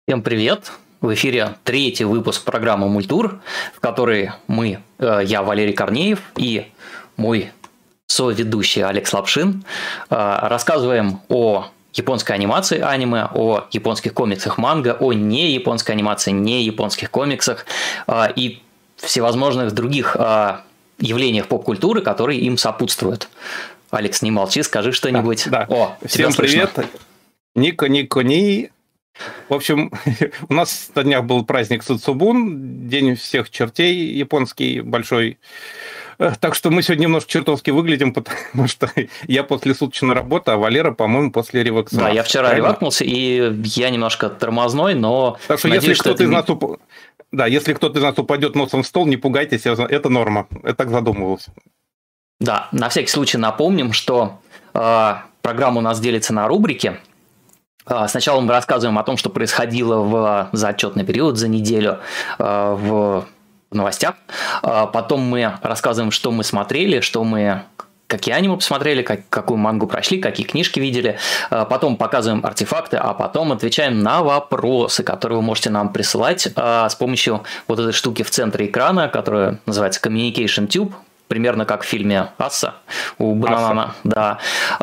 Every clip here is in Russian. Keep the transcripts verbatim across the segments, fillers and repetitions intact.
Всем привет! В эфире третий выпуск программы «Мультур», в которой мы, э, я, Валерий Корнеев, и мой соведущий Алекс Лапшин э, рассказываем о японской анимации аниме, о японских комиксах манго, о не японской анимации, не японских комиксах э, и всевозможных других э, явлениях поп-культуры, которые им сопутствуют. Алекс, не молчи, скажи что-нибудь. Да, да. О, всем привет! Ника Нико Ни. В общем, у нас на днях был праздник Цуцубун, день всех чертей японский большой. Так что мы сегодня немножко чертовски выглядим, потому что я после суточной работы, а Валера, по-моему, после ревакцинации. Да, я вчера Правильно? ревакнулся, и я немножко тормозной, но так что надеюсь, если кто-то из нас уп... да, если кто-то из нас упадет носом в стол, не пугайтесь, это норма. Я так задумывался. Да, на всякий случай напомним, что э, программа у нас делится на рубрики. Сначала мы рассказываем о том, что происходило в за отчетный период, за неделю в новостях. Потом мы рассказываем, что мы смотрели, что мы, какие аниме посмотрели, как, какую мангу прошли, какие книжки видели. Потом показываем артефакты, а потом отвечаем на вопросы, которые вы можете нам присылать с помощью вот этой штуки в центре экрана, которая называется Communication Tube. Примерно как в фильме «Асса» у Бананана. Да.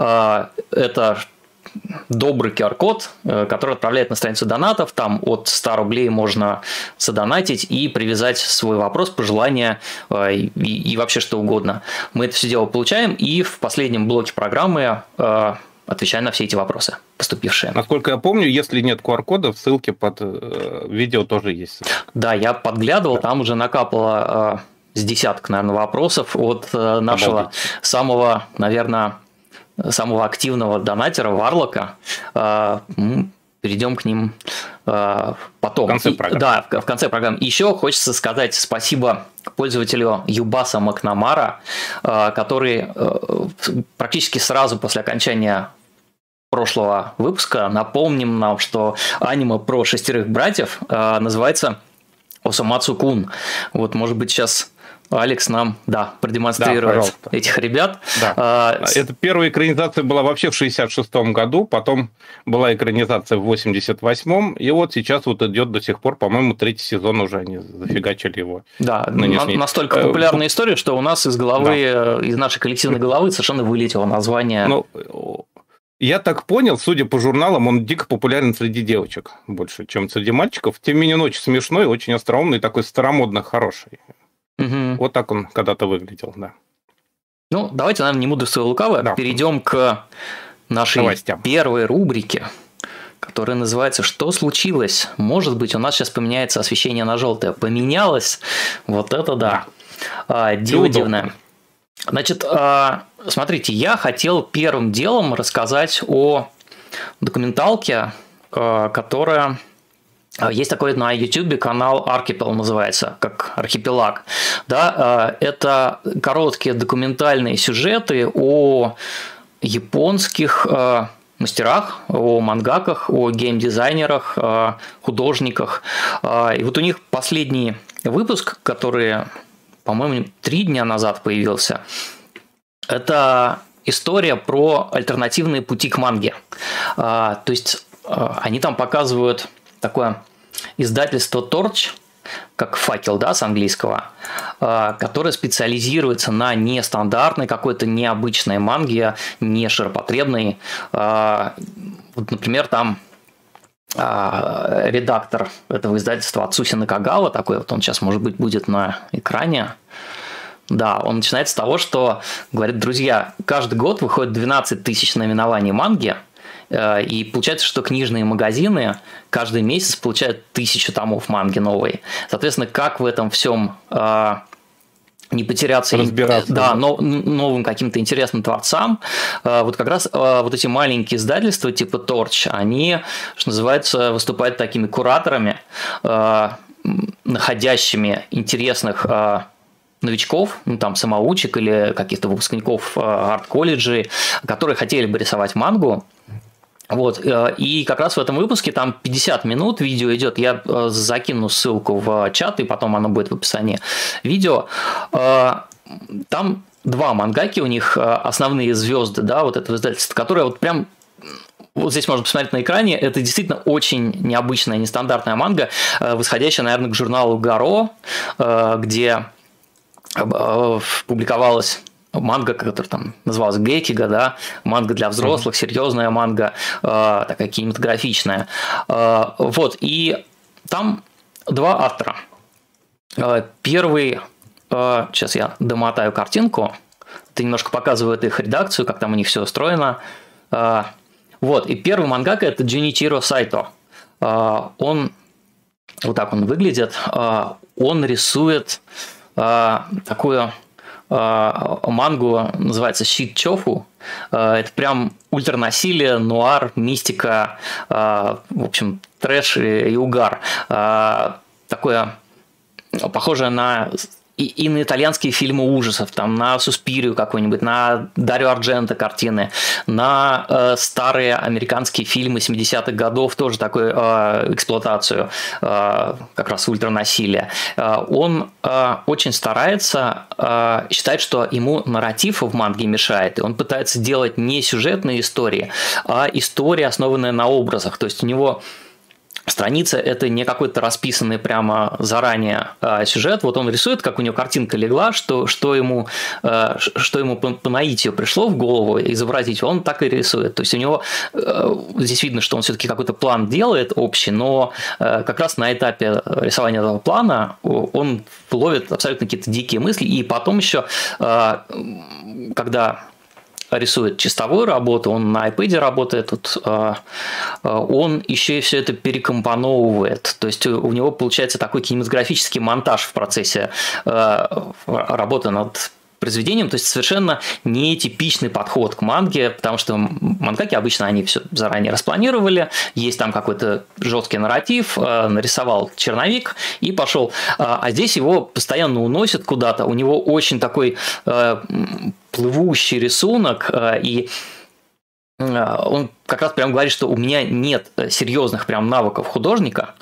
Это добрый ку ар-код, который отправляет на страницу донатов. Там от ста рублей можно задонатить и привязать свой вопрос, пожелания и, и вообще что угодно. Мы это все дело получаем и в последнем блоке программы отвечаем на все эти вопросы, поступившие. Насколько я помню, если нет ку ар-кода, в ссылке под видео тоже есть. Да, я подглядывал, да. Там уже накапало с десяток, наверное, вопросов от нашего Обалдеть. самого, наверное, самого активного донатера Варлока. Перейдем к ним потом. В конце программы. Да, в конце программы. Еще хочется сказать спасибо пользователю Юбаса Макнамара, который практически сразу после окончания прошлого выпуска напомним нам, что аниме про шестерых братьев называется Осамацу-кун. Вот, может быть, сейчас Алекс нам, да, продемонстрирует да, этих ребят. Да. А, Это первая экранизация была вообще в шестьдесят шестом году, потом была экранизация в восемьдесят восьмом, и вот сейчас вот идет до сих пор, по-моему, третий сезон уже они зафигачили его. Да, нынешний. Настолько популярная история, что у нас из головы, да. из нашей коллективной головы совершенно вылетело название. Ну, я так понял, судя по журналам, он дико популярен среди девочек больше, чем среди мальчиков. Тем не менее, он очень смешной, очень остроумный, такой старомодно хороший. Угу. Вот так он когда-то выглядел, да. Ну, давайте, наверное, не мудрствуя лукаво, да. перейдем к нашей Новостям. первой рубрике, которая называется «Что случилось?». Может быть, у нас сейчас поменяется освещение на желтое. Поменялось? Вот это да. да. Диво дивное. Значит, смотрите, я хотел первым делом рассказать о документалке, которая... Есть такой на YouTube канал Archipel, называется, как архипелаг. Да, это короткие документальные сюжеты о японских мастерах, о мангаках, о геймдизайнерах, художниках. И вот у них последний выпуск, который, по-моему, три дня назад появился, это история про альтернативные пути к манге. То есть они там показывают такое издательство Torch, как факел, да, с английского, которое специализируется на нестандартной, какой-то необычной манге, не широпотребной. Вот, например, там редактор этого издательства Ацуси Накагава, такой вот он сейчас, может быть, будет на экране. Да, он начинает с того, что говорит: друзья, каждый год выходит двенадцать тысяч наименований манги, и получается, что книжные магазины каждый месяц получают тысячу томов манги новой. Соответственно, как в этом всем э, не потеряться разбираться, да, да. Но, новым каким-то интересным творцам, э, вот как раз э, вот эти маленькие издательства типа Torch, они, что называется, выступают такими кураторами, э, находящими интересных э, новичков, ну там самоучек или каких-то выпускников э, арт-колледжей, которые хотели бы рисовать мангу. Вот, и как раз в этом выпуске там пятьдесят минут видео идет, я закину ссылку в чат, и потом оно будет в описании видео. Там два мангаки, у них основные звезды, да, вот этого издательства, которые вот прям вот здесь можно посмотреть на экране, это действительно очень необычная, нестандартная манга, восходящая, наверное, к журналу Гаро, где публиковалась манга, которая там называлась Гекига, да, манга для взрослых, серьезная манга, такая кинематографичная. Вот, и там два автора. Первый, сейчас я домотаю картинку, это немножко показывает их редакцию, как там у них все устроено. Вот, и первый мангака – это Джуничиро Сайто. Он, вот так он выглядит, он рисует такую мангу, называется Щит Чофу. Это прям ультранасилие, нуар, мистика, в общем, трэш и угар. Такое похожее на... И, и на итальянские фильмы ужасов, там, на Суспирию какой-нибудь, на Дарио Ардженто картины, на э, старые американские фильмы семидесятых годов, тоже такую э, эксплуатацию э, как раз ультранасилия. Э, он э, очень старается, э, считает, что ему нарратив в манге мешает, и он пытается делать не сюжетные истории, а истории, основанные на образах. То есть у него... Страница – это не какой-то расписанный прямо заранее э, сюжет. Вот он рисует, как у него картинка легла, что, что ему, э, что ему по, по наитию пришло в голову изобразить, он так и рисует. То есть у него э, здесь видно, что он все-таки какой-то план делает общий, но э, как раз на этапе рисования этого плана он ловит абсолютно какие-то дикие мысли. И потом еще, э, когда... рисует чистовую работу, он на iPad работает, тут, он еще и все это перекомпоновывает, то есть у него получается такой кинематографический монтаж в процессе работы над произведением, то есть совершенно нетипичный подход к манге, потому что мангаки обычно они все заранее распланировали, есть там какой-то жесткий нарратив, нарисовал черновик и пошел, а здесь его постоянно уносят куда-то, у него очень такой плывущий рисунок, и он как раз прям говорит, что у меня нет серьезных прям навыков художника,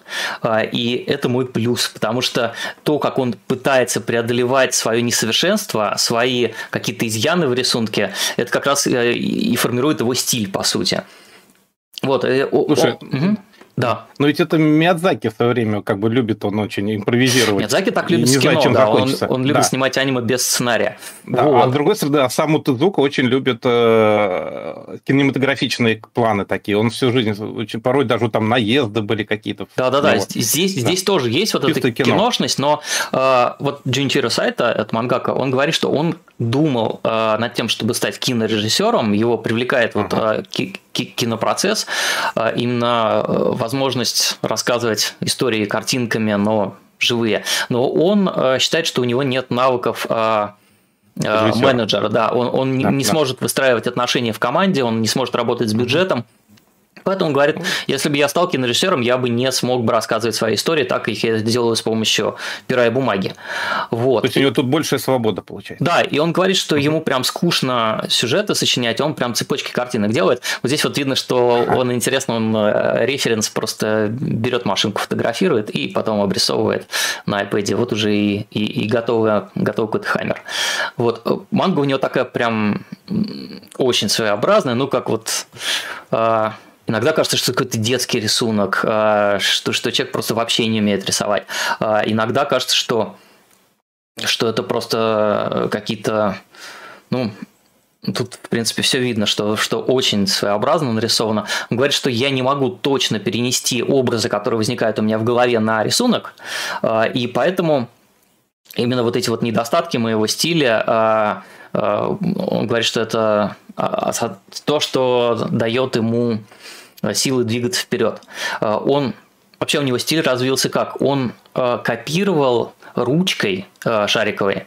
и это мой плюс, потому что то, как он пытается преодолевать свое несовершенство, свои какие-то изъяны в рисунке, это как раз и формирует его стиль, по сути. Вот. Слушай, о, угу. Да. Но ведь это Миядзаки в свое время как бы любит он очень импровизировать. Миядзаки так любит не кино, знаю, чем да, он, он любит да. снимать аниме без сценария. Да, вот. А с другой стороны, Осаму Тедзука очень любит э, кинематографичные планы такие. Он всю жизнь, очень, порой даже там наезды были какие-то. Да-да-да, ну, здесь, да. здесь тоже есть вот Чисто эта кино. киношность, но э, вот Джуничиро Сайто, это мангака, он говорит, что он думал э, над тем, чтобы стать кинорежиссером, его привлекает вот uh-huh. э, кинопроцесс, э, именно э, возможность рассказывать истории картинками, но живые. Но он э, считает, что у него нет навыков э, э, менеджера, да, он, он да, не да. сможет выстраивать отношения в команде, он не сможет работать с бюджетом. Поэтому он говорит, если бы я стал кинорежиссером, я бы не смог бы рассказывать свои истории так, как я это делаю с помощью пера и бумаги. Вот. То есть у него тут большая свобода получается. Да, и он говорит, что ему прям скучно сюжеты сочинять, он прям цепочки картинок делает. Вот здесь вот видно, что он интересно, он референс просто берет машинку, фотографирует и потом обрисовывает на iPad. Вот уже и, и, и готовый, готовый какой-то хаммер. Вот. Манга у него такая прям очень своеобразная, ну как вот... Иногда кажется, что это какой-то детский рисунок, что, что человек просто вообще не умеет рисовать. Иногда кажется, что, что это просто какие-то... Ну, тут, в принципе, все видно, что, что очень своеобразно нарисовано. Он говорит, что я не могу точно перенести образы, которые возникают у меня в голове, на рисунок, и поэтому именно вот эти вот недостатки моего стиля... Он говорит, что это то, что дает ему силы двигаться вперед. Он вообще у него стиль развился как? Он копировал ручкой шариковой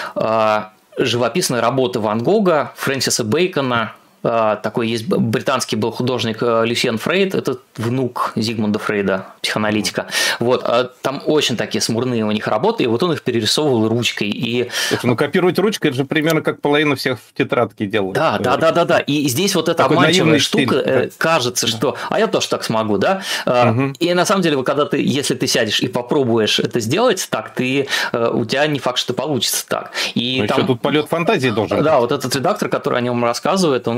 живописные работы Ван Гога, Фрэнсиса Бэйкона. Такой есть британский был художник Люсьен Фрейд, это внук Зигмунда Фрейда, психоаналитика. Вот, там очень такие смурные у них работы, и вот он их перерисовывал ручкой. И... Слушай, ну копировать ручкой, это же примерно как половина всех в тетрадке делают. Да, да, да, да, да. И здесь вот эта такой обманчивая штука, стиль. Кажется, что, а я тоже так смогу, да. Угу. И на самом деле, когда ты, если ты сядешь и попробуешь это сделать так, ты, у тебя не факт, что получится так. И ну, там... еще тут полет фантазии должен быть. Да, вот этот редактор, который о нем рассказывает, он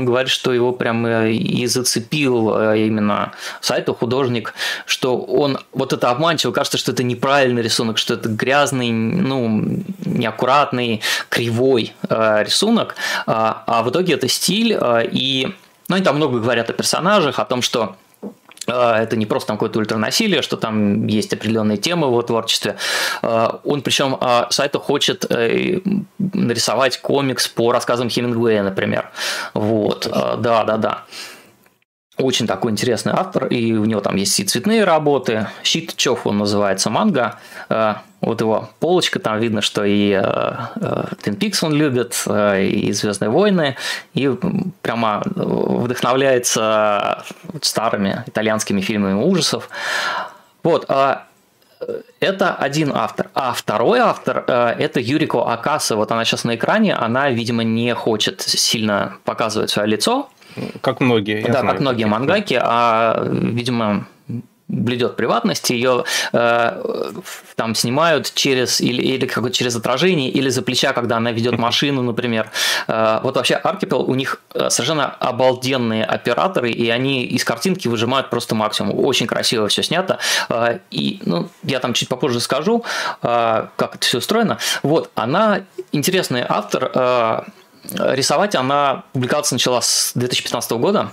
говорит, что его прям и зацепил именно Сайто, художник, что он, вот это обманчиво, кажется, что это неправильный рисунок, что это грязный, ну, неаккуратный, кривой э, рисунок, а, а в итоге это стиль, э, и, ну, они там много говорят о персонажах, о том, что это не просто там какое-то ультранасилие, что там есть определенные темы в его творчестве. Он, причем, Сайто хочет нарисовать комикс по рассказам Хемингуэя, например. Вот, да, да, да. Очень такой интересный автор, и у него там есть и цветные работы. Щит Чоф он называется, манга. Вот его полочка, там видно, что и Twin Peaks он любит, и Звездные войны, и прямо вдохновляется старыми итальянскими фильмами ужасов. Вот, это один автор. А второй автор – это Юрико Акаса. Вот она сейчас на экране, она, видимо, не хочет сильно показывать свое лицо. Как многие. Да, знаю, как многие мангаки, а, видимо, блюдет приватность, ее э, там снимают через или, или как через отражение, или за плеча, когда она ведет машину, например. Э, вот вообще Archipel, у них совершенно обалденные операторы, и они из картинки выжимают просто максимум. Очень красиво все снято. Э, и ну, я там чуть попозже скажу, э, как это все устроено. Вот, она интересный автор. Э, Рисовать она, публиковаться начала с две тысячи пятнадцатого года.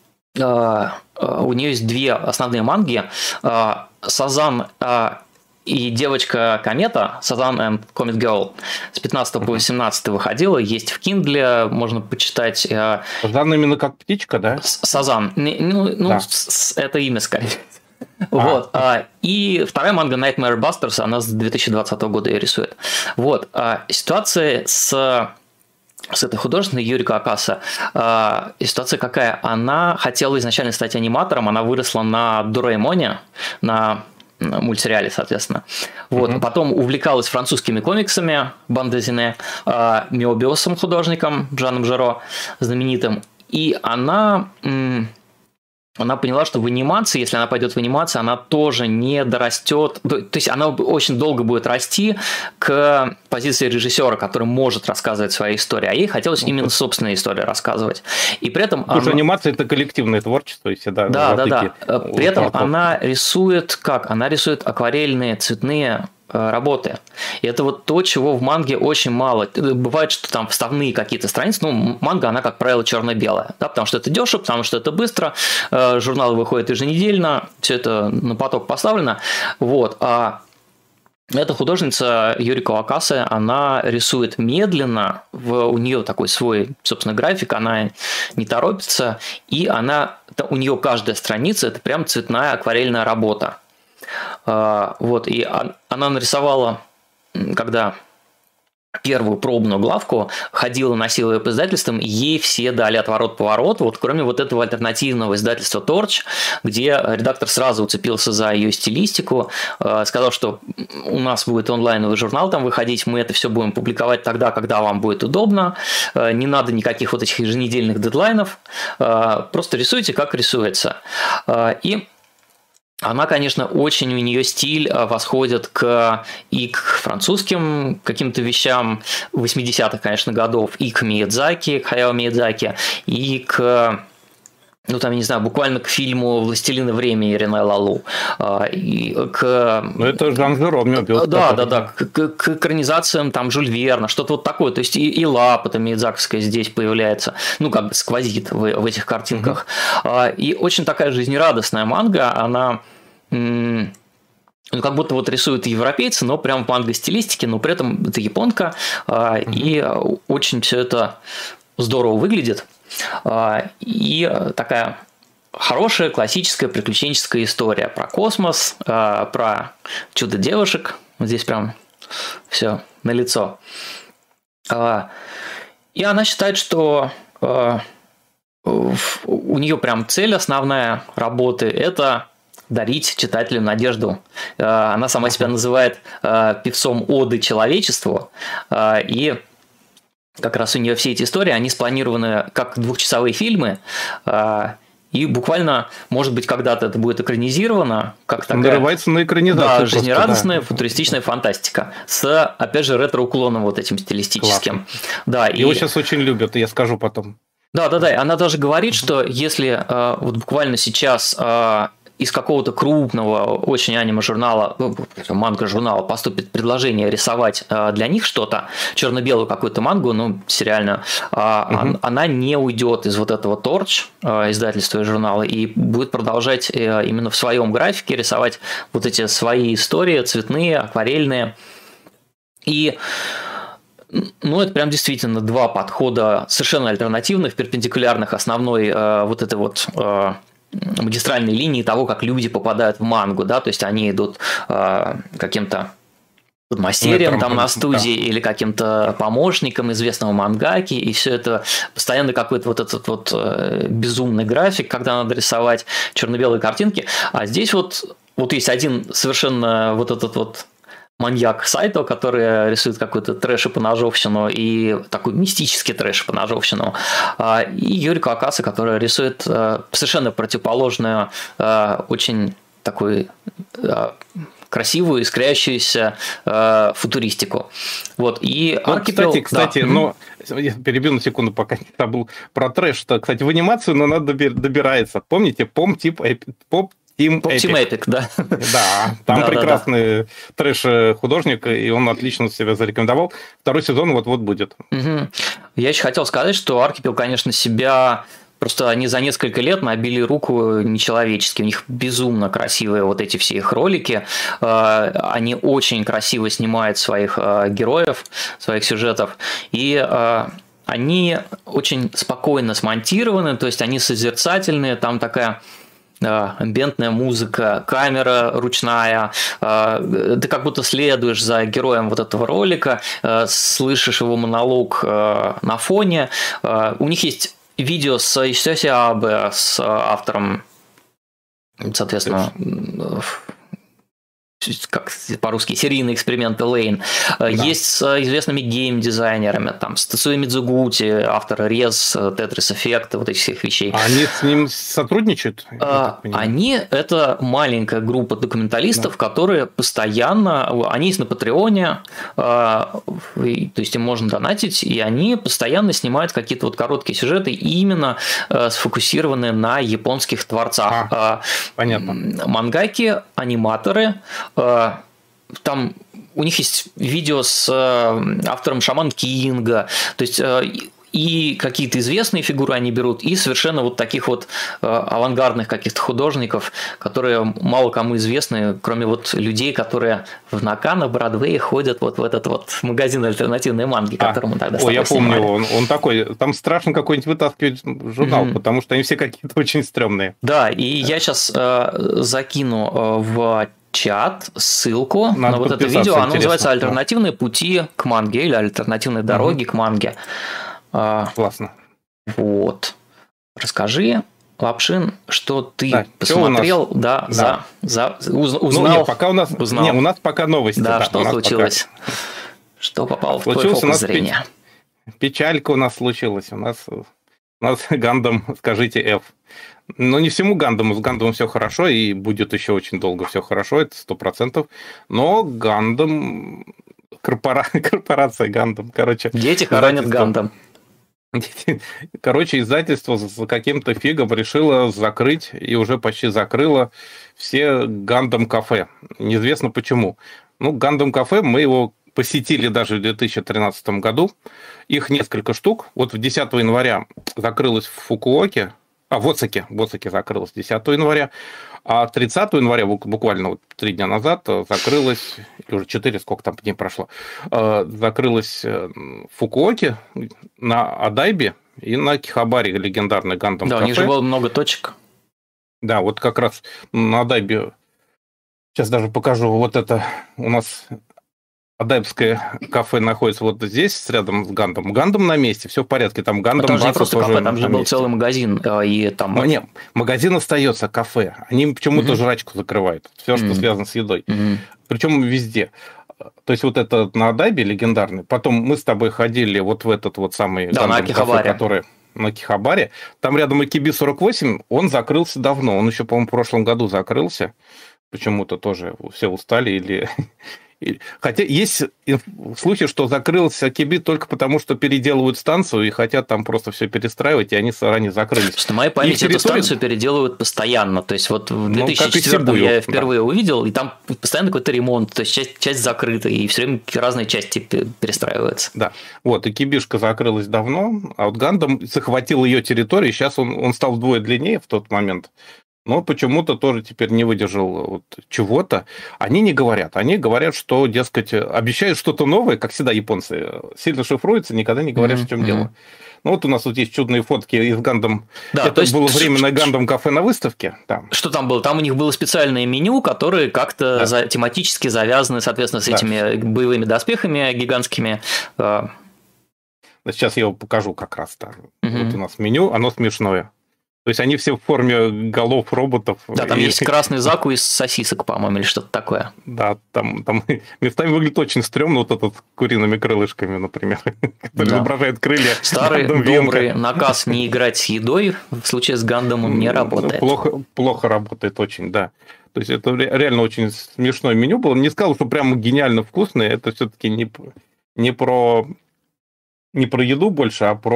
У нее есть две основные манги. Сазан и девочка-комета, Сазан and Comet Girl, с пятнадцатого по восемнадцатый выходила. Есть в Kindle, можно почитать. Сазан именно как птичка, да? Сазан. Ну, ну да. Это имя скорее. А, вот. А, и вторая манга Nightmare Busters, она с две тысячи двадцатого года ее рисует. Вот. А, ситуация с... С этой художественной Юрико Акаса э, ситуация какая? Она хотела изначально стать аниматором, она выросла на Дораэмоне, на, на мультсериале, соответственно. Вот. Mm-hmm. Потом увлекалась французскими комиксами, бандезине, э, Мёбиусом, художником, Жаном Жиро, знаменитым. И она... М- Она поняла, что в анимации, если она пойдет в анимацию, она тоже не дорастет. То есть она очень долго будет расти к позиции режиссера, который может рассказывать свои истории. А ей хотелось ну, именно собственные истории рассказывать. И при этом Потому она... что анимация – это коллективное творчество. И всегда да, да, да. При этом она рисует как? Она рисует акварельные, цветные работы. И это вот то, чего в манге очень мало. Бывает, что там вставные какие-то страницы, ну, манга, она, как правило, черно-белая, да, потому что это дешево, потому что это быстро, журналы выходят еженедельно, все это на поток поставлено, вот, а эта художница Юрико Акаса, она рисует медленно, в, у нее такой свой, собственно, график, она не торопится, и она, у нее каждая страница – это прям цветная акварельная работа. Вот, и она нарисовала, когда первую пробную главку, ходила, носила ее по издательствам, ей все дали отворот-поворот, вот, кроме вот этого альтернативного издательства Torch, где редактор сразу уцепился за ее стилистику, сказал, что у нас будет онлайновый журнал там выходить, мы это все будем публиковать тогда, когда вам будет удобно, не надо никаких вот этих еженедельных дедлайнов, просто рисуйте, как рисуется. И она, конечно, очень у нее стиль восходит к, и к французским каким-то вещам восьмидесятых, конечно, годов, и к Миядзаки, к Хаяо Миядзаки, и к, ну, там, я не знаю, буквально к фильму «Властелина времени» Рене Лалу. И к... Ну, это Жан Жиро, Мёбиус. Да, да, да, к, к экранизациям там Жюль Верна, что-то вот такое. То есть и, и Лапа Миядзаковская здесь появляется, ну, как бы сквозит в, в этих картинках. Mm-hmm. И очень такая жизнерадостная манга, она... Ну, как будто вот рисуют европейцы, но прям в манго-стилистике, но при этом это японка, mm-hmm. и очень все это здорово выглядит. И такая хорошая классическая приключенческая история про космос, про чудо-девушек. Вот здесь прям все налицо. И она считает, что у нее прям цель основная работы – это дарить читателям надежду. Она сама себя называет певцом оды человечеству, и как раз у нее все эти истории, они спланированы как двухчасовые фильмы, и буквально, может быть, когда-то это будет экранизировано, как такая... Нарывается на экранизацию. Да, жизнерадостная, да. Футуристичная фантастика с, опять же, ретро-уклоном вот этим стилистическим. Да, Его и... сейчас очень любят, я скажу потом. Да, да, да. Она даже говорит, что если э, вот буквально сейчас э, из какого-то крупного, очень аниме-журнала, манго-журнала поступит предложение рисовать э, для них что-то, черно-белую какую-то мангу, ну, сериальную, э, угу. она не уйдет из вот этого Torch, э, издательства и журнала, и будет продолжать э, именно в своем графике рисовать вот эти свои истории, цветные, акварельные. И ну, это прям действительно два подхода совершенно альтернативных, перпендикулярных основной э, вот этой вот э, магистральной линии того, как люди попадают в мангу, да, то есть они идут э, каким-то мастерием там на студии, да, или каким-то помощником известного мангаки, и все это постоянно какой-то вот этот вот э, безумный график, когда надо рисовать черно-белые картинки, а здесь вот, вот есть один совершенно вот этот вот маньяк Сайто, который рисует какой-то трэш и поножовщину, и такой мистический трэш и поножовщину, и Юрико Акаса, который рисует совершенно противоположную, очень такую красивую, искрящуюся футуристику. Вот, и вот, Аркипел... Кстати, кстати, да. но я перебью на секунду, пока не забыл про трэш, что, кстати, в анимацию, но надо добирается. Помните, пом тип поп Team Epic. Team Epic, да. Да, там да, прекрасный да, да. трэш-художник, и он отлично себя зарекомендовал. Второй сезон вот-вот будет. Угу. Я еще хотел сказать, что Аркипел, конечно, себя... Просто они за несколько лет набили руку нечеловечески. У них безумно красивые вот эти все их ролики. Они очень красиво снимают своих героев, своих сюжетов. И... они очень спокойно смонтированы, то есть они созерцательные, там такая... амбиентная музыка, камера ручная, ты как будто следуешь за героем вот этого ролика, слышишь его монолог на фоне. У них есть видео с Исёси Абе, с автором, соответственно, как по-русски, серийный эксперимент Элейн. Да. Есть с известными гейм-дизайнерами, там, с Тацуи Мидзугути, автор Рез, Тетрис Эффект, вот этих всех вещей. А они с ним сотрудничают? А, они – это маленькая группа документалистов, да, которые постоянно, они есть на Патреоне, то есть им можно донатить, и они постоянно снимают какие-то вот короткие сюжеты, именно сфокусированные на японских творцах. А, понятно. Мангаки, аниматоры, там у них есть видео с автором Шаман Кинга, то есть и какие-то известные фигуры они берут, и совершенно вот таких вот авангардных каких-то художников, которые мало кому известны, кроме вот людей, которые в Накано, Бродвее ходят вот в этот вот магазин альтернативной манги, а, который мы тогда Ой, я помню, он, он такой, там страшно какой-нибудь вытаскивать журнал, mm-hmm. потому что они все какие-то очень стрёмные. Да, и я сейчас э, закину э, в чат ссылку Надо на вот это видео. Оно называется «Альтернативные пути к манге» или «Альтернативные дороги угу. к манге». Классно. Вот. Расскажи, Лапшин, что ты да, посмотрел, да, да. За, за, уз, узнал. Ну, нет, пока у нас, узнал. Не, у нас пока новости. Да, да что случилось? Пока... Что попало в твой фокус зрения? Печалька у нас случилась. У нас, у нас Гандам, скажите, F. Ну, не всему Гандаму, с Гандамом все хорошо, и будет еще очень долго все хорошо, это сто процентов. Но Гандам, корпора... корпорация Гандам, короче... Дети хоронят Гандам. Короче, издательство за каким-то фигом решило закрыть, и уже почти закрыло, все Гандам кафе. Неизвестно почему. Ну, Гандам кафе, мы его посетили даже в две тысячи тринадцатом году. Их несколько штук. Вот десятого января закрылось в Фукуоке, А, в Осаке, в Осаке закрылась десятого января, а тридцатого января, буквально вот три дня назад, закрылась, или уже четыре, сколько там дней прошло, закрылась в Фукуоке, на Адайбе и на Кихабаре, легендарный Гандам кафе. Да, у них же было много точек. Да, вот как раз на Адайбе, сейчас даже покажу, вот это у нас... Адайбское кафе находится вот здесь, рядом с Гандом. Гандам на месте, все в порядке. Там Гандам там же не просто кафе, там же был месте. Целый магазин. И там... Но нет, магазин остается, кафе. Они почему-то mm-hmm. жрачку закрывают. Все, mm-hmm. что связано с едой. Mm-hmm. Причем везде. То есть вот это на Адайбе легендарный. Потом мы с тобой ходили вот в этот вот самый да, Гандам кафе, который на Кихабаре. Там рядом Экиби сорок восемь, он закрылся давно. Он еще, по-моему, в прошлом году закрылся. Почему-то тоже все устали или... Хотя есть случай, что закрылся Акиби только потому, что переделывают станцию и хотят там просто все перестраивать, и они заранее закрылись. Что на моей памяти территории... эту станцию переделывают постоянно. То есть вот в две тысячи четвёртом ну, я впервые да. увидел, и там постоянно какой-то ремонт, то есть часть, часть закрыта, и все время разные части перестраиваются. Да, вот, и Акибишка закрылась давно, а вот Гандам захватил ее территорию, сейчас он, он стал вдвое длиннее в тот момент. Но почему-то тоже теперь не выдержал вот чего-то. Они не говорят. Они говорят, что, дескать, обещают что-то новое, как всегда японцы. Сильно шифруются, никогда не говорят, mm-hmm. в чем mm-hmm. дело. Ну вот у нас вот есть чудные фотки из Гандам. Да, это есть... было временное Гандам кафе на выставке. Там. Что там было? Там у них было специальное меню, которые как-то да. за... тематически завязаны, соответственно, с этими да. боевыми доспехами гигантскими. Сейчас я его покажу как раз там. Mm-hmm. Вот у нас меню, оно смешное. То есть они все в форме голов роботов. Да, там и... есть красный заку из сосисок, по-моему, или что-то такое. Да, там, там местами выглядит очень стрёмно, вот этот с куриными крылышками, например, который да. изображает крылья. Старый добрый наказ не играть с едой в случае с Гандамом не работает. Плохо, плохо работает очень, да. То есть это реально очень смешное меню было. Не сказал, что прямо гениально вкусное, это все-таки не, не про... не про еду больше, а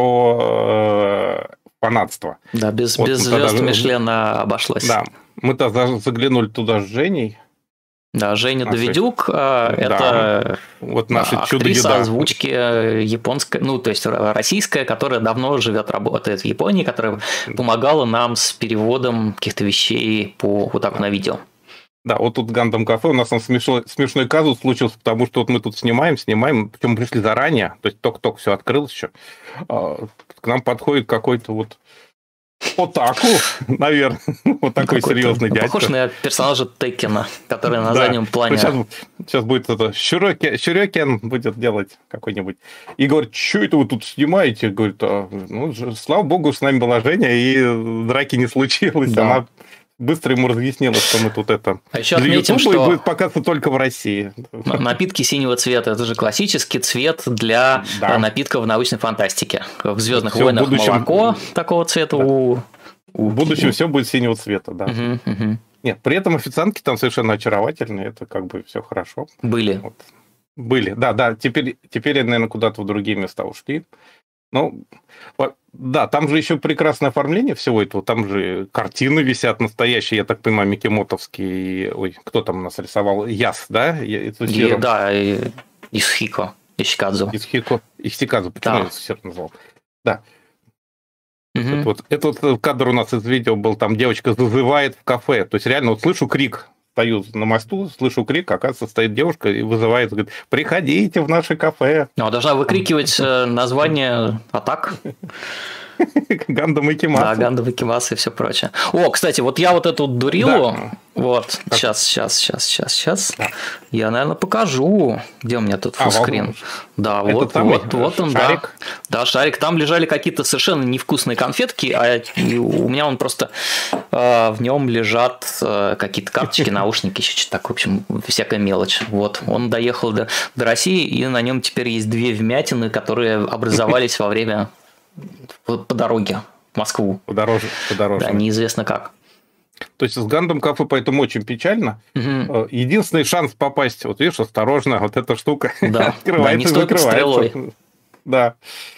про... фанатство. Да, без, вот без звезд даже... Мишлена обошлось. Да, мы тогда заглянули туда с Женей. Да, Женя наши... Давидюк, да. это вот наши актриса чудо-еда. Озвучки японская, ну, то есть российская, которая давно живет, работает в Японии, которая помогала нам с переводом каких-то вещей по вот так на видео. Да, вот тут Гандам кафе, у нас там смешной, смешной казус случился, потому что вот мы тут снимаем, снимаем, причем пришли заранее, то есть только-только все открылось еще. К нам подходит какой-то вот отаку, наверное, вот такой серьезный дядька. Похож на персонажа Теккена, который на заднем плане. Сейчас, сейчас будет это Шурёкен будет делать какой-нибудь. И говорит, что это вы тут снимаете? Говорит, а, ну, слава богу, с нами была Женя, и драки не случилось. Да. Она быстро ему разъяснила, что мы тут это... А еще отметим, что... и будет показываться только в России. Напитки синего цвета – это же классический цвет для да. напитков в научной фантастике. В «Звездных все войнах» будущем... молоко такого цвета да. у... В будущем все будет синего цвета, да. Угу, угу. Нет, при этом официантки там совершенно очаровательные, это как бы все хорошо. Были. Вот. Были, да, да. Теперь, теперь, наверное, куда-то в другие места ушли. Ну, да, там же еще прекрасное оформление всего этого. Там же картины висят настоящие, я так понимаю, микки-мотовские. Ой, кто там у нас рисовал? Яс, да? И, да, и Исхико, Исхикадзу. Исхико, Исхикадзу, почему да. я Исхико назвал? Да. Угу. Это вот, этот вот кадр у нас из видео был, там девочка зазывает в кафе. То есть реально вот слышу крик. Стою на мосту, слышу крик, оказывается, стоит девушка и вызывает, говорит, приходите в наше кафе. Ну, должна выкрикивать название атак. Гандам Икимасы. Да, Гандам Икимасы и все прочее. О, кстати, вот я вот эту дурилу, да. вот, так. сейчас, сейчас, сейчас, сейчас, сейчас, да. я, наверное, покажу, где у меня тут фуллскрин. А, да, это вот, вот, вот он, шарик? да. Да, шарик. Там лежали какие-то совершенно невкусные конфетки, а у меня он просто, э, в нем лежат э, какие-то карточки, наушники, еще что-то так, в общем, всякая мелочь. Вот, он доехал до, до России, и на нем теперь есть две вмятины, которые образовались во время... По, по дороге в Москву. Подороже, подороже. Да, неизвестно как. То есть с Гандам кафе поэтому очень печально. Угу. Единственный шанс попасть, вот видишь, осторожно, вот эта штука да. открывается да, и закрывается. Да.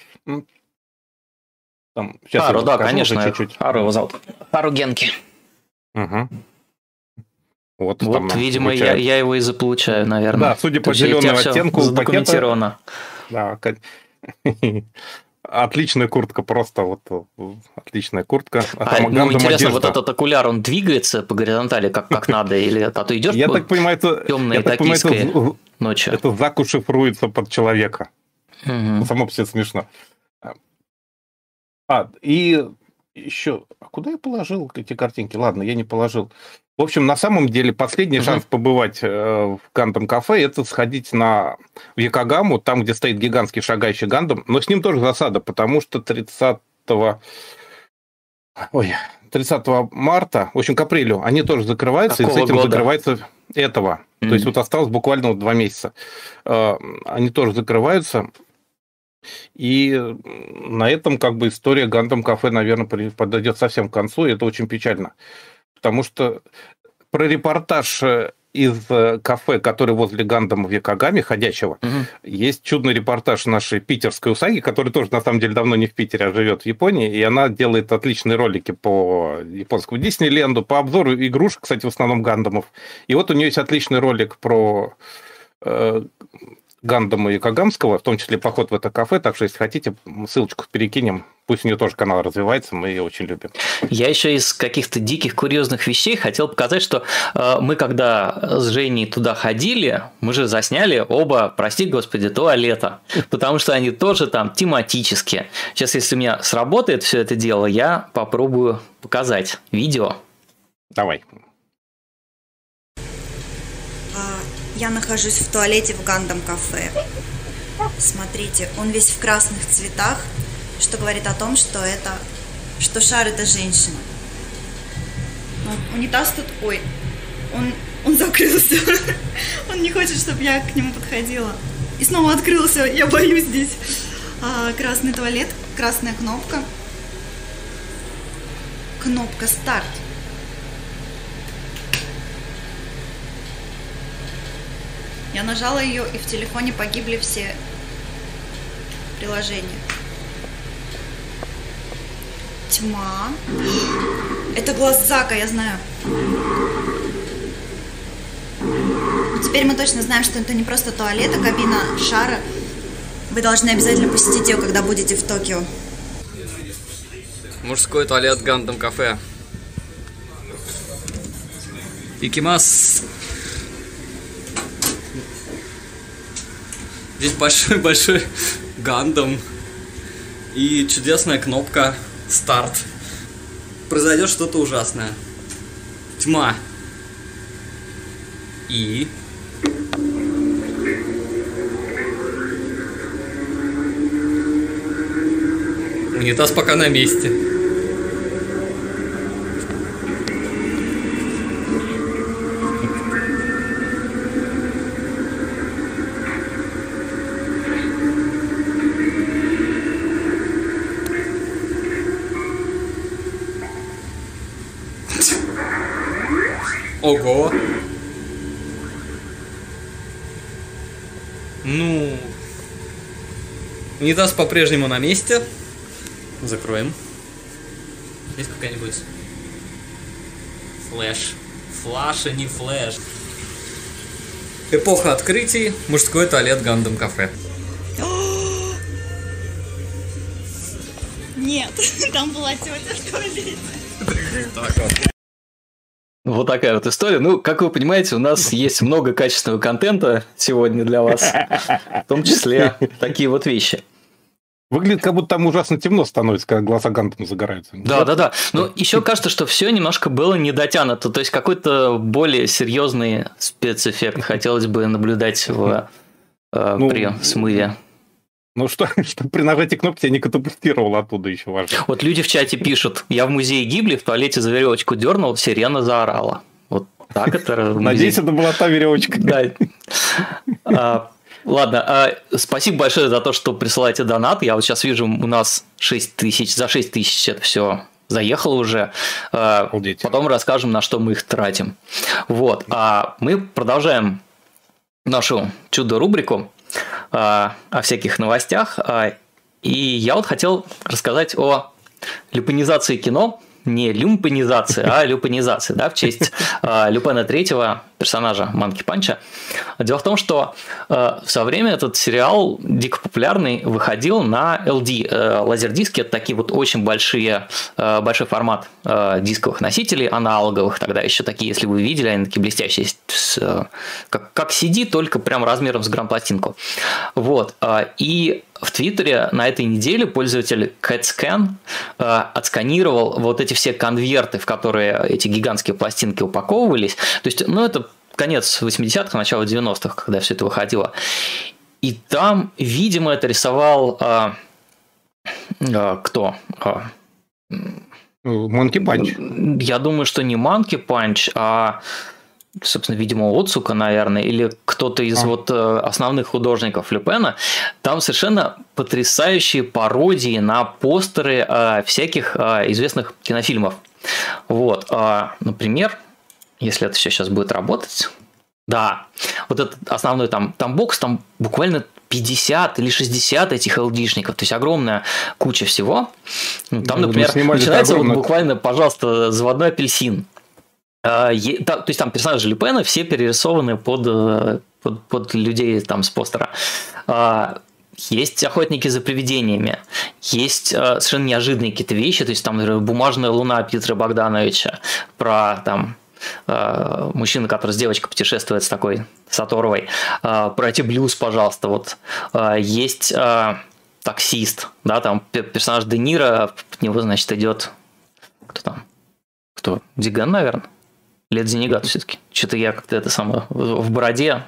Там, Хару, да, конечно. Чуть-чуть. Хару его зовут. Хару Генки. Угу. Вот, вот видимо, я, я его и заполучаю, наверное. Да, судя по зеленому оттенку задокументировано. Пакета, да, отличная куртка, просто вот отличная куртка. А, а ну, интересно, одежда. Вот этот окуляр, он двигается по горизонтали как, как надо? Или а то идешь я по так понимаю, это, темной токийской это, ночью? Это заку шифруется под человека. Угу. Само по себе смешно. А, и еще... А куда я положил эти картинки? Ладно, я не положил. В общем, на самом деле, последний uh-huh. шанс побывать в Гандам кафе – это сходить на в Якогаму, там, где стоит гигантский шагающий Гандам, но с ним тоже засада, потому что тридцатого, ой, тридцатого марта, в общем, к апрелю, они тоже закрываются, Какого и с этим года? закрывается этого. Mm-hmm. То есть вот осталось буквально вот два месяца. Они тоже закрываются, и на этом как бы история Гандам кафе, наверное, подойдет совсем к концу, и это очень печально. Потому что про репортаж из кафе, который возле Гандама в Якогаме, ходячего, угу. есть чудный репортаж нашей питерской Усаги, которая тоже, на самом деле, давно не в Питере, а живет в Японии, и она делает отличные ролики по японскому Диснейленду, по обзору игрушек, кстати, в основном Гандамов. И вот у нее есть отличный ролик про э, Гандама Якогамского, в том числе поход в это кафе, так что, если хотите, ссылочку перекинем. Пусть у нее тоже канал развивается, мы ее очень любим. Я еще из каких-то диких курьезных вещей хотел показать, что э, мы когда с Женей туда ходили, мы же засняли оба, прости господи, туалета, потому что они тоже там тематические. Сейчас, если у меня сработает все это дело, я попробую показать видео. Давай. Я нахожусь в туалете в Гандам кафе. Смотрите, он весь в красных цветах, что говорит о том, что это, что шар это женщина. Но унитаз тут, ой, он, он закрылся. Он не хочет, чтобы я к нему подходила. И снова открылся, я боюсь здесь. А, красный туалет, красная кнопка. Кнопка старт. Я нажала ее, и в телефоне погибли все приложения. Тьма. Это глаз Зака, я знаю. Теперь мы точно знаем, что это не просто туалет, а кабина шара. Вы должны обязательно посетить ее, когда будете в Токио. Мужской туалет Гандам кафе. Икимас. Здесь большой-большой Гандам и чудесная кнопка старт. Произойдет что-то ужасное. Тьма. И... унитаз пока на месте. Ого! Ну... унитаз по-прежнему на месте. Закроем. Есть какая-нибудь... флэш. Флаш, а не флэш. Эпоха открытий. Мужской туалет Гандам кафе. Нет, там была тетя в туалете. Так вот. Вот такая вот история. Ну, как вы понимаете, у нас есть много качественного контента сегодня для вас, в том числе такие вот вещи. Выглядит, как будто там ужасно темно становится, когда глаза Гандама загораются. Да, да, да. Но еще кажется, что все немножко было не дотянуто. То есть какой-то более серьезный спецэффект хотелось бы наблюдать в, э, ну, при смыве. Ну что, что при нажатии кнопки тебя не катапультировало оттуда, еще важно. Вот люди в чате пишут: я в музее Гибли в туалете за веревочку дернул, сирена заорала. Вот так это. Надеюсь, это была та веревочка. Да. Ладно, спасибо большое за то, что присылаете донат. Я вот сейчас вижу, у нас шесть тысяч, за шесть тысяч это все заехало уже. Обалдеть. Потом расскажем, на что мы их тратим. Вот. А мы продолжаем нашу чудо-рубрику о всяких новостях. И я вот хотел рассказать о люпинизации кино. Не люмпинизации, а люпинизации, да, в честь э, Люпена третьего, персонажа Манки Панча. Дело в том, что э, в свое время этот сериал дико популярный выходил на эл ди. Э, лазердиски – это такие вот очень большие, э, большой формат э, дисковых носителей, аналоговых тогда еще такие, если вы видели, они такие блестящие, с, э, как, как си ди, только прям размером с грампластинку. Вот. Э, и в Твиттере на этой неделе пользователь CatScan э, отсканировал вот эти все конверты, в которые эти гигантские пластинки упаковывались. То есть, ну, это конец восьмидесятых, начало девяностых, когда все это выходило. И там, видимо, это рисовал э, э, кто? Манки Панч. Я думаю, что не Манки Панч, а... собственно, видимо, Оцука, наверное, или кто-то из а. вот основных художников Люпена. Там совершенно потрясающие пародии на постеры э, всяких э, известных кинофильмов. Вот, э, например, если это все сейчас будет работать, Да, вот этот основной там, там бокс, там буквально пятьдесят или шестьдесат этих эл ди-шников, то есть огромная куча всего. Ну, там, например, начинается вот буквально, пожалуйста, заводной апельсин. То есть там персонажи Люпена все перерисованы под, под, под людей там с постера. Есть охотники за привидениями, есть совершенно неожиданные какие-то вещи, то есть там, например, «Бумажная луна» Питера Богдановича про там мужчина, который с девочкой путешествует с такой Саторовой. Пройти блюз, пожалуйста. Вот есть таксист, да, там персонаж Де Ниро, от него, значит, идет кто там? Кто? Диган, наверное? Лет Зенегат все-таки. Что-то я как-то это самое в бороде.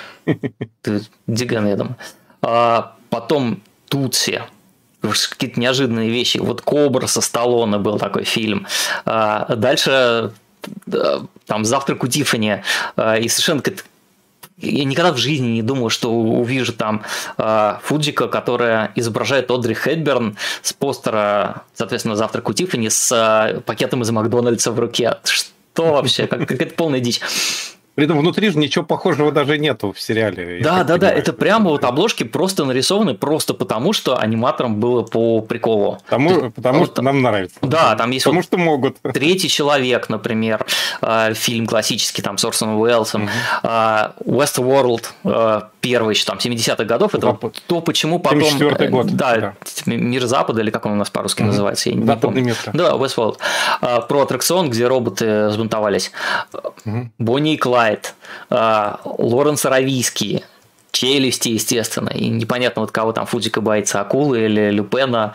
Диган, я думаю. А потом Тутси. Какие-то неожиданные вещи. Вот «Кобра» со Сталлоне был такой фильм. А дальше там «Завтрак у Тиффани», и совершенно я никогда в жизни не думал, что увижу там Фуджико, которая изображает Одри Хепберн с постера, соответственно, «Завтрак у Тиффани» с пакетом из Макдональдса в руке. Что вообще? Какая-то полная дичь. При этом внутри же ничего похожего даже нету в сериале. Да, да, да, это прямо вот обложки просто нарисованы просто потому, что аниматорам было по приколу. Потому, есть, потому вот, что нам нравится. Да, там есть потому вот что могут. «Третий человек», например, фильм классический там с Орсоном Уэллсом, Westworld, первый еще там семидесятых годов, это вот то, почему потом... семьдесят четвёртый год. Да, да, «Мир Запада», или как он у нас по-русски угу. называется, я не Западный помню. Мир. Да, Westworld. Про аттракцион, где роботы взбунтовались. Угу. Бонни и Клайд, Лоренс Аравийский, «Челюсти», естественно, и непонятно, вот кого там Фуджико боится, акулы или Люпена.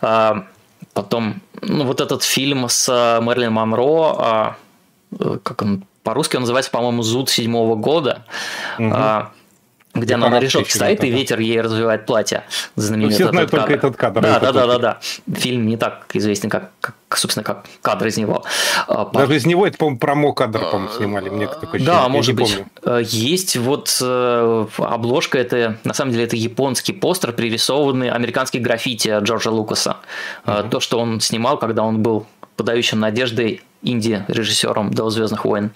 Потом, ну, вот этот фильм с Мэрилин Монро, как он по-русски он называется, по-моему, «Зуд» седьмого года, угу. где она на решетке стоит, и ветер ей развивает платье. Ну, все знают только кадр. этот кадр. Да, да, да, да, да. Фильм не так известен, как, как собственно, как кадр из него. Даже из него это, по-моему, промо-кадр, по-моему, снимали. Мне такое да, я может быть. Помню. Есть вот обложка, это, на самом деле, это японский постер, пририсованный американский граффити Джорджа Лукаса. Uh-huh. То, что он снимал, когда он был подающим надежды инди-режиссером до «Звездных войн».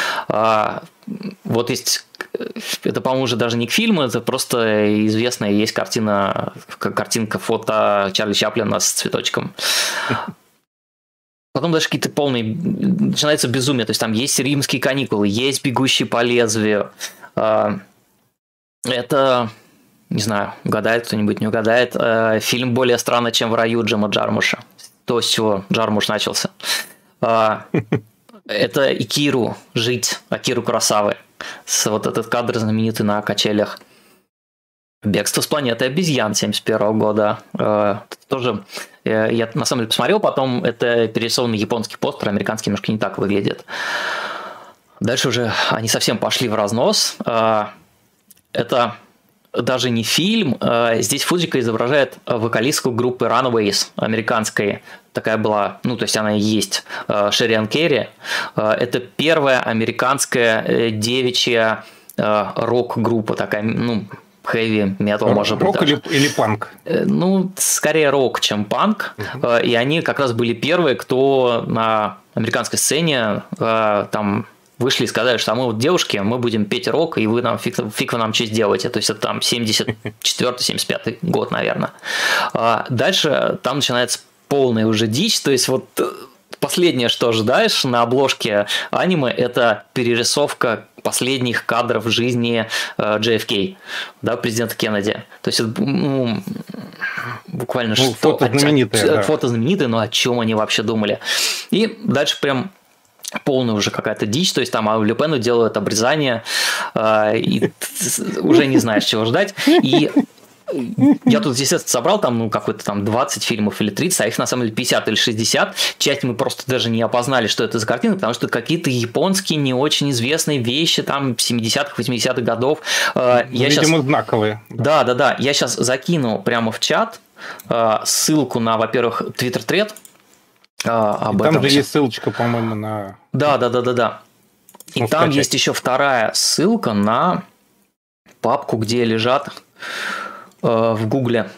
Вот есть, это, по-моему, уже даже не к фильму, это просто известная есть картина, картинка, фото Чарли Чаплина с цветочком. Потом дальше какие-то полные, начинается безумие, то есть там есть «Римские каникулы», есть «Бегущий по лезвию». Это, не знаю, угадает кто-нибудь, не угадает, фильм «Более странно, чем в раю» Джима Джармуша. То, с чего Джармуш начался. Это Икиру, «Жить», Акиру Куросавы. Вот этот кадр знаменитый на качелях. «Бегство с планеты обезьян» семьдесят первого года. Тоже я на самом деле посмотрел, потом это перерисованный японский постер, американский немножко не так выглядит. Дальше уже они совсем пошли в разнос. Это даже не фильм, здесь Фуджико изображает вокалистку группы Runaways, американской, такая была, ну, то есть она и есть, Шериан Керри. Это первая американская девичья рок-группа, такая, ну, хэви метал, может рок быть. Рок или, или панк? Ну, скорее рок, чем панк. Uh-huh. И они как раз были первые, кто на американской сцене там вышли и сказали, что а мы вот девушки, мы будем петь рок, и вы нам фиг, фиг вы нам что сделаете. То есть это там семьдесят четвёртый семьдесят пятый год, наверное. Дальше там начинается полная уже дичь. То есть вот последнее, что ожидаешь на обложке аниме, это перерисовка последних кадров жизни джей эф кей, да, президента Кеннеди. То есть, ну, буквально ну, что... Фото знаменитое, о, да. Фото знаменитое, но о чем они вообще думали. И дальше прям полная уже какая-то дичь, то есть там а Люпену делают обрезание, э, и уже не знаешь, чего ждать. И я тут, естественно, собрал там, ну, какой-то там двадцать фильмов или тридцать, а их на самом деле пятьдесят или шестьдесят. Часть мы просто даже не опознали, что это за картины, потому что какие-то японские не очень известные вещи там семидесятых, восьмидесятых годов. Я Видимо, сейчас... знаковые. Да, да, да. Я сейчас закину прямо в чат ссылку на, во-первых, Twitter-тред. Об там этом же все. Есть ссылочка, по-моему, на... Да, да, да, да, да. И ну, там скачать. Есть еще вторая ссылка на папку, где лежат э, в Гугле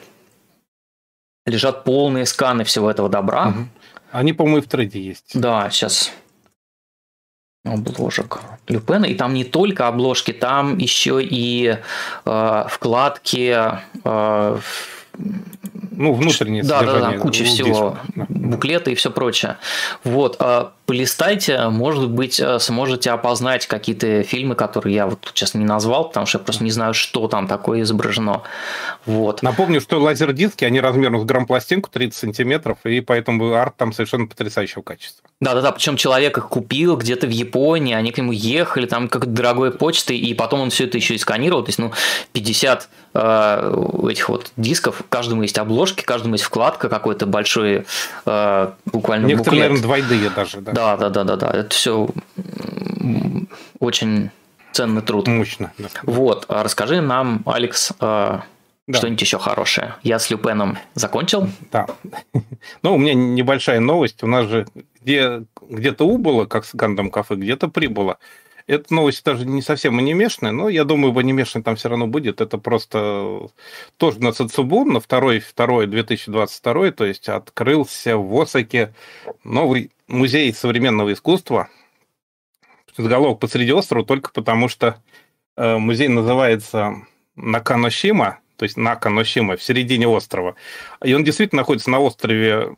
лежат полные сканы всего этого добра. Угу. Они, по-моему, и в треде есть. Да, сейчас. Обложек Люпена. И там не только обложки, там еще и э, вкладки, э, ну, внутреннее да, содержание. Да, да, куча всего, да. буклеты и все прочее. Вот, полистайте, может быть, сможете опознать какие-то фильмы, которые я вот сейчас не назвал, потому что я просто не знаю, что там такое изображено. Вот. Напомню, что лазердиски, они размером с грамм-пластинку тридцать сантиметров, и поэтому арт там совершенно потрясающего качества. Да-да-да, причем человек их купил где-то в Японии, они к нему ехали, там как дорогой почтой, и потом он все это еще и сканировал, то есть, ну, пятьдесят э, этих вот дисков, каждому есть обложки, каждому есть вкладка, какой-то большой э, буквально некоторые, буклет. наверное, двойные даже, да. Да, да, да, да, да. Это все очень ценный труд. Мощно. Да. Вот, расскажи нам, Алекс, да. что-нибудь еще хорошее. Я с Люпеном закончил. Да. Ну, у меня небольшая новость. У нас же где, где-то убыло, как с Гандам Кафе, где-то прибыло. Эта новость даже не совсем анимешная, но я думаю, в анимешной там все равно будет. Это просто тоже на Цицубун, на второй, второй две тысячи двадцать второй, то есть открылся в Осаке новый музей современного искусства. Заголовок посреди острова только потому, что музей называется Наканошима, то есть Наканошима, в середине острова. И он действительно находится на острове,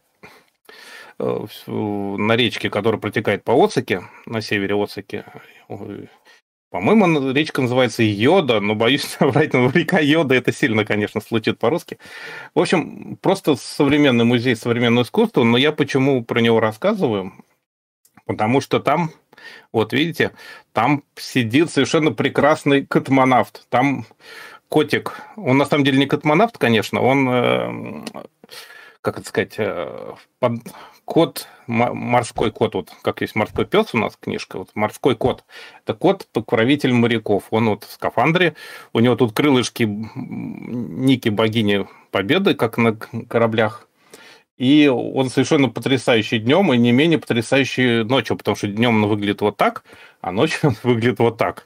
на речке, которая протекает по Осаке, на севере Осаки. По-моему, речка называется Йода, но боюсь соврать, но река Йода, это сильно, конечно, звучит по-русски. В общем, просто современный музей современного искусства, но я почему про него рассказываю? Потому что там, вот видите, там сидит совершенно прекрасный космонавт. Там котик, он на самом деле не космонавт, конечно, он, как это сказать, под... кот, морской кот, вот как есть морской пес у нас книжка, вот морской кот, это кот-покровитель моряков, он вот в скафандре, у него тут крылышки ники богини Победы, как на кораблях, и он совершенно потрясающий днем и не менее потрясающий ночью, потому что днем он выглядит вот так, а ночью он выглядит вот так.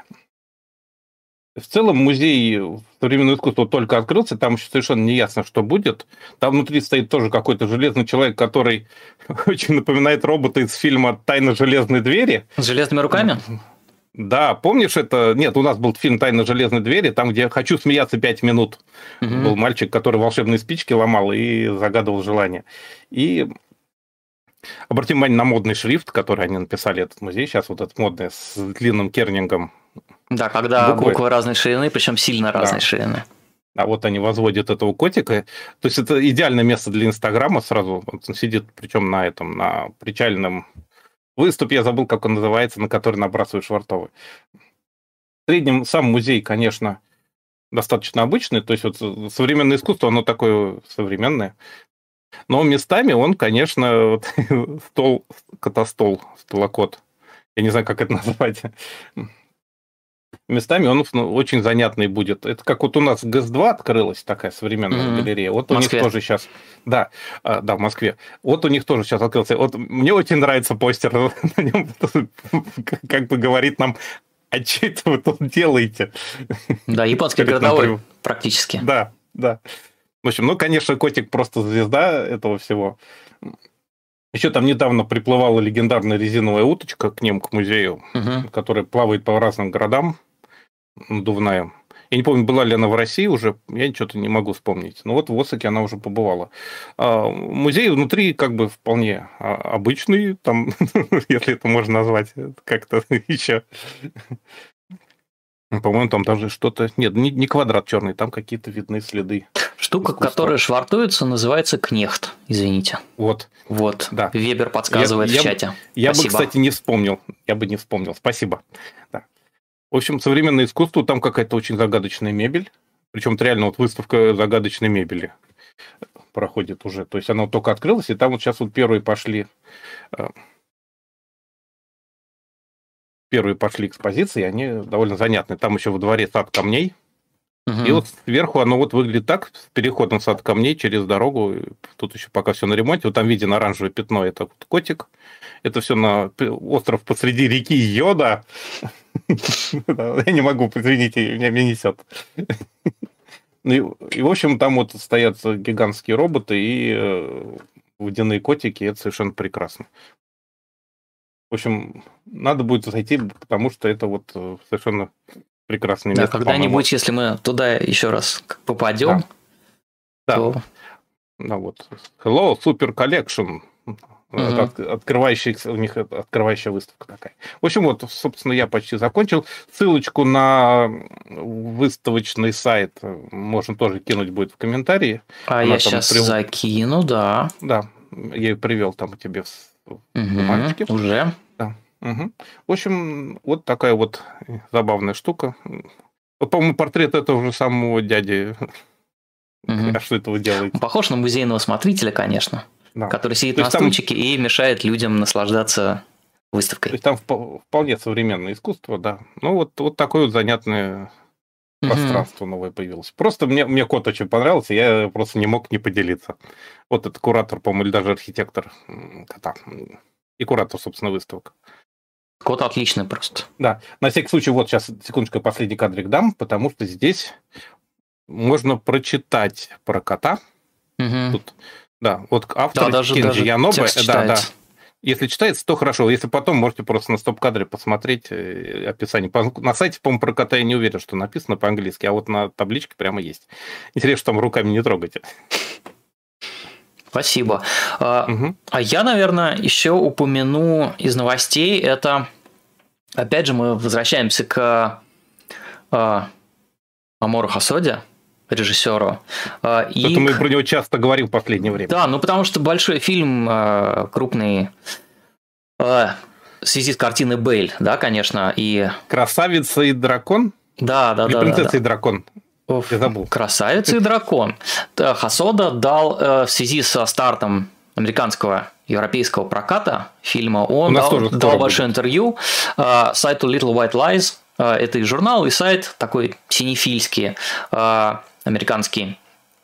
В целом музей современного искусства только открылся, там еще совершенно не ясно, что будет. Там внутри стоит тоже какой-то железный человек, который очень напоминает робота из фильма «Тайна железной двери». С железными руками? Да, помнишь это? Нет, у нас был фильм «Тайна железной двери», там, где «Хочу смеяться пять минут». Угу. Был мальчик, который волшебные спички ломал и загадывал желание. И обратим внимание на модный шрифт, который они написали, этот музей. Сейчас вот этот модный с длинным кернингом. Да, когда буквы, буквы разной ширины, причем сильно разной да. ширины. А вот они возводят этого котика. То есть это идеальное место для Инстаграма сразу. Он сидит, причем на этом, на причальном выступе, я забыл, как он называется, на который набрасывают швартовы. В среднем сам музей, конечно, достаточно обычный. То есть вот современное искусство, оно такое современное. Но местами он, конечно, стол, котостол, столокот. Я не знаю, как это назвать. Местами он очень занятный будет. Это как вот у нас ГЭС два открылась, такая современная mm-hmm. галерея. Вот у них тоже сейчас... Да, да, в Москве. Вот у них тоже сейчас открылся. Вот мне очень нравится постер. На нем как бы говорит нам, а что это вы тут делаете? Да, японский городовой практически. Да, да. В общем, ну, конечно, котик просто звезда этого всего. Еще там недавно приплывала легендарная резиновая уточка к ним, к музею, угу. которая плавает по разным городам, надувная. Я не помню, была ли она в России уже, я что-то не могу вспомнить. Но вот в Осаке она уже побывала. А музей внутри как бы вполне обычный, там, если это можно назвать как-то еще. По-моему, там даже что-то... Нет, не, не квадрат черный, там какие-то видны следы. Штука, искусства. Которая швартуется, называется кнехт, извините. Вот. Вот, да. Вебер подсказывает я, в чате. Я, я бы, кстати, не вспомнил. Я бы не вспомнил. Спасибо. Да. В общем, современное искусство, там какая-то очень загадочная мебель. Причем это реально вот выставка загадочной мебели проходит уже. То есть она вот только открылась, и там вот сейчас вот первые пошли... Первые пошли экспозиции, они довольно занятные. Там еще во дворе сад камней. Угу. И вот сверху оно вот выглядит так, с переходом сад камней через дорогу. Тут еще пока все на ремонте. Вот там виден оранжевое пятно, это вот котик. Это все на остров посреди реки Йода. Я не могу, извините, меня несет. И, в общем, там вот стоят гигантские роботы и водяные котики. Это совершенно прекрасно. В общем, надо будет зайти, потому что это вот совершенно прекрасное место. Да, когда-нибудь, если мы туда еще раз попадем, да. то... Да. Да, вот. Hello, Super Collection. Uh-huh. От, открывающая, у них открывающая выставка такая. В общем, вот, собственно, я почти закончил. Ссылочку на выставочный сайт можно тоже кинуть будет в комментарии. А Она я сейчас при... закину, да. Да, я ее привел там тебе в uh-huh. Уже. Да. Угу. В общем, вот такая вот забавная штука. По-моему, портрет этого же самого дяди. Uh-huh. А что это вы делаете? Похож на музейного смотрителя, конечно. Да. Который сидит на стульчике там... и мешает людям наслаждаться выставкой. То есть там вполне современное искусство, да. Ну, вот, вот такое вот занятное uh-huh. пространство новое появилось. Просто мне, мне код очень понравился, я просто не мог не поделиться. Вот это куратор, по-моему, или даже архитектор кота. И куратор, собственно, выставок. Код отличный просто. Да. На всякий случай, вот сейчас, секундочку, я последний кадрик дам, потому что здесь можно прочитать про кота. Uh-huh. Тут... Да, вот автор да, даже, Кенджи даже Янобе, да, да. Читается. Если читается, то хорошо. Если потом, можете просто на стоп-кадре посмотреть описание. На сайте, по-моему, про кота я не уверен, что написано по-английски, а вот на табличке прямо есть. Интересно, что там руками не трогайте. Спасибо. Угу. А я, наверное, еще упомяну из новостей, это, опять же, мы возвращаемся к Амору Хосоде, режиссеру. И... Это мы про него часто говорим в последнее время. Да, ну потому что большой фильм, крупный, в связи с картиной Бейль, да, конечно, и... «Красавица и дракон»? Да, да, Или да. «Принцесса да, и дракон»? Оф, я забыл. «Красавица и дракон». Хосода дал в связи со стартом американского европейского проката фильма, он дал, дал большое интервью сайту Little White Lies. Это и журнал, и сайт такой синефильский, американский.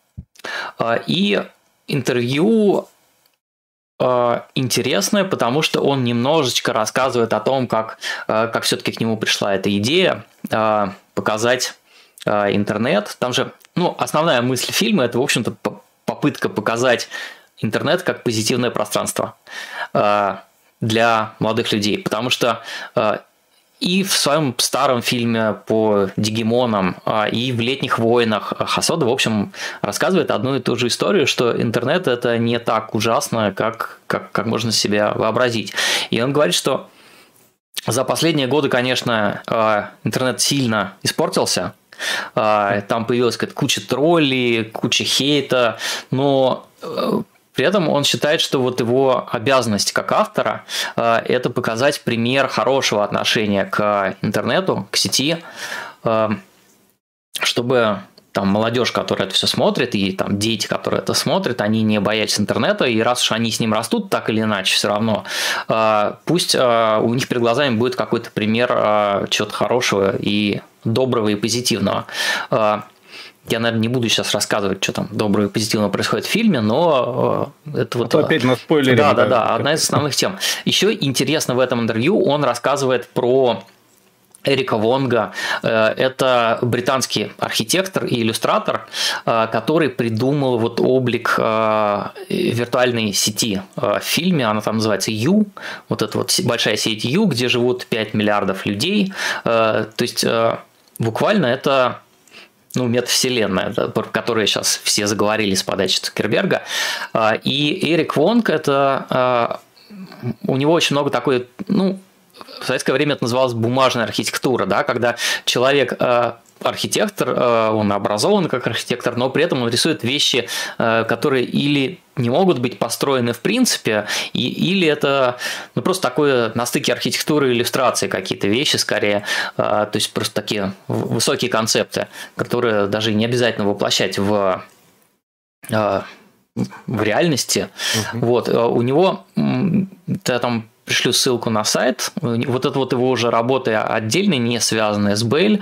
И интервью интересное, потому что он немножечко рассказывает о том, как, как все-таки к нему пришла эта идея показать интернет. Там же, ну, основная мысль фильма – это, в общем-то, попытка показать интернет как позитивное пространство для молодых людей, потому что и в своем старом фильме по Дигимонам, и в «Летних войнах» Хосода, в общем, рассказывает одну и ту же историю, что интернет – это не так ужасно, как, как, как можно себе вообразить. И он говорит, что за последние годы, конечно, интернет сильно испортился, там появилась какая-то куча троллей, куча хейта, но... При этом он считает, что вот его обязанность как автора – это показать пример хорошего отношения к интернету, к сети, чтобы там молодежь, которая это все смотрит, и там дети, которые это смотрят, они не боятся интернета, и раз уж они с ним растут, так или иначе, все равно, пусть у них перед глазами будет какой-то пример чего-то хорошего и доброго и позитивного. Я, наверное, не буду сейчас рассказывать, что там доброго и позитивного происходит в фильме, но это вот... А опять на спойлере. Да, да, да, одна из основных тем. Еще интересно в этом интервью он рассказывает про Эрика Вонга. Это британский архитектор и иллюстратор, который придумал вот облик виртуальной сети в фильме. Она там называется Ю. Вот эта вот большая сеть Ю, где живут пять миллиардов людей. То есть буквально это... ну, метавселенная, да, про которую сейчас все заговорили с подачи Цукерберга. И Эрик Вонг, это у него очень много такой, ну, в советское время это называлось бумажная архитектура, да, когда человек архитектор, он образован как архитектор, но при этом он рисует вещи, которые или не могут быть построены в принципе, и, или это ну, просто такое на стыке архитектуры и иллюстрации какие-то вещи скорее, то есть просто такие высокие концепты, которые даже не обязательно воплощать в, в реальности. Uh-huh. Вот, у него, я там пришлю ссылку на сайт. Вот это вот его уже работы отдельные, не связанные с Бейль.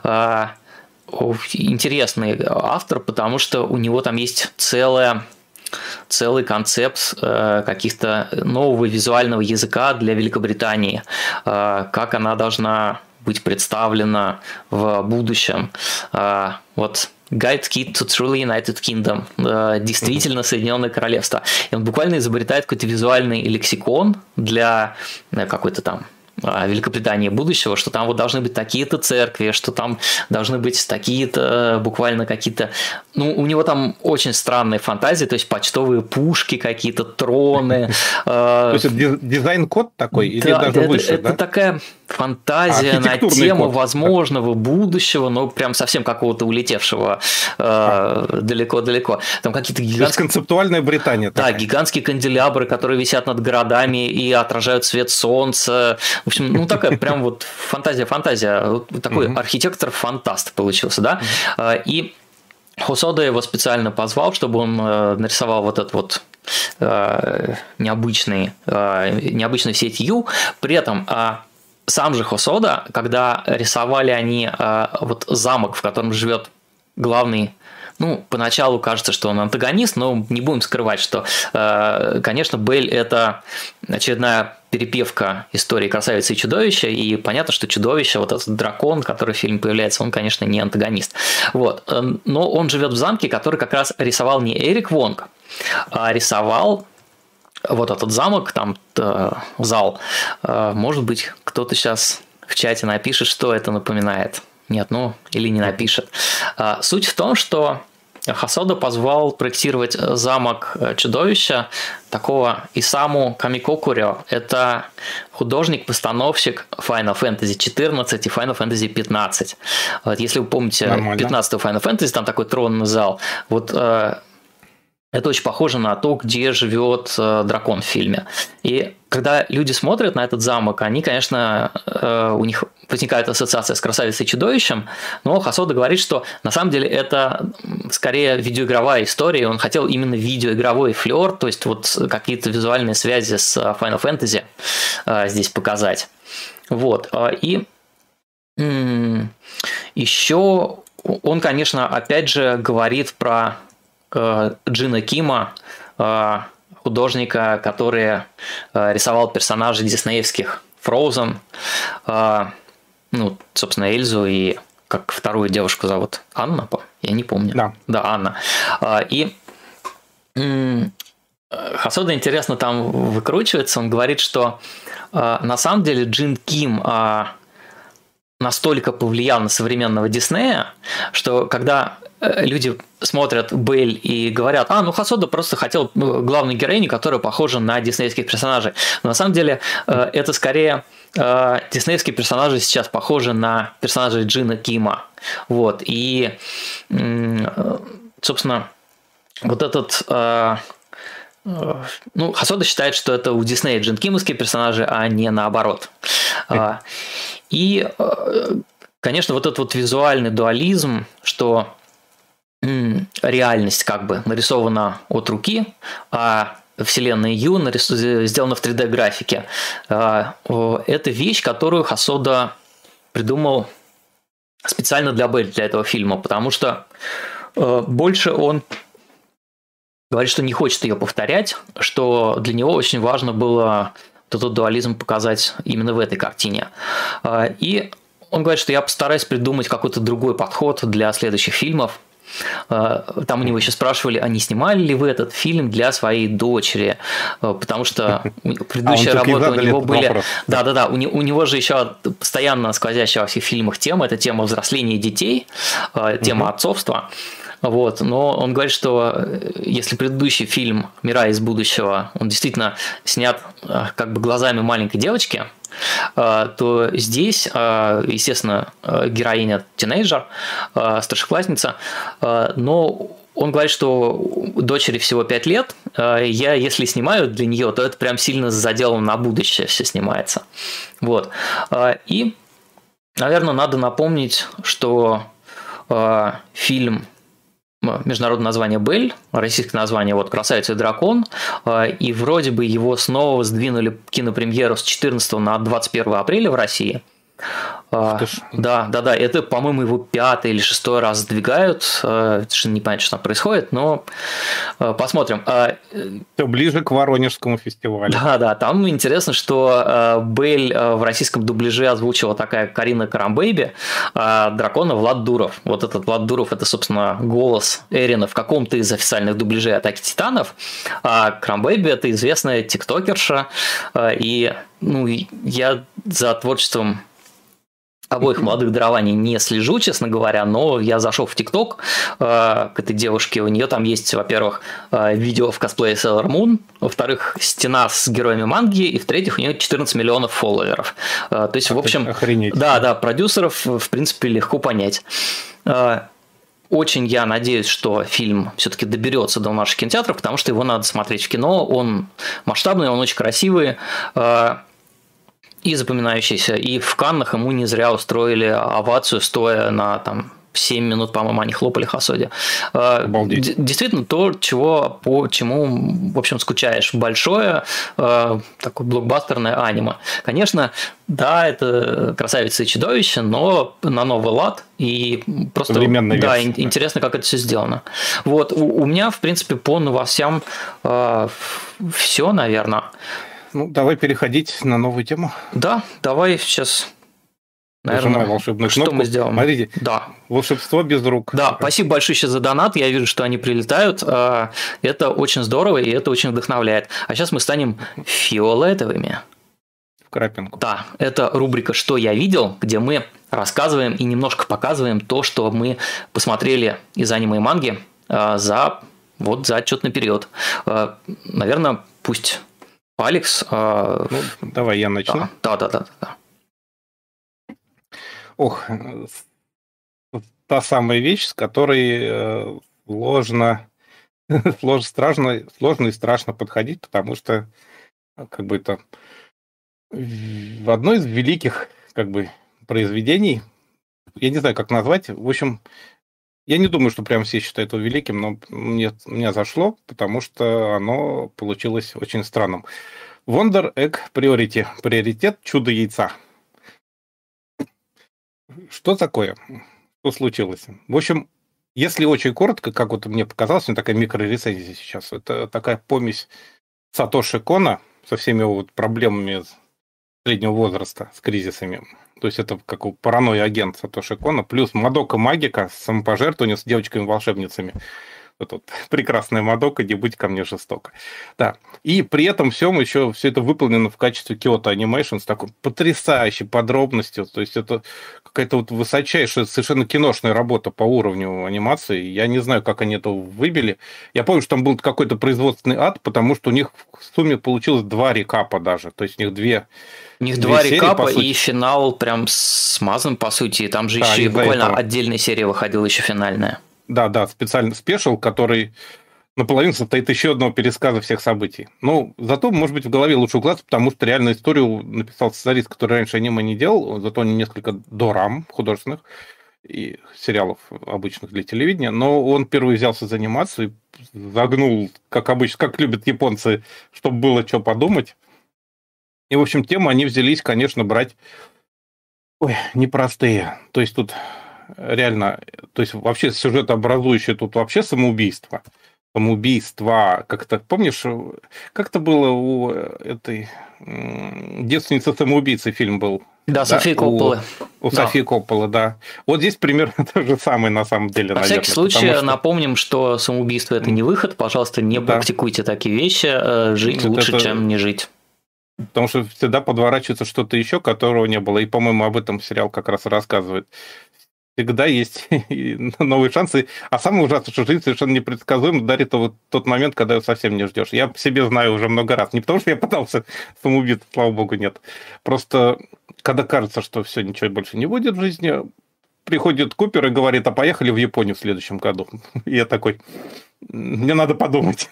Интересный автор, потому что у него там есть целая, целый концепт каких-то нового визуального языка для Великобритании, как она должна быть представлена в будущем. Вот Guide Kid to Truly United Kingdom, действительно Соединенное Королевство. И он буквально изобретает какой-то визуальный лексикон для какой-то там Великобритании будущего, что там вот должны быть такие-то церкви, что там должны быть такие-то буквально какие-то... Ну, у него там очень странные фантазии, то есть почтовые пушки какие-то, троны. То есть это дизайн-код такой или даже выше? Это такая фантазия на тему возможного будущего, но прям совсем какого-то улетевшего далеко-далеко. Там какие-то гигантские... Концептуальная Британия. Да, гигантские канделябры, которые висят над городами и отражают свет солнца. В общем, ну такая прям вот фантазия-фантазия. Такой mm-hmm. архитектор-фантаст получился, да? Mm-hmm. И Хосода его специально позвал, чтобы он нарисовал вот этот вот необычный, необычную сеть Ю. При этом сам же Хосода, когда рисовали они вот замок, в котором живет главный... Ну, поначалу кажется, что он антагонист, но не будем скрывать, что, конечно, Белль – это очередная перепевка истории «Красавицы и чудовища», и понятно, что чудовище, вот этот дракон, который в фильме появляется, он, конечно, не антагонист. Вот. Но он живет в замке, который как раз рисовал не Эрик Вонг, а рисовал вот этот замок, там зал. Может быть, кто-то сейчас в чате напишет, что это напоминает. Нет, ну или не напишет. Суть в том, что Хосода позвал проектировать замок чудовища такого Исаму Камикокурё. Это художник-постановщик Final Fantasy четырнадцать и Final Fantasy пятнадцать. Вот, если вы помните пятнадцатый Final Fantasy, там такой тронный зал. Вот это очень похоже на то, где живет дракон в фильме. И когда люди смотрят на этот замок, они, конечно, у них возникает ассоциация с «Красавицей и чудовищем», но Хосода говорит, что на самом деле это скорее видеоигровая история, он хотел именно видеоигровой флёр, то есть вот какие-то визуальные связи с Final Fantasy здесь показать. Вот. И еще он, конечно, опять же говорит про Джина Кима, художника, который рисовал персонажей диснеевских Frozen, ну, собственно, Эльзу и как вторую девушку зовут Анна, я не помню. Да, да Анна. И Хосода интересно там выкручивается, он говорит, что на самом деле Джин Ким настолько повлиял на современного Диснея, что когда люди смотрят Белль и говорят, а, ну Хосода просто хотел главной героини, которая похожа на диснеевских персонажей. Но на самом деле это скорее диснеевские персонажи сейчас похожи на персонажей Джина Кима. Вот. И, собственно, вот этот... Ну, Хосода считает, что это у Диснея Джин Кимовские персонажи, а не наоборот. И, конечно, вот этот вот визуальный дуализм, что реальность как бы нарисована от руки, а вселенная Ю сделана в три дэ-графике. Это вещь, которую Хосода придумал специально для Белль, для этого фильма, потому что больше он говорит, что не хочет ее повторять, что для него очень важно было этот дуализм показать именно в этой картине. И он говорит, что я постараюсь придумать какой-то другой подход для следующих фильмов. Там у него еще спрашивали, а не снимали ли вы этот фильм для своей дочери, потому что предыдущая а работа у него были... Да-да-да, у, у него же еще постоянно сквозящая во всех фильмах тема, это тема взросления детей, тема угу. отцовства. Вот. Но он говорит, что если предыдущий фильм «Мира из будущего», он действительно снят как бы глазами маленькой девочки, то здесь, естественно, героиня тинейджер, старшеклассница, но он говорит, что дочери всего пять лет, я, если снимаю для нее, то это прям сильно заделано на будущее все снимается. Вот. И, наверное, надо напомнить, что фильм международное название «Белль», российское название вот «Красавица и дракон», и вроде бы его снова сдвинули кинопремьеру с четырнадцатого на двадцать первое апреля в России. А, да, да, да, это, по-моему, его пятый или шестой раз сдвигают. Совершенно непонятно, что там происходит, но посмотрим. Все ближе к Воронежскому фестивалю. Да, да, там интересно, что Белль в российском дубляже озвучила такая Карина Карамбейби, а дракона Влад Дуров. Вот этот Влад Дуров – это, собственно, голос Эрина в каком-то из официальных дубляжей «Атаки Титанов», а Карамбейби – это известная тиктокерша, и ну, я за творчеством обоих молодых дарований не слежу, честно говоря, но я зашел в ТикТок э, к этой девушке. У нее там есть, во-первых, э, видео в косплее Sailor Moon, во-вторых, стена с героями манги, и в-третьих, у нее четырнадцать миллионов фолловеров. Э, то есть, в общем, охренеть. Да, да, продюсеров, в принципе, легко понять. Э, Очень я надеюсь, что фильм все-таки доберется до наших кинотеатров, потому что его надо смотреть в кино. Он масштабный, он очень красивый и запоминающийся. И в Каннах ему не зря устроили овацию, стоя на там семь минут, по-моему, они хлопали Хасоде. Обалдеть. Действительно, то, чего, по чему, в общем, скучаешь. Большое, такое блокбастерное аниме. Конечно, да, это «Красавица и чудовище», но на новый лад. И просто современная да, версия. Интересно, как это все сделано. Вот, у, у меня, в принципе, по новостям э, все, наверное. Ну, давай переходить на новую тему. Да, давай сейчас... Наверное, волшебную что кнопку. мы сделаем? Смотрите, да. волшебство без рук. Да, спасибо большое за донат. Я вижу, что они прилетают. Это очень здорово, и это очень вдохновляет. А сейчас мы станем фиолетовыми. В крапинку. Да, это рубрика «Что я видел», где мы рассказываем и немножко показываем то, что мы посмотрели из аниме и манги за, вот, за отчетный период. Наверное, пусть Алекс... Ну, давай я начну. Да, да, да, да. да. Ох, та самая вещь, с которой сложно, сложно, страшно, сложно и страшно подходить, потому что как бы это в одно из великих как бы произведений, я не знаю, как назвать, в общем, я не думаю, что прям все считают его великим, но мне, мне зашло, потому что оно получилось очень странным. Wonder Egg Priority. Приоритет чудо яйца. Что такое? Что случилось? В общем, если очень коротко, как вот мне показалось, у меня такая микрорецензия сейчас, это такая помесь Сатоши Кона со всеми его вот проблемами среднего возраста, с кризисами. То есть это как паранойя агент Сатоши Кона, плюс Мадока Магика с самопожертвованием с девочками-волшебницами. Вот, вот прекрасная Мадока, не будь ко мне жестоко. Да. И при этом всем еще все это выполнено в качестве Kyoto Animation с такой потрясающей подробностью. То есть это какая-то вот высочайшая, совершенно киношная работа по уровню анимации. Я не знаю, как они это выбили. Я помню, что там был какой-то производственный ад, потому что у них в сумме получилось два рекапа даже. То есть у них две... У них два серии, рекапа и финал прям смазан, по сути. И там же да, еще и буквально этого. Отдельная серия выходила, еще финальная. Да, да, специальный спешл, который наполовину состоит еще одного пересказа всех событий. Ну, зато, может быть, в голове лучше укладываться, потому что реально историю написал сценарист, который раньше аниме не делал, зато несколько дорам художественных и сериалов обычных для телевидения, но он первый взялся за анимацию, загнул, как обычно, как любят японцы, чтобы было что подумать. И, в общем, тему они взялись, конечно, брать ой, непростые. То есть тут... Реально, то есть вообще сюжетообразующее тут вообще самоубийство. Самоубийство, как-то, помнишь, как-то было у этой девственницы самоубийцы фильм был? Да, да? Софии Копполы. У, у да. Софии Копполы, да. Вот здесь примерно то же самое на самом деле. По наверное, всякий случай что... напомним, что самоубийство – это не выход. Пожалуйста, не да. практикуйте такие вещи. Жить это лучше, это... чем не жить. Потому что всегда подворачивается что-то еще, которого не было. И, по-моему, об этом сериал как раз рассказывает. Всегда есть новые шансы. А самое ужасное, что жизнь совершенно непредсказуема, дарит вот тот момент, когда ее совсем не ждешь. Я по себе знаю уже много раз. Не потому, что я пытался самоубиться, слава богу, нет. Просто, когда кажется, что все, ничего больше не будет в жизни, приходит Купер и говорит, а поехали в Японию в следующем году. И я такой, мне надо подумать.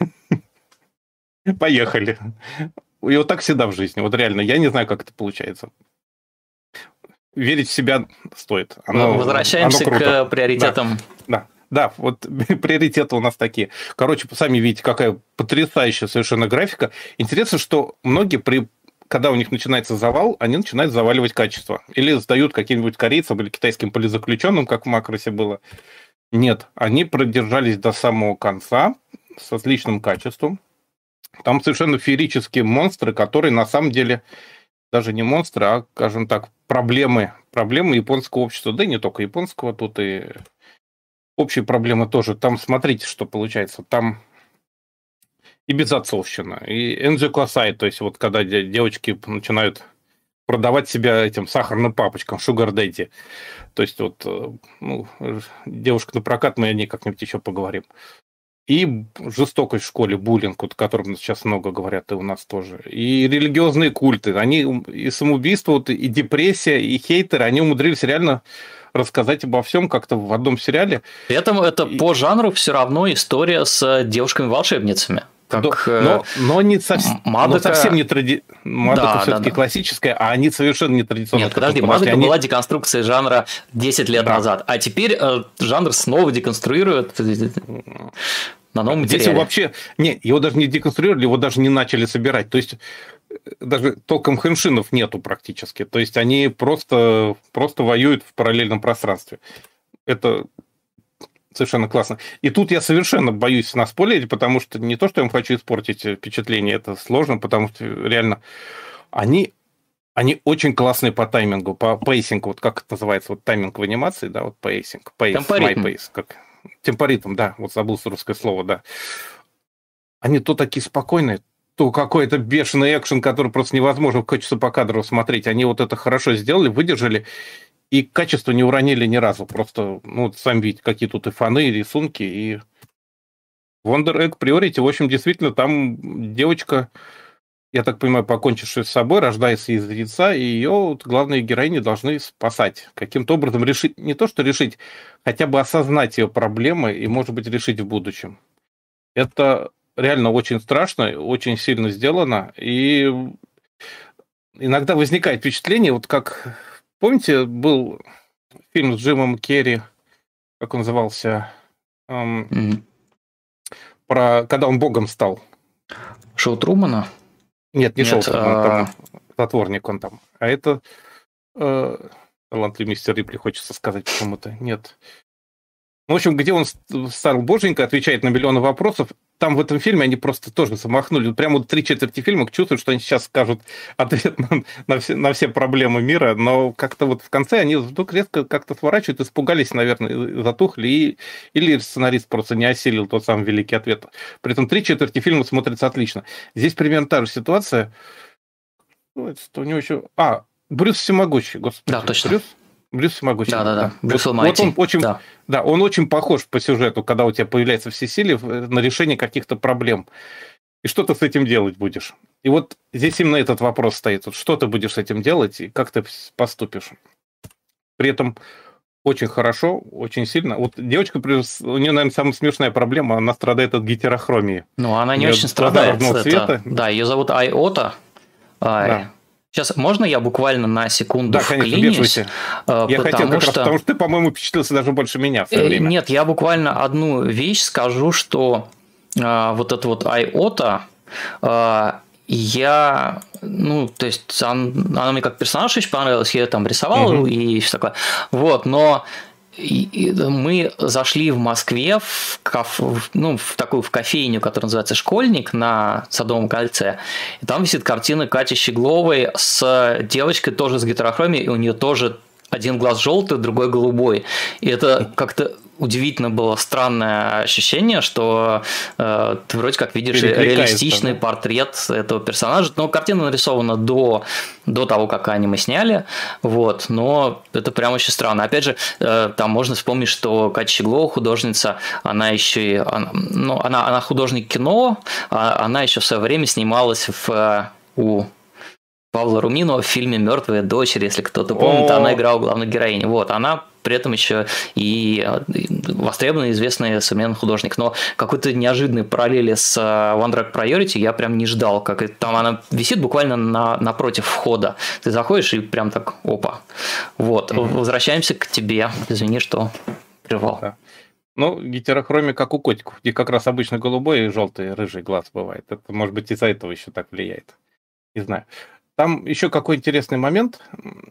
Поехали. И вот так всегда в жизни. Вот реально, я не знаю, как это получается. Верить в себя стоит. Оно, Возвращаемся оно к приоритетам. Да, да, да, вот приоритеты у нас такие. Короче, сами видите, какая потрясающая совершенно графика. Интересно, что многие при когда у них начинается завал, они начинают заваливать качество. Или сдают каким-нибудь корейцам или китайским политзаключенным, как в Макросе было. Нет, они продержались до самого конца с отличным качеством. Там совершенно феерические монстры, которые на самом деле даже не монстры, а, скажем так, проблемы, проблемы японского общества. Да и не только японского, тут и общие проблемы тоже. Там смотрите, что получается. Там и безотцовщина, и энджи-классай, то есть вот когда девочки начинают продавать себя этим сахарным папочкам, sugar daddy. То есть вот, ну, девушка на прокат, мы о ней как-нибудь еще поговорим. И жестокость в школе, буллинг, вот, о котором сейчас много говорят, и у нас тоже. И религиозные культы, они и самоубийство, вот, и депрессия, и хейтеры, они умудрились реально рассказать обо всем как-то в одном сериале. При этом это и... по жанру все равно история с девушками-волшебницами. Как, но, но, не совсем, Мадока... но совсем не тради... Мадока да, все-таки да, да. классическая, а они совершенно не традиционные. Нет, подожди, Мадока они... была деконструкция жанра десять лет да. назад, а теперь э, жанр снова деконструирует на новом материале. Здесь вообще... Не, его даже не деконструировали, его даже не начали собирать. То есть даже толком хэншинов нету практически. То есть они просто, просто воюют в параллельном пространстве. Это... Совершенно классно. И тут я совершенно боюсь наспойлерить, потому что не то, что я им хочу испортить впечатление, это сложно, потому что реально они, они очень классные по таймингу, по пейсингу, вот как это называется, вот тайминг в анимации, да, вот пейсинг, пейс, темпоритм. My pace, как темпоритм, да, вот забыл русское слово, да. Они то такие спокойные, то какой-то бешеный экшен, который просто невозможно качество по кадру смотреть. Они вот это хорошо сделали, выдержали. И качество не уронили ни разу. Просто, ну, сами видите, какие тут и фоны, и рисунки, и Wonder Egg Priority. В общем, действительно, там девочка, я так понимаю, покончившая с собой, рождается из яйца, и ее вот, главные героини должны спасать. Каким-то образом решить, не то что решить, хотя бы осознать ее проблемы и, может быть, решить в будущем. Это реально очень страшно, очень сильно сделано, и иногда возникает впечатление, вот как... Помните, был фильм с Джимом Керри, как он назывался, эм, mm-hmm. про когда он богом стал? Шоу Трумана? Нет, не Нет, шоу Трумана, а... там затворник он там. А это э, талантливый мистер Рипли, хочется сказать почему-то. Нет. В общем, где он стал боженька, отвечает на миллионы вопросов. Там в этом фильме они просто тоже замахнули. Прямо три четверти фильма чувствуют, что они сейчас скажут ответ на, на, все, на все проблемы мира, но как-то вот в конце они вдруг резко как-то сворачивают, испугались, наверное, затухли, и, или сценарист просто не осилил тот самый великий ответ. При этом три четверти фильма смотрится отлично. Здесь примерно та же ситуация. У него еще... А, Брюс Всемогущий, господи. Да, точно. Брюс? Брюс Всемогущий. Да, да, да. Брюс вот, вот он очень, да. да, он очень похож по сюжету, когда у тебя появляется всесилие на решение каких-то проблем. И что ты с этим делать будешь? И вот здесь именно этот вопрос стоит. Вот что ты будешь с этим делать и как ты поступишь? При этом очень хорошо, очень сильно. Вот девочка, у нее, наверное, самая смешная проблема, она страдает от гетерохромии. Ну, она не очень страдает. Это, да, ее зовут Айота. Да. Сейчас можно я буквально на секунду да, вклинюсь? Да, я хотел как что... раз, потому что ты, по-моему, впечатлился даже больше меня в свое время. Нет, я буквально одну вещь скажу, что э, вот это вот Айота, э, я, ну, то есть она, она мне как персонаж очень понравилась, я ее там рисовал угу. и все такое, вот, но И мы зашли в Москве в, каф... ну, в такую в кофейню, которая называется «Школьник» на Садовом кольце. И там висит картина Кати Щегловой с девочкой тоже с гетерохромией, и у нее тоже один глаз желтый, другой голубой. И это как-то удивительно было странное ощущение, что э, ты вроде как видишь реалистичный да? портрет этого персонажа. Но картина нарисована до, до того, как аниме сняли, вот, но это прям очень странно. Опять же, э, там можно вспомнить, что Катя Щеглова, художница, она еще и, она, ну, она, она художник кино, а она еще в свое время снималась в, у Павла Руминова в фильме «Мертвая дочери», если кто-то помнит, она играла главную героиню. Вот, она при этом еще и востребованный, известный современный художник. Но какой-то неожиданной параллели с Wonder Egg Priority я прям не ждал. Как там она висит буквально на, напротив входа. Ты заходишь и прям так опа. Вот. Mm-hmm. Возвращаемся к тебе. Извини, что прервал. Да. Ну, гетерохромия как у котиков, где как раз обычно голубой и желтый, рыжий глаз бывает. Это, может быть, из-за этого еще так влияет. Не знаю. Там еще какой интересный момент.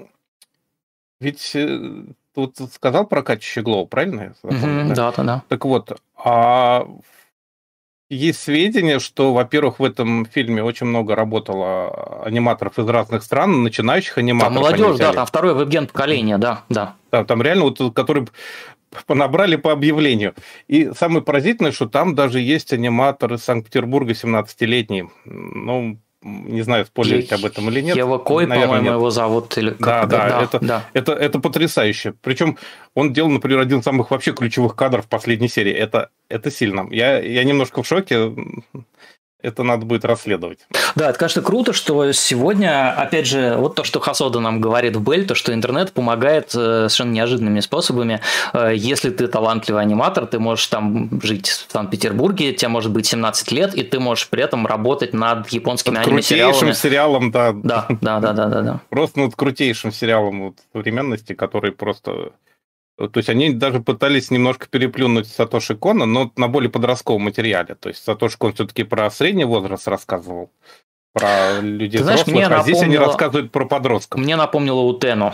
Ведь тут сказал про Катю Щеглову, правильно? Mm-hmm, да, да, да. Так вот, а есть сведения, что, во-первых, в этом фильме очень много работало аниматоров из разных стран, начинающих аниматоров. Там молодежь, да, там второе веб-ген поколение, да, да. Да, там реально вот, которые понабрали по объявлению. И самое поразительное, что там даже есть аниматор из Санкт-Петербурга, семнадцатилетний. Ну, не знаю, спойлерить об этом или нет. Ева Кой, по-моему, нет. Его зовут. Или да, да, да, это, да. Это, это потрясающе. Причем он делал, например, один из самых вообще ключевых кадров в последней серии. Это, это сильно. Я, я немножко в шоке. Это надо будет расследовать. Да, это, конечно, круто, что сегодня, опять же, вот то, что Хасода нам говорит в Белль, то, что интернет помогает совершенно неожиданными способами. Если ты талантливый аниматор, ты можешь там жить в Санкт-Петербурге, тебе может быть семнадцать лет, и ты можешь при этом работать над японскими над аниме-сериалами. Крутейшим сериалом, да. Да, да, да, да, да, да. Просто над крутейшим сериалом вот, современности, который просто... То есть они даже пытались немножко переплюнуть Сатоши Кона, но на более подростковом материале. То есть Сатоши Кон все-таки про средний возраст рассказывал, про людей знаешь, взрослых, а напомнило... здесь они рассказывают про подростков. Мне напомнило Утену.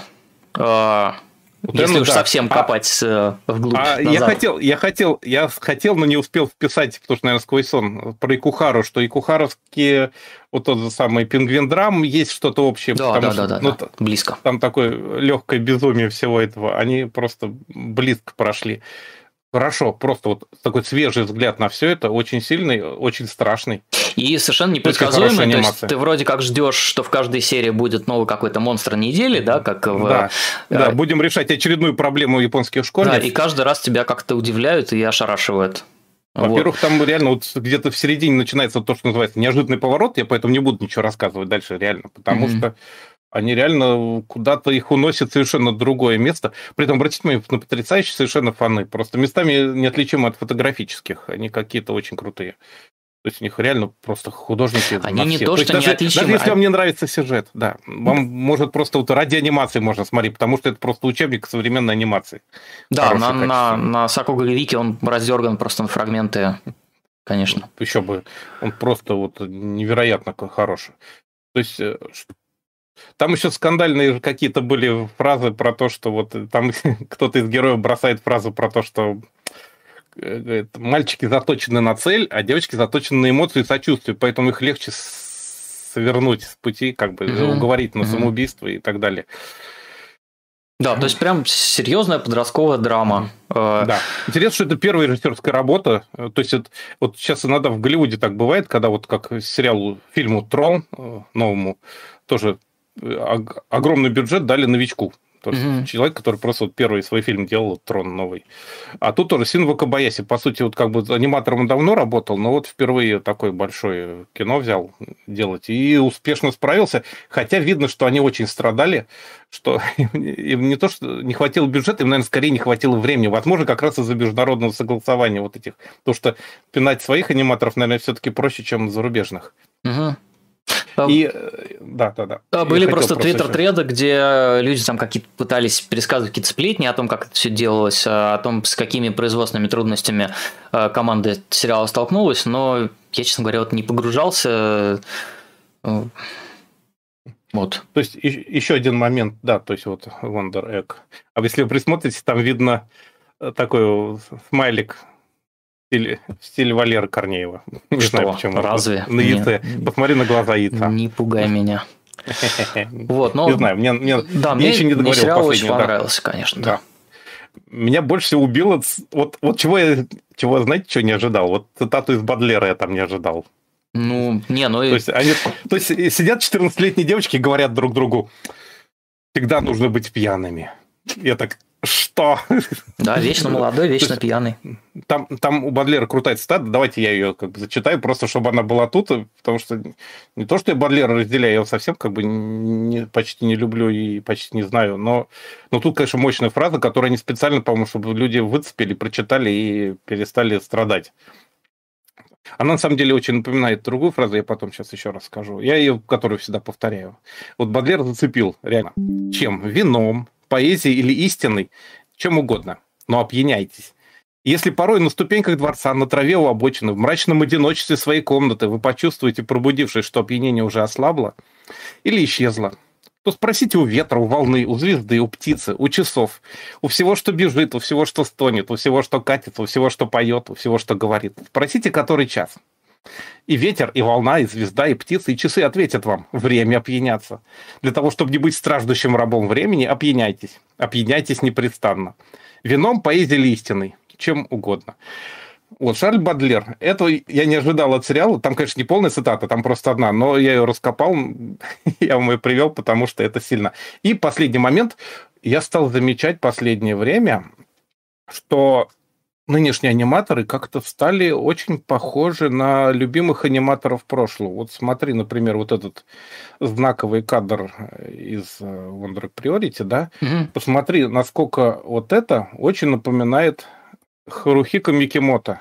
Если Утену, уж да. совсем копать а, вглубь. А я хотел, я хотел, я хотел, но не успел вписать, потому что, наверное, сквозь сон, про Икухару, что икухаровские, вот тот же самый Пингвин-драм, есть что-то общее. Да, да, что, да, да, ну, да, близко. Там такое легкое безумие всего этого, они просто близко прошли. Хорошо, просто вот такой свежий взгляд на все это, очень сильный, очень страшный. И совершенно непредсказуемый, то есть ты вроде как ждешь, что в каждой серии будет новый какой-то монстр недели, да, как в... Да, да, будем решать очередную проблему японских школьников. Да, и каждый раз тебя как-то удивляют и ошарашивают. Во-первых, вот. Там реально вот где-то в середине начинается то, что называется неожиданный поворот, я поэтому не буду ничего рассказывать дальше реально, потому mm-hmm. что они реально куда-то их уносят совершенно другое место. При этом, обратите внимание, на потрясающие совершенно фаны. Просто местами неотличимы от фотографических. Они какие-то очень крутые. То есть у них реально просто художники. Они не то, то что даже, неотличимы. Даже если вам не нравится сюжет, да. Вам, может, просто вот ради анимации можно смотреть, потому что это просто учебник современной анимации. Да, на, на, на Сакуга Вики он раздерган просто на фрагменты, конечно. Еще бы. Он просто вот невероятно хороший. То есть... Там еще скандальные какие-то были фразы про то, что вот там кто-то из героев бросает фразу про то, что говорит, мальчики заточены на цель, а девочки заточены на эмоции и сочувствие, поэтому их легче свернуть с пути, как бы mm-hmm. уговорить на mm-hmm. самоубийство и так далее. Да, то есть прям серьезная подростковая драма. Да. Интересно, что это первая режиссерская работа. То есть это, вот сейчас иногда в Голливуде так бывает, когда вот как сериалу, фильму «Трон» новому тоже огромный бюджет дали новичку. То есть mm-hmm. человек, который просто вот первый свой фильм делал, «Трон» новый. А тут тоже Син Вакабаяси, по сути, вот как бы аниматором он давно работал, но вот впервые такое большое кино взял делать и успешно справился. Хотя видно, что они очень страдали, что им не то, что не хватило бюджета, им, наверное, скорее не хватило времени. Возможно, как раз из-за международного согласования вот этих. Потому что пинать своих аниматоров, наверное, все-таки проще, чем зарубежных. Mm-hmm. И, да, да, да. Были просто твиттер-треды, где люди там какие-то пытались пересказывать какие-то сплетни о том, как это все делалось, о том, с какими производственными трудностями команда сериала столкнулась, но я, честно говоря, вот не погружался. Вот. То есть еще один момент, да, то есть вот Wonder Egg. А если вы присмотрите, там видно такой смайлик в стиле, в стиле Валеры Корнеева. Не Что? знаю, почему. Разве? На яйце. Нет. Посмотри на глаза яйца. Не пугай меня. Вот, но... Не знаю, мне, мне, да, я мне, еще не договорил сериал последний. очень понравился, да. конечно. Да. Да. Меня больше всего убило... Вот, вот чего я, чего, знаете, чего не ожидал? Вот цитату из Бодлера я там не ожидал. Ну, не, ну... То есть, они, то есть сидят четырнадцатилетние девочки и говорят друг другу, всегда нужно быть пьяными. Я так... Что? Да, вечно молодой, вечно пьяный. Там, там у Бодлера крутая цитата, давайте я ее как бы зачитаю, просто чтобы она была тут, потому что не то, что я Бодлера разделяю, я его совсем как бы не, почти не люблю и почти не знаю, но, но тут, конечно, мощная фраза, которая не специально, по-моему, чтобы люди выцепили, прочитали и перестали страдать. Она, на самом деле, очень напоминает другую фразу, я потом сейчас еще раз скажу. Я ее, которую всегда повторяю. Вот Бодлер зацепил, реально. Чем? Вином, поэзией или истиной, чем угодно. Но опьяняйтесь. Если порой на ступеньках дворца, на траве у обочины, в мрачном одиночестве своей комнаты вы почувствуете, пробудившись, что опьянение уже ослабло или исчезло, то спросите у ветра, у волны, у звезды, у птицы, у часов, у всего, что бежит, у всего, что стонет, у всего, что катится, у всего, что поет, у всего, что говорит. Спросите, который час. И ветер, и волна, и звезда, и птица, и часы ответят вам: время опьяняться. Для того, чтобы не быть страждущим рабом времени, опьяняйтесь. Опьяняйтесь непрестанно. Вином, поэзией или истиной. Чем угодно. Вот, Шарль Бадлер. Это я не ожидал от сериала. Там, конечно, не полная цитата, там просто одна, но я ее раскопал, я вам ее привел, потому что это сильно. И последний момент. Я стал замечать последнее время, что нынешние аниматоры как-то стали очень похожи на любимых аниматоров прошлого. Вот смотри, например, вот этот знаковый кадр из Wonder Priority, да? Угу. Посмотри, насколько вот это очень напоминает Харухико Микимото.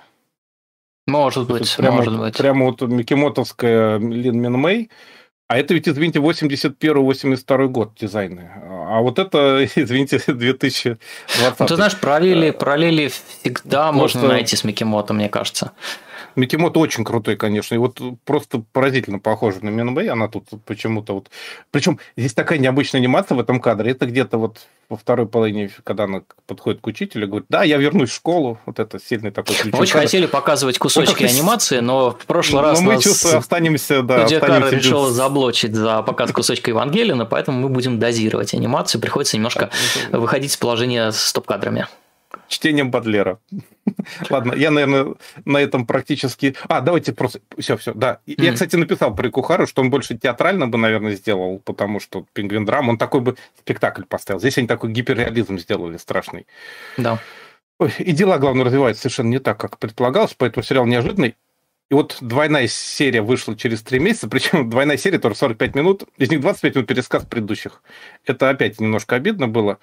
Может быть, прямо, может быть. Прямо вот микимотовская Лин Мин Мэй. А это ведь, извините, восемьдесят первый восемьдесят второй год дизайны. А вот это, извините, две тысячи двадцатый. Ну, ты знаешь, параллели, параллели всегда просто можно найти с Микимото, мне кажется. Микимото очень крутой, конечно, и вот просто поразительно похоже на Минбэй, она тут почему-то вот... Причем здесь такая необычная анимация в этом кадре, это где-то вот во второй половине, когда она подходит к учителю, говорит: да, я вернусь в школу, вот это сильный такой ключевой. Мы очень кадр. Хотели показывать кусочки вот анимации, но в прошлый раз но мы нас чувствую, останемся, да, останемся решила без... заблочить за показ кусочка Евангелина, поэтому мы будем дозировать анимацию, приходится немножко выходить с положения с стоп-кадрами. Чтением Бадлера. Ладно, я, наверное, на этом практически... А, давайте просто... Все, все, да. Mm-hmm. Я, кстати, написал про Икухару, что он больше театрально бы, наверное, сделал, потому что «Пингвин Драм», он такой бы спектакль поставил. Здесь они такой гиперреализм сделали страшный. Да. Ой, и дела, главное, развиваются совершенно не так, как предполагалось, поэтому сериал неожиданный. И вот двойная серия вышла через три месяца, причем двойная серия тоже сорок пять минут, из них двадцать пять минут пересказ предыдущих. Это опять немножко обидно было.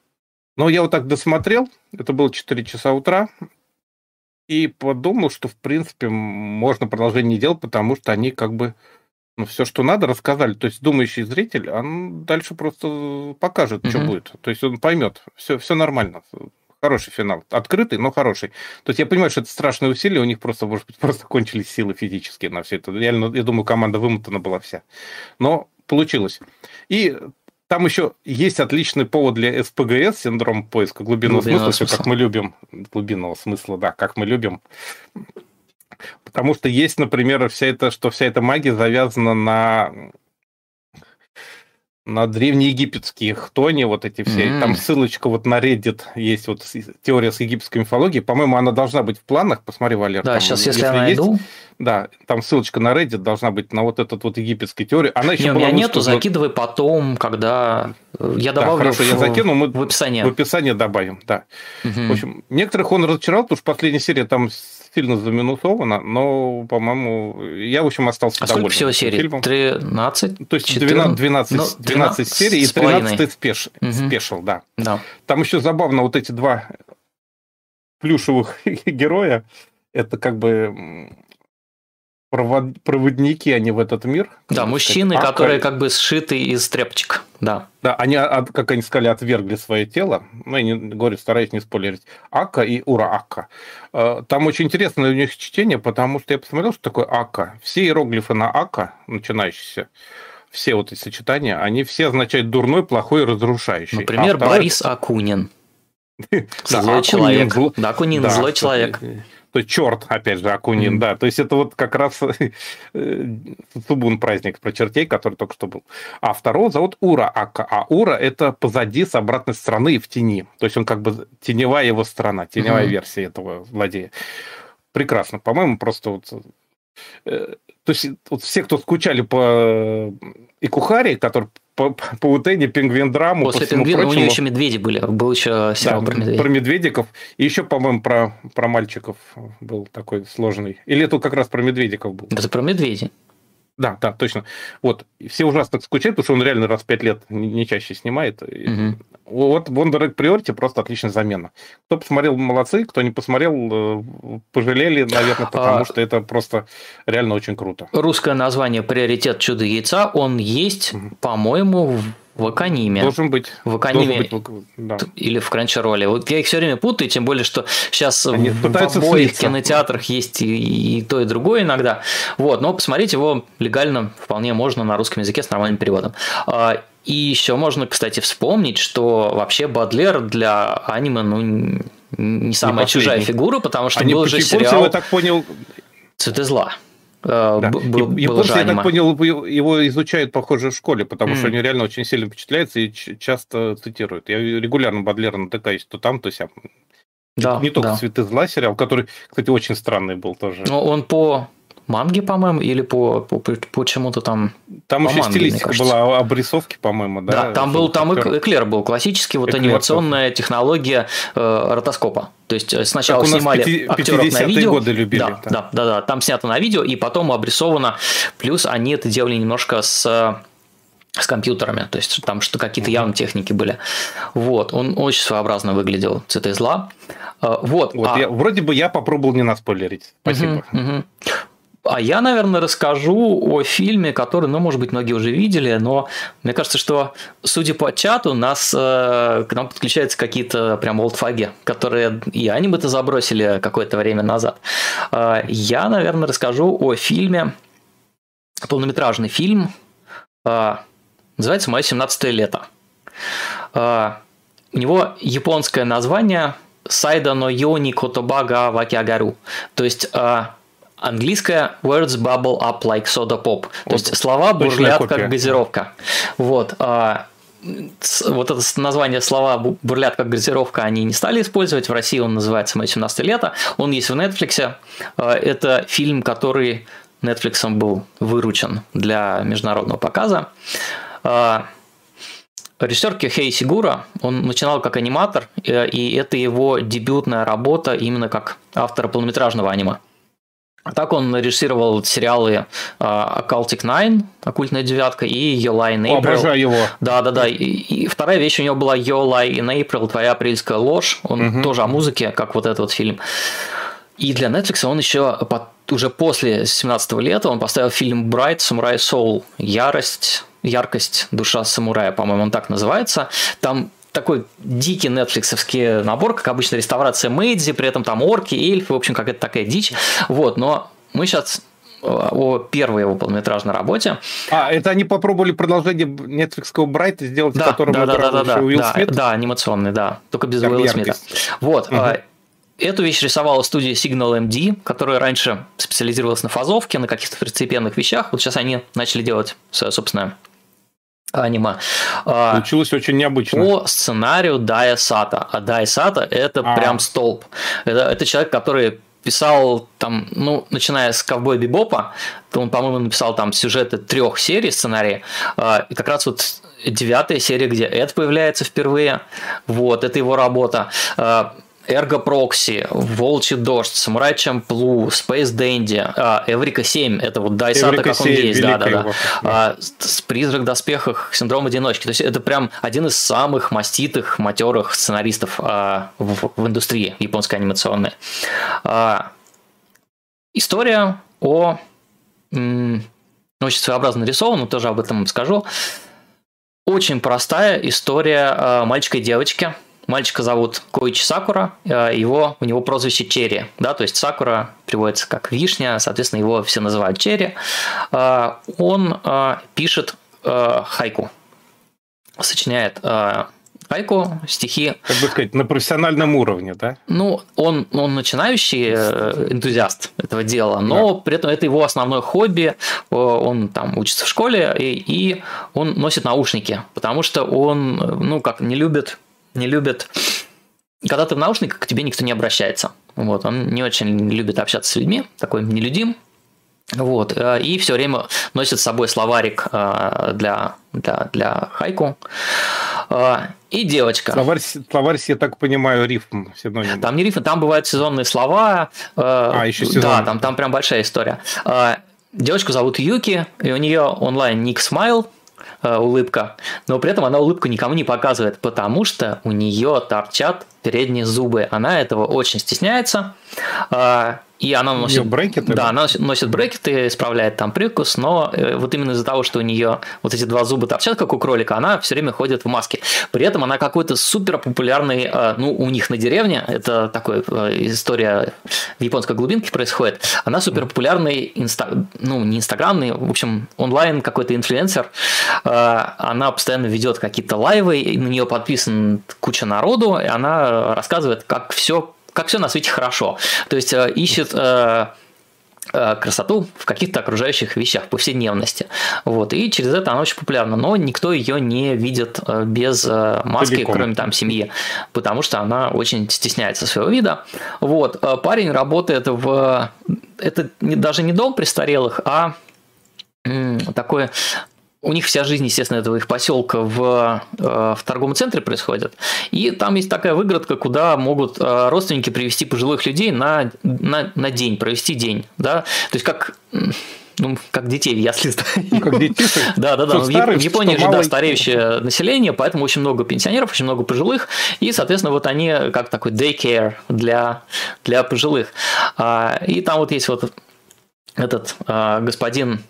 Но я вот так досмотрел, это было четыре часа утра, и подумал, что, в принципе, можно продолжение не делать, потому что они как бы ну, все, что надо, рассказали. То есть думающий зритель, он дальше просто покажет, mm-hmm. что будет. То есть он поймет, все, все нормально. Хороший финал. Открытый, но хороший. То есть я понимаю, что это страшные усилия, у них просто, может быть, просто кончились силы физические на все это. Реально, я думаю, команда вымотана была вся. Но получилось. И... Там еще есть отличный повод для эс пэ гэ эс, синдром поиска глубинного, глубинного смысла, смысла, как мы любим. Глубинного смысла, да, как мы любим. Потому что есть, например, вся эта, что вся эта магия завязана на, на древнеегипетские хтони, вот эти все. Mm-hmm. Там ссылочка вот на Reddit есть, вот теория с египетской мифологией. По-моему, она должна быть в планах. Посмотри, Валер. Да, там, сейчас, если, если я найду... Есть, да, там ссылочка на Reddit должна быть на вот эту вот египетскую теорию. Она еще не, была у меня выставлена... нету, закидывай потом, когда я добавлю да, хорошо, в, я закину, мы в описание. В описание добавим, да. Угу. В общем, некоторых он разочаровал, потому что последняя серия там сильно заминусована, но, по-моему, я, в общем, остался а доволен. А сколько всего серий? Фильмом. тринадцать? То есть двенадцать, двенадцать, ну, двенадцать серий и тринадцатый спеш, угу. спешл, да. да. Там еще забавно вот эти два плюшевых героя, это как бы... проводники они в этот мир. Да, мужчины, сказать, которые как бы сшиты из тряпочек. Да. Да, они, как они сказали, отвергли свое тело. Ну, я не говорю, стараюсь не спойлерить. Ака и Ура Ака. Там очень интересное у них чтение, потому что я посмотрел, что такое Ака. Все иероглифы на Ака, начинающиеся, все вот эти сочетания, они все означают дурной, плохой, разрушающий. Например, а Борис второй... Акунин. Злой человек. Да, Акунин, злой человек. То есть черт, опять же, Акунин, mm-hmm. да. То есть это вот как раз Субун праздник про чертей, который только что был. А второго зовут Ура Ака. А Ура – это позади, с обратной стороны и в тени. То есть он как бы теневая его сторона, теневая mm-hmm. версия этого злодея. Прекрасно. По-моему, просто вот... То есть вот все, кто скучали по Икухаре, который... По Паутене, Пингвин Драму, после по всему Пингвина прочему. У нее еще медведи были. Был еще сериал да, про медведей. Про медведиков. И еще, по-моему, про, про мальчиков был такой сложный. Или это как раз про медведиков был? Это про медведей. Да, да, точно. Вот. Все ужасно скучают, потому что он реально раз в пять лет не чаще снимает. Угу. Вот Wonder Priority просто отличная замена. Кто посмотрел, молодцы. Кто не посмотрел, пожалели, наверное, потому а... что это просто реально очень круто. Русское название «Приоритет чудо-яйца», он есть, угу. по-моему, В Аканиме. Должен быть. В Аканиме. Быть, да. Или в Кранчеролле. Вот я их все время путаю, тем более, что сейчас Они в обоих слиться. кинотеатрах есть и, и то, и другое иногда. Вот, но посмотреть его легально вполне можно на русском языке с нормальным переводом. И еще можно, кстати, вспомнить, что вообще Бадлер для аниме, ну, не самая не чужая фигура, потому что Они был же сериал я так понял... «Цветы зла». Да. Был, японцы, я так понял, его изучают, похоже, в школе, потому mm. что они реально очень сильно впечатляются и часто цитируют. Я регулярно Бадлера натыкаюсь то там, то сям. Да, не только да. «Цветы зла» сериал, который, кстати, очень странный был тоже. Но он по манге, по-моему, или по, по, по чему-то там. Там по еще манге, стилистика была обрисовки, по-моему, да? Да, там был там эклер был классический, вот Эклер анимационная технология э, ротоскопа. То есть сначала снимали пяти, актеров на видео. годы любили. Да, да, да, да, да, там снято на видео, и потом обрисовано. Плюс они это делали немножко с с компьютерами, то есть там что какие-то явно техники были. Вот, он очень своеобразно выглядел, «Цветы зла». Вот, вот а... я, вроде бы я попробовал не наспойлерить. Спасибо. Угу, угу. А я, наверное, расскажу о фильме, который, ну, может быть, многие уже видели, но мне кажется, что, судя по чату, нас, э, к нам подключаются какие-то прям олдфаги, которые и аниме-то забросили какое-то время назад. Э, я, наверное, расскажу о фильме, полнометражный фильм, э, называется «Мое семнадцатое лето». Э, у него японское название «Сайда но йони котоба га вакиагару», то есть... Э, английское words bubble up like soda pop. То вот, есть слова бурлят как газировка. Вот. А, вот это название слова бурлят как газировка они не стали использовать. В России он называется «Мое семнадцатое лето». Он есть в Netflix. Это фильм, который Netflix был выручен для международного показа. Режиссер Кёхэй Сигура, он начинал как аниматор, и это его дебютная работа именно как автора полнометражного аниме. Так он режиссировал сериалы Occultic Nine, «Оккультная девятка» и Your Lie in April. Обожаю его. Да-да-да. И, и вторая вещь у него была Your Lie in April, «Твоя апрельская ложь». Он угу. тоже о музыке, как вот этот вот фильм. И для Netflix он еще под, уже после семнадцатого лета он поставил фильм Bright Samurai Soul. Ярость, яркость, душа самурая, по-моему, он так называется. Там такой дикий нетфликсовский набор, как обычно, реставрация Мэйдзи, при этом там орки, эльфы, в общем, какая-то такая дичь. Вот, но мы сейчас о первой его полнометражной работе. А, это они попробовали продолжение нетфликсского Брайта сделать, да, в котором да, играл да, да, да, Уилл да, Смит? Да, анимационный, да, только без Уилла Смита. Вот, угу. Эту вещь рисовала студия Signal эм ди, которая раньше специализировалась на фазовке, на каких-то второстепенных вещах. Вот сейчас они начали делать свое собственное аниме. Получилось очень необычно. По сценарию Дая Сато. А Дая Сато это а. прям столб. Это, это человек, который писал там, ну, начиная с «Ковбой Бибопа», он, по-моему, написал там сюжеты трех серий сценария. И как раз вот девятая серия, где Эд появляется впервые. Вот, это его работа. Эрго Прокси, Волчий дождь, Самурай Чамплу, Space Dandy, Эврика семь, это вот Дай Сато, как он есть, да, да, да. Призрак в доспехах, Синдром одиночки. То есть это прям один из самых маститых, матерых сценаристов в, в индустрии японской анимационной. История о м, очень своеобразно нарисована, тоже об этом скажу. Очень простая история мальчика и девочки. Мальчика зовут Коичи Сакура, его, у него прозвище Черри, да, то есть Сакура переводится как вишня, соответственно, его все называют Черри. Он пишет хайку, сочиняет хайку, стихи. Как бы сказать, на профессиональном уровне, да? Ну, он, он начинающий энтузиаст этого дела, но да. при этом это его основное хобби, он там учится в школе, и, и он носит наушники, потому что он, ну, как не любит... не любит, когда ты в наушниках, к тебе никто не обращается. Вот, он не очень любит общаться с людьми, такой нелюдим. Вот, и все время носит с собой словарик для, для, для хайку. И девочка. Словарь, словарь, я так понимаю, рифм. Синоним. Там не рифм, там бывают сезонные слова. А, еще сезонные. Да, там, там прям большая история. Девочку зовут Юки, и у нее онлайн ник Смайл, улыбка, но при этом она улыбку никому не показывает, потому что у нее торчат передние зубы. Она этого очень стесняется. И она носит брекеты. Да, она носит брекеты, исправляет там прикус, но вот именно из-за того, что у нее вот эти два зуба торчат, как у кролика, она все время ходит в маске. При этом она какой-то супер популярный, ну, у них на деревне, это такая история в японской глубинке происходит, она супер популярный, инста... ну, не инстаграмный, в общем, онлайн какой-то инфлюенсер, она постоянно ведет какие-то лайвы, и на нее подписан куча народу, и она рассказывает, как все как все на свете хорошо. То есть ищет э, э, красоту в каких-то окружающих вещах, повседневности. Вот. И через это она очень популярна. Но никто ее не видит без маски, Целиком. Кроме там семьи, потому что она очень стесняется своего вида. Вот. Парень работает в... Это даже не дом престарелых, а такое... У них вся жизнь, естественно, этого их поселка в, в торговом центре происходит. И там есть такая выгородка, куда могут родственники привезти пожилых людей на, на, на день, провести день. Да? То есть, как, ну, как детей в ясли. Ну, как детей. Да, да, да. В Японии же да, стареющее население, поэтому очень много пенсионеров, очень много пожилых. И, соответственно, вот они как такой daycare для, для пожилых. И там вот есть вот этот господин...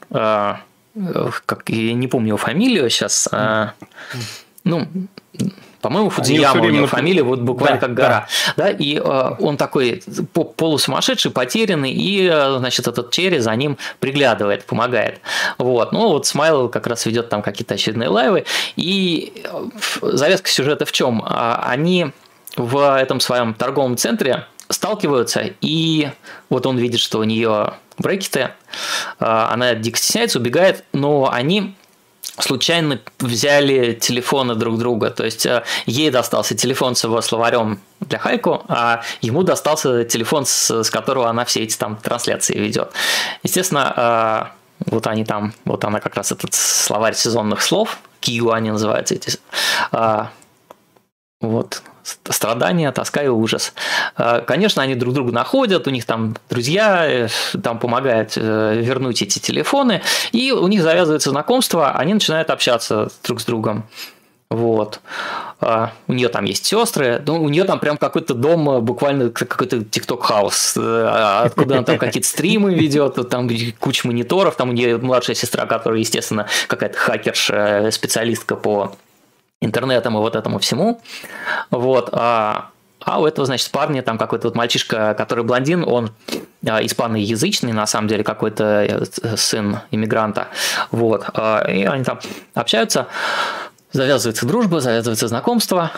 как я не помню его фамилию сейчас, а, ну, по-моему, Фудзияма у него фамилия, вот буквально да, как гора, да, да и а, он такой полусумасшедший, потерянный, и, значит, этот Черри за ним приглядывает, помогает, вот, ну, вот Смайл как раз ведет там какие-то очередные лайвы, и завязка сюжета в чем? Они в этом своем торговом центре сталкиваются, и вот он видит, что у нее брекеты, она дико стесняется, убегает, но они случайно взяли телефоны друг друга, то есть ей достался телефон с его словарем для хайку, а ему достался телефон, с, с которого она все эти там трансляции ведет. Естественно, вот они там, вот она как раз этот словарь сезонных слов, Кью они называются эти, вот, страдания, тоска и ужас. Конечно, они друг друга находят, у них там друзья, там помогают вернуть эти телефоны, и у них завязывается знакомство, они начинают общаться друг с другом. Вот. У нее там есть сестры, ну, у нее там прям какой-то дом, буквально какой-то тикток-хаус, откуда она там какие-то стримы ведет, там куча мониторов, там у нее младшая сестра, которая, естественно, какая-то хакерша, специалистка по интернетом и вот этому всему. Вот. А, а у этого, значит, парня там какой-то вот мальчишка, который блондин, он испаноязычный, на самом деле, какой-то сын иммигранта. Вот. И они там общаются, завязывается дружба, завязывается знакомство.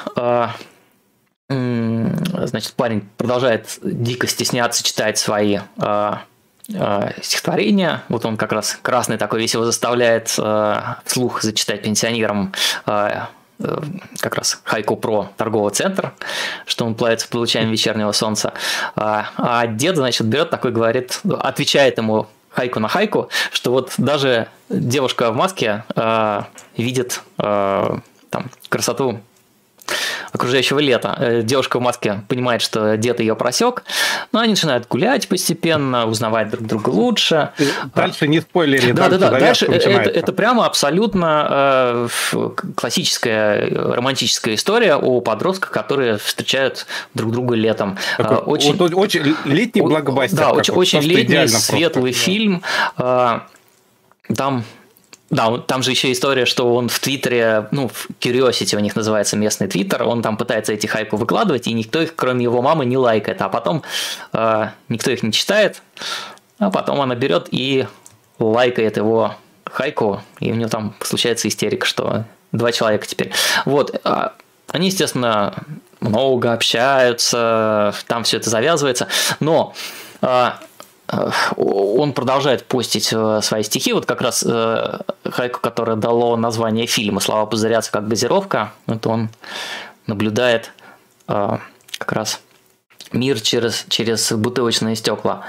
Значит, парень продолжает дико стесняться читать свои стихотворения. Вот он как раз красный такой весь его заставляет вслух зачитать пенсионерам как раз хайку про торговый центр, что он плавится в получаем вечернего солнца. А, а дед, значит, берет такой, говорит, отвечает ему хайку на хайку, что вот даже девушка в маске э, видит э, там красоту окружающего лета. Девушка в маске понимает, что дед ее просек, но они начинают гулять постепенно, узнавать друг друга лучше. Дальше не спойлери. Да, да, да. Дальше это, это прямо абсолютно э, классическая романтическая история о подростках, которые встречают друг друга летом. Такой, очень, вот, очень летний блокбастер. Да, очень, очень летний, светлый просто. Фильм. Э, там Да, там же еще история, что он в Твиттере, ну, в Curiosity у них называется местный Твиттер, он там пытается эти хайку выкладывать, и никто их, кроме его мамы, не лайкает, а потом э, никто их не читает, а потом она берет и лайкает его хайку, и у него там случается истерика, что два человека теперь. Вот, они, естественно, много общаются, там все это завязывается, но... Э, он продолжает постить свои стихи. Вот как раз хайку, которое дало название фильма «Слова пузырятся, как газировка», это он наблюдает как раз мир через, через бутылочные стекла.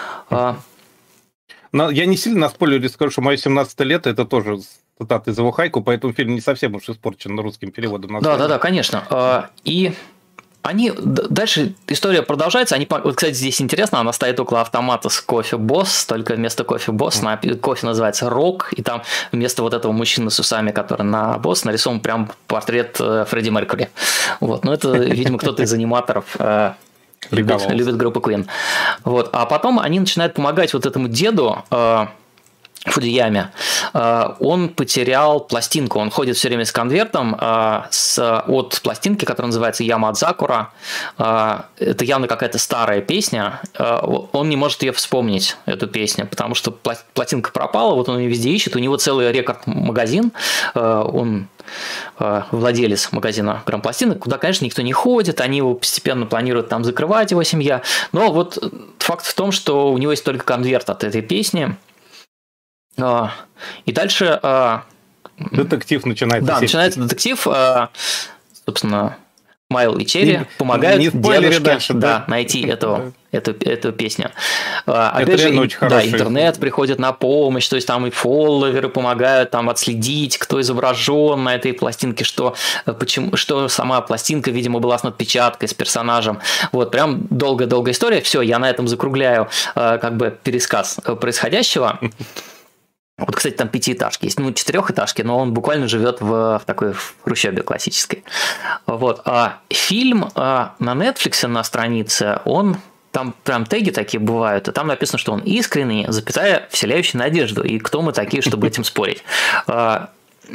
Но я не сильно на спойлере скажу, что «Мое семнадцатое лето» это тоже цитата из его хайку, поэтому фильм не совсем уж испорчен русским переводом. Да, да, да, конечно. И они дальше история продолжается. Они, вот, кстати, здесь интересно, она стоит около автомата с кофе Босс, только вместо кофе Босс на кофе называется Рок, и там вместо вот этого мужчины с усами, который на Босс, нарисован прям портрет Фредди Меркьюри. Вот, ну это, видимо, кто-то из аниматоров любит, любит группу Queen. Вот, а потом они начинают помогать вот этому деду Фудзияме. Он потерял пластинку. Он ходит все время с конвертом с, от пластинки, которая называется Ямадзакура. Это явно какая-то старая песня. Он не может ее вспомнить, эту песню, потому что пластинка пропала, вот он ее везде ищет. У него целый рекорд-магазин. Он владелец магазина грампластинок, куда, конечно, никто не ходит. Они его постепенно планируют там закрывать, его семья. Но вот факт в том, что у него есть только конверт от этой песни. И дальше... Детектив начинается. Да, начинается детектив. Собственно, Смайл и Черри не, помогают не дедушке дальше, да, да? найти эту, эту, эту песню. Опять Это же, очень да, интернет приходит на помощь, то есть там и фолловеры помогают там отследить, кто изображен на этой пластинке, что, почему, что сама пластинка, видимо, была с надпечаткой, с персонажем. Вот, прям долгая-долгая история. Все, я на этом закругляю как бы пересказ происходящего. Вот, кстати, там пятиэтажки есть, ну, четырехэтажки, но он буквально живет в, в такой в хрущебе классической. Вот. А фильм а, на Netflix на странице, он там прям теги такие бывают, и там написано, что он искренний, запятая, вселяющий надежду. И кто мы такие, чтобы этим спорить? А,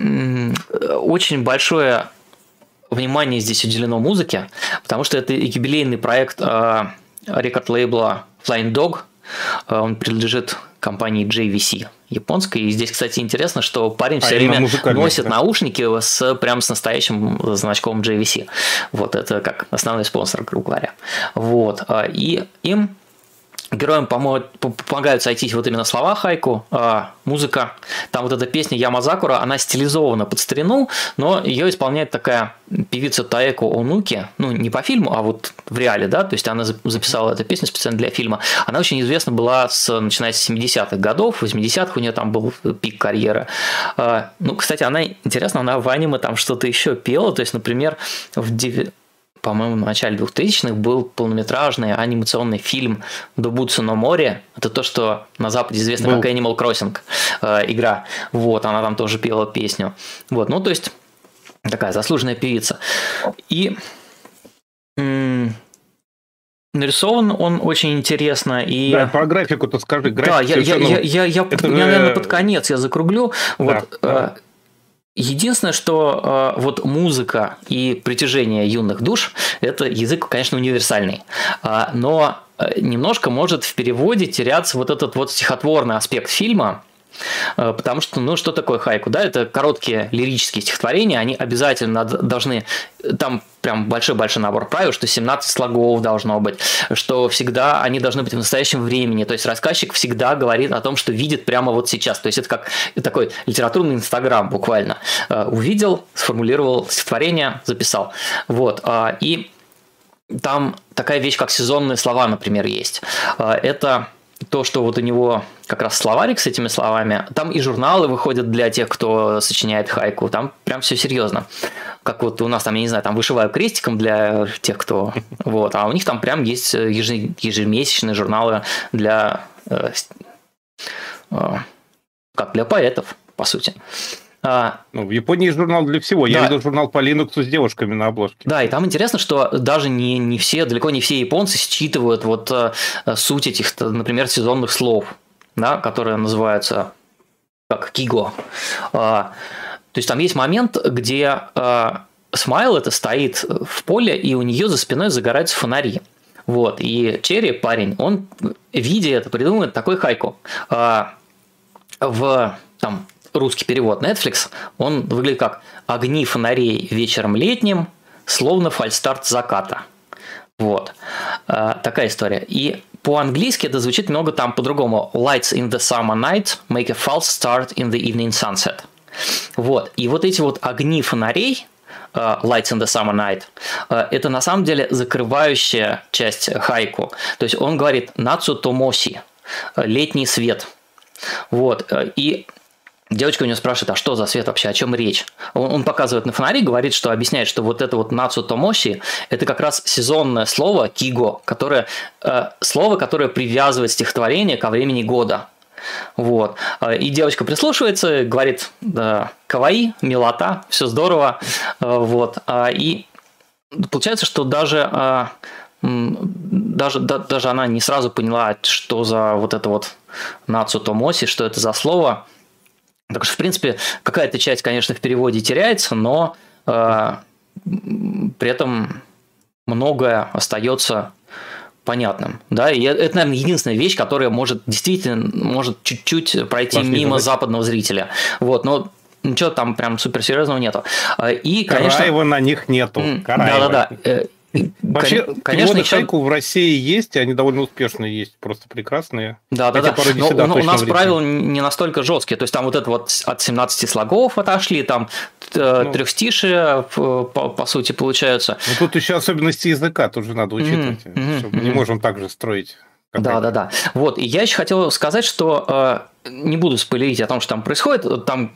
очень большое внимание здесь уделено музыке, потому что это юбилейный проект а, рекорд-лейбла Flying Dog. Он принадлежит компании джей ви си японской. И здесь, кстати, интересно, что парень все а время носит да. наушники с, прям с настоящим значком джей ви си. Вот это как основной спонсор, грубо говоря. Вот. И им героям помогают сойтись вот именно слова хайку, музыка. Там вот эта песня Ямадзакура, она стилизована под старину, но ее исполняет такая певица Таэко Онуки, ну, не по фильму, а вот в реале, да, то есть она записала эту песню специально для фильма. Она очень известна была, с, начиная с семидесятых годов, восьмидесятых у нее там был пик карьеры. Ну, кстати, она, интересно, она в аниме там что-то еще пела, то есть, например, в по-моему, в начале двухтысячных был полнометражный анимационный фильм «Добуцу но море». Это то, что на Западе известно был. Как Animal Crossing э, игра. Вот, она там тоже пела песню. Вот, ну, то есть, такая заслуженная певица. И м- нарисован он очень интересно. И... Да, про графику-то скажи. Да, я, я, я, я, я, я, же... наверное, под конец я закруглю. Да, вот, да. Э- Единственное, что э, вот музыка и притяжение юных душ – это язык, конечно, универсальный, э, но немножко может в переводе теряться вот этот вот стихотворный аспект фильма, э, потому что, ну, что такое хайку? Да, это короткие лирические стихотворения, они обязательно должны, там прям большой-большой набор правил, что семнадцать слогов должно быть, что всегда они должны быть в настоящем времени, то есть рассказчик всегда говорит о том, что видит прямо вот сейчас, то есть это как такой литературный инстаграм буквально. Увидел, сформулировал стихотворение, записал. Вот. И там такая вещь, как сезонные слова, например, есть. Это то, что вот у него как раз словарик с этими словами, там и журналы выходят для тех, кто сочиняет хайку, там прям все серьезно. Как вот у нас там, я не знаю, там вышиваю крестиком для тех, кто... Вот, а у них там прям есть ежемесячные журналы для... Как для поэтов, по сути. А, ну, в Японии есть журнал для всего. Да. Я видел журнал по Linux с девушками на обложке. Да, и там интересно, что даже не, не все, далеко не все японцы считывают вот а, суть этих, например, сезонных слов, да, которые называются как киго. А, то есть там есть момент, где а, Смайл это стоит в поле, и у нее за спиной загораются фонари. Вот, и Черри, парень, он, видя это, придумывает такой хайку. А, в там русский перевод Netflix, он выглядит как «Огни фонарей вечером летним, словно фальстарт заката». Вот. Такая история. И по-английски это звучит много там по-другому. «Lights in the summer night make a false start in the evening sunset». Вот. И вот эти вот огни фонарей, «Lights in the summer night», это на самом деле закрывающая часть хайку. То есть он говорит «Нацу томоси», «летний свет». Вот. И девочка у него спрашивает, а что за свет вообще, о чем речь? Он, он показывает на фонари, говорит, что объясняет, что вот это вот нацу томоши, это как раз сезонное слово киго, которое, э, слово, которое привязывает стихотворение ко времени года. Вот. И девочка прислушивается, говорит, да, каваи, милота, все здорово. Вот. И получается, что даже, даже, даже она не сразу поняла, что за вот это вот нацу томоси, что это за слово. Так что, в принципе, какая-то часть, конечно, в переводе теряется, но э, при этом многое остается понятным. Да? И это, наверное, единственная вещь, которая может действительно может чуть-чуть пройти Вас мимо западного зрителя. Вот, но ничего там прям суперсерьезного нету. И, конечно... Караева на них нету. Да-да-да. Вообще, конечно, шайку в России есть, и они довольно успешные есть, просто прекрасные. Да, да, да. Но у нас правила не настолько жесткие. То есть там вот это вот от семнадцати слогов отошли, там ну, трехстишие, по, по сути, получаются. Ну, тут еще особенности языка тоже надо учитывать. Mm-hmm. Что мы не можем так же строить. Да, да, да. Вот. И я еще хотел сказать, что э, не буду спойлерить о том, что там происходит. Там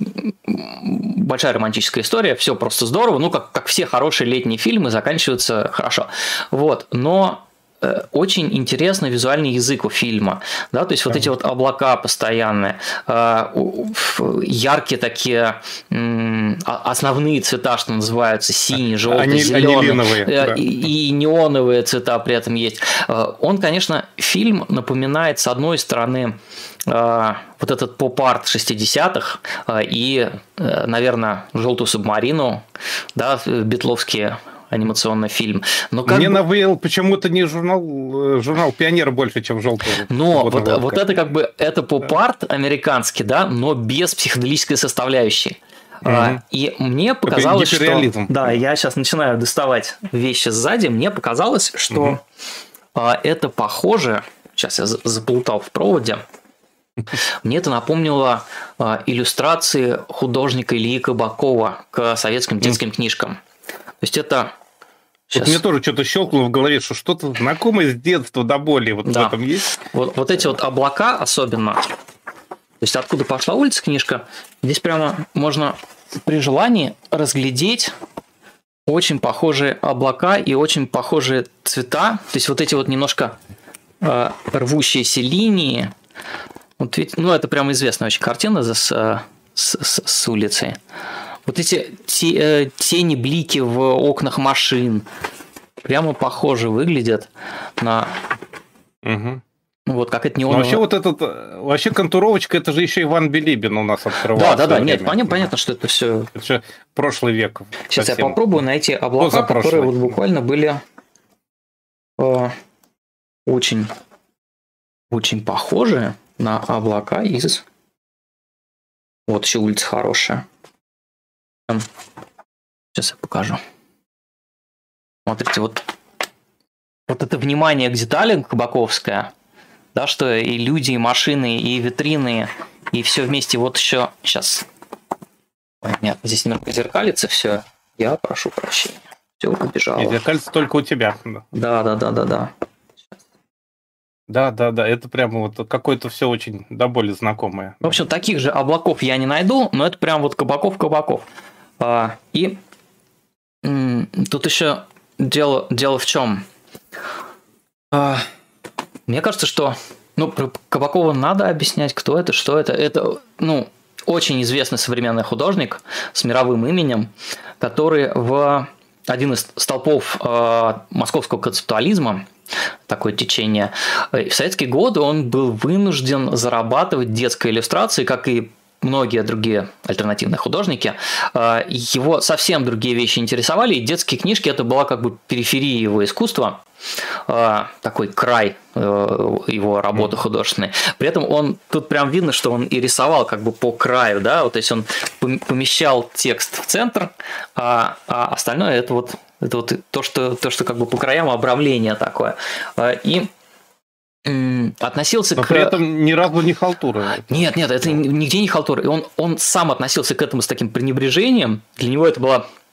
большая романтическая история, все просто здорово. Ну, как, как все хорошие летние фильмы, заканчиваются хорошо. Вот. Но э, очень интересный визуальный язык у фильма. Да? То есть, вот эти вот облака постоянные, э, яркие такие э, основные цвета, что называются, синий, желтый, Они, зеленый. Э, да. и, и неоновые цвета при этом есть. Он, конечно, фильм напоминает, с одной стороны, вот этот поп-арт шестидесятых и, наверное, «Желтую субмарину», да, битловский анимационный фильм. Но как Мне бы... навеял почему-то не журнал, журнал «Пионер» больше, чем «Желтый». Но вот, вот это как бы это поп-арт американский, да, но без психоделической составляющей. Mm-hmm. И мне показалось, что... Да, я сейчас начинаю доставать вещи сзади. Мне показалось, что mm-hmm. это похоже... Сейчас я заплутал в проводе. Мне это напомнило иллюстрации художника Ильи Кабакова к советским детским mm-hmm. книжкам. То есть это... Вот мне тоже что-то щелкнуло в голове, что что-то знакомое с детства до боли вот да. в этом есть. Вот, вот эти вот облака особенно... То есть откуда пошла улица книжка, здесь прямо можно при желании разглядеть очень похожие облака и очень похожие цвета. То есть вот эти вот немножко э, рвущиеся линии. Вот ведь, ну, это прямо известная очень картина с, с, с, с улицы. Вот эти те, тени, блики в окнах машин прямо похоже выглядят на... Угу. Вот как это неоново. Вообще вот этот, вообще контуровочка, это же еще Иван Билибин у нас открывался. Да, да, да, нет, понятно, понятно, что это все. Это же прошлый век. Сейчас совсем. Я попробую найти облака, которые вот буквально были э, очень, очень похожи на облака из. Вот еще улица хорошая. Сейчас я покажу. Смотрите, вот, вот это внимание к деталям кабаковское. Да, что и люди, и машины, и витрины, и все вместе. Вот еще сейчас. Ой, нет, здесь немного зеркалится все. Я прошу прощения. Все убежало. И зеркалится только у тебя. Да, да, да, да, да. Да, да, да. Это прямо вот какое-то все очень до боли знакомое. В общем, таких же облаков я не найду, но это прям вот кабаков-кабаков. А, и м- тут еще дело, дело в чем? А, Мне кажется, что ну, про Кабакова надо объяснять, кто это, что это. Это ну, очень известный современный художник с мировым именем, который в один из столпов э, московского концептуализма, такое течение, в советские годы он был вынужден зарабатывать детской иллюстрацией, как и многие другие альтернативные художники. Его совсем другие вещи интересовали, и детские книжки – это была как бы периферия его искусства, такой край его работы художественной. При этом он, тут прям видно, что он и рисовал как бы по краю, да, вот, то есть он помещал текст в центр, а, а остальное это вот, это вот то, что, то, что как бы по краям обрамление такое. И относился Но к... при этом ни разу не халтура. Нет, нет, это нигде не халтура. И он, он сам относился к этому с таким пренебрежением. Для него это была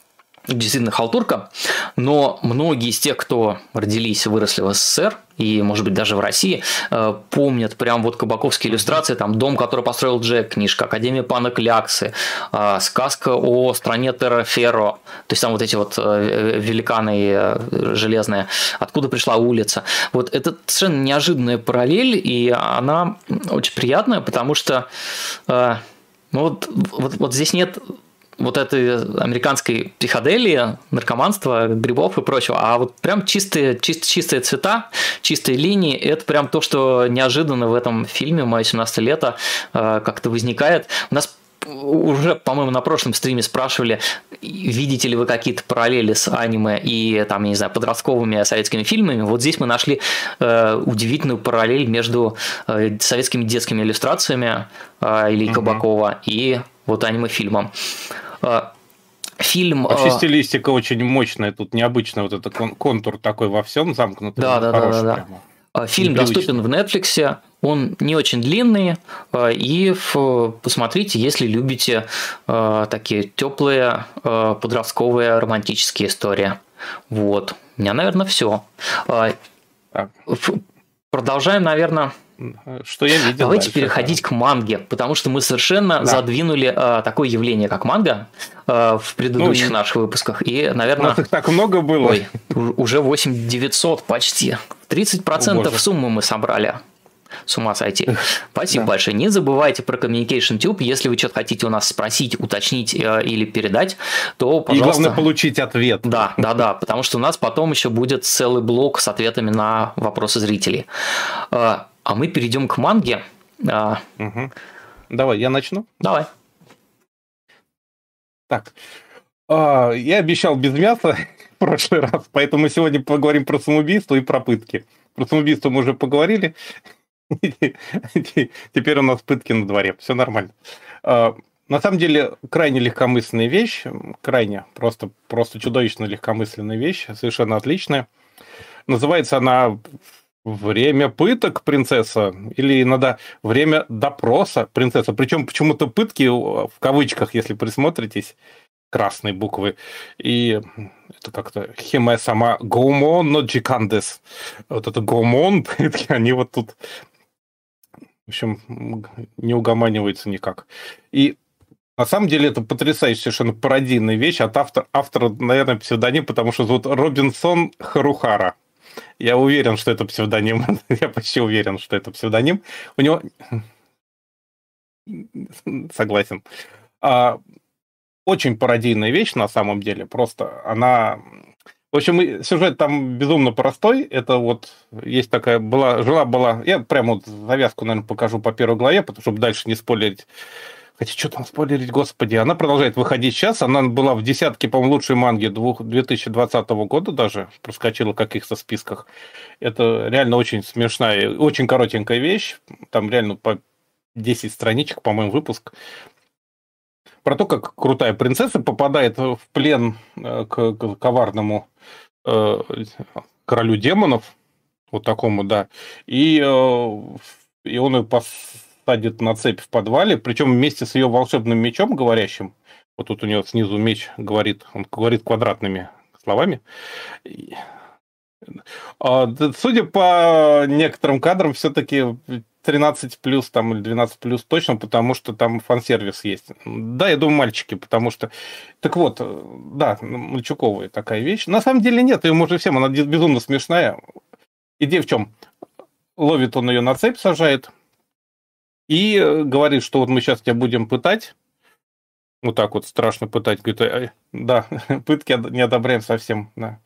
действительно халтурка, но многие из тех, кто родились и выросли в СССР, и, может быть, даже в России, помнят прям вот кабаковские иллюстрации, там «Дом, который построил Джек», книжка «Академия Пана Кляксы», сказка о стране Терра-Ферро, то есть там вот эти вот великаны железные, «Откуда пришла улица». Вот это совершенно неожиданная параллель, и она очень приятная, потому что ну вот, вот, вот здесь нет вот этой американской психоделии, наркоманства, грибов и прочего, а вот прям чистые, чист, чистые цвета, чистые линии, это прям то, что неожиданно в этом фильме «Мое семнадцатое лето» как-то возникает. У нас уже, по-моему, на прошлом стриме спрашивали, видите ли вы какие-то параллели с аниме и, там, я не знаю, подростковыми советскими фильмами. Вот здесь мы нашли э, удивительную параллель между э, советскими детскими иллюстрациями э, Ильи Кабакова угу. и вот аниме-фильмом. Фильм... Вообще стилистика очень мощная, тут необычно вот этот контур такой во всем замкнутый. Да, да, да, да, да. Фильм доступен в Netflix, он не очень длинный, и посмотрите, если любите такие теплые подростковые романтические истории. Вот. У меня, наверное, все. Продолжаем, наверное... Что я видел. Давайте дальше, переходить да. к манге, потому что мы совершенно да. задвинули а, такое явление, как манга, а, в предыдущих ну, наших выпусках. И, наверное... У нас их так много было. Ой, уже восемь тысяч девятьсот почти. тридцать процентов О, суммы мы собрали. С ума сойти. Спасибо да. большое. Не забывайте про Communication Tube. Если вы что-то хотите у нас спросить, уточнить э, или передать, то, пожалуйста... И главное, получить ответ. Да, да, да. Потому что у нас потом еще будет целый блок с ответами на вопросы зрителей. А мы перейдем к манге. Угу. Давай, я начну? Давай. Так, я обещал без мяса в прошлый раз, поэтому мы сегодня поговорим про самоубийство и про пытки. Про самоубийство мы уже поговорили. Теперь у нас пытки на дворе. Все нормально. На самом деле, крайне легкомысленная вещь. Крайне, просто, просто чудовищно легкомысленная вещь. Совершенно отличная. Называется она... «Время пыток, принцесса», или иногда «Время допроса, принцесса». Причем почему-то пытки, в кавычках, если присмотритесь, красные буквы. И это как-то «Химе сама гоумон но джикандес». Вот это «гоумон», пытки, они вот тут, в общем, не угоманиваются никак. И на самом деле это потрясающая совершенно пародийная вещь от автора, автора, наверное, псевдоним, потому что зовут Робинсон Харухара. Я уверен, что это псевдоним. Я почти уверен, что это псевдоним. У него... Согласен. А, очень пародийная вещь на самом деле. Просто она... В общем, сюжет там безумно простой. Это вот есть такая... была, жила-была... Я прямо вот завязку, наверное, покажу по первой главе, потому чтобы дальше не спойлерить. Хотя что там спойлерить, господи. Она продолжает выходить сейчас. Она была в десятке, по-моему, лучшей манги две тысячи двадцатого года даже. Проскочила в каких-то списках. Это реально очень смешная, очень коротенькая вещь. Там реально по десять страничек, по-моему, выпуск. Про то, как крутая принцесса попадает в плен к коварному э, королю демонов. Вот такому, да. И, э, и он ее пос... садит на цепь в подвале, причем вместе с ее волшебным мечом говорящим. Вот тут у нее снизу меч говорит, он говорит квадратными словами. Судя по некоторым кадрам, все-таки тринадцать плюс там, или двенадцать плюс точно, потому что там фан-сервис есть. Да, я думаю, мальчики, потому что... Так вот, да, мальчуковая такая вещь. На самом деле нет, ее можно всем, она безумно смешная. Идея в чем? Ловит он ее на цепь, сажает, и говорит, что вот мы сейчас тебя будем пытать. Вот так вот страшно пытать. Говорит, да, пытки не одобряем совсем. Да.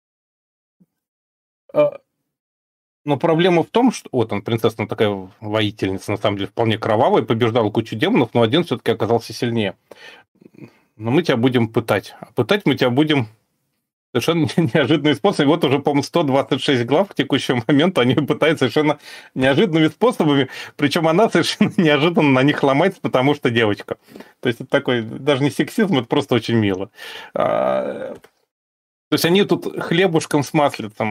Но проблема в том, что... Вот он, принцесса, она такая воительница, на самом деле, вполне кровавая, побеждала кучу демонов, но один все-таки оказался сильнее. Но мы тебя будем пытать. А пытать мы тебя будем... Совершенно неожиданный способ. И вот уже, по-моему, сто двадцать шесть глав к текущему моменту они пытаются совершенно неожиданными способами, причем она совершенно неожиданно на них ломается, потому что девочка. То есть это такой, даже не сексизм, это просто очень мило. А, то есть они тут хлебушком с маслицем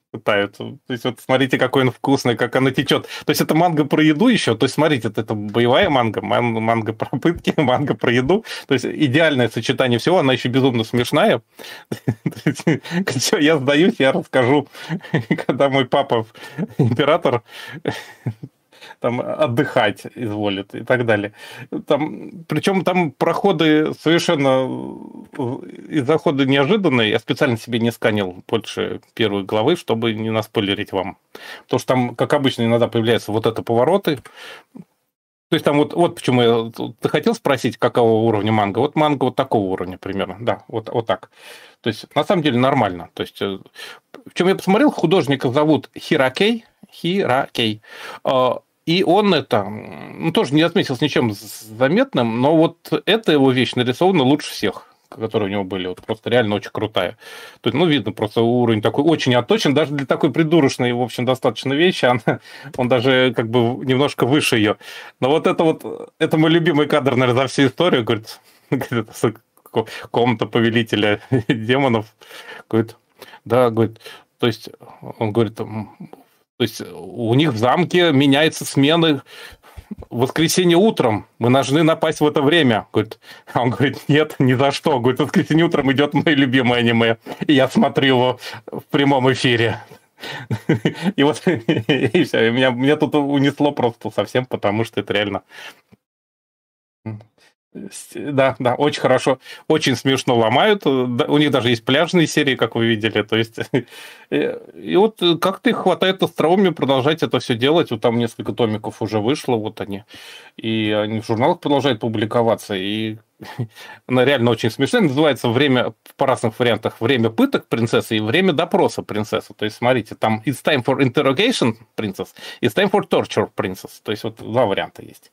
пытают. То есть вот смотрите, какой он вкусный, как оно течет. То есть это манга про еду еще. То есть смотрите, это, это боевая манга, манга про пытки, манга про еду. То есть идеальное сочетание всего. Она еще безумно смешная. Все, я сдаюсь, я расскажу, когда мой папа император там отдыхать изволит и так далее. Там, причем там проходы совершенно и заходы неожиданные. Я специально себе не сканил больше первой главы, чтобы не наспойлерить вам. Потому что там, как обычно, иногда появляются вот это повороты. То есть там вот, вот почему я... Ты хотел спросить, какого уровня манга? Вот манга вот такого уровня примерно. Да, вот, вот так. То есть на самом деле нормально. То есть в чем я посмотрел, художника зовут Хиракей. Хиракей. И он это, ну, тоже не отметился ничем заметным, но вот эта его вещь нарисована лучше всех, которые у него были. Вот просто реально очень крутая. То есть, ну, видно, просто уровень такой очень отточен. Даже для такой придурочной, в общем, достаточно вещи, она, он даже как бы немножко выше ее. Но вот это вот, это мой любимый кадр, наверное, за всю историю, говорит, комната повелителя демонов. Говорит, да, говорит, то есть, он говорит, то есть у них в замке меняются смены в воскресенье утром. Мы должны напасть в это время. Говорит, а он говорит, нет, ни за что. Говорит, в воскресенье утром идет мое любимое аниме. И я смотрю его в прямом эфире. И вот, и все. И меня, меня тут унесло просто совсем, потому что это реально... Да, да, очень хорошо, очень смешно ломают. У них даже есть пляжные серии, как вы видели. То есть, и, и вот как-то их хватает остроумия продолжать это все делать. Вот там несколько томиков уже вышло, вот они. И они в журналах продолжают публиковаться. И она реально очень смешная. Называется «Время» по разных вариантах. «Время пыток принцессы» и «Время допроса принцессы». То есть, смотрите, там «It's time for interrogation princess», «It's time for torture princess». То есть, вот два варианта есть.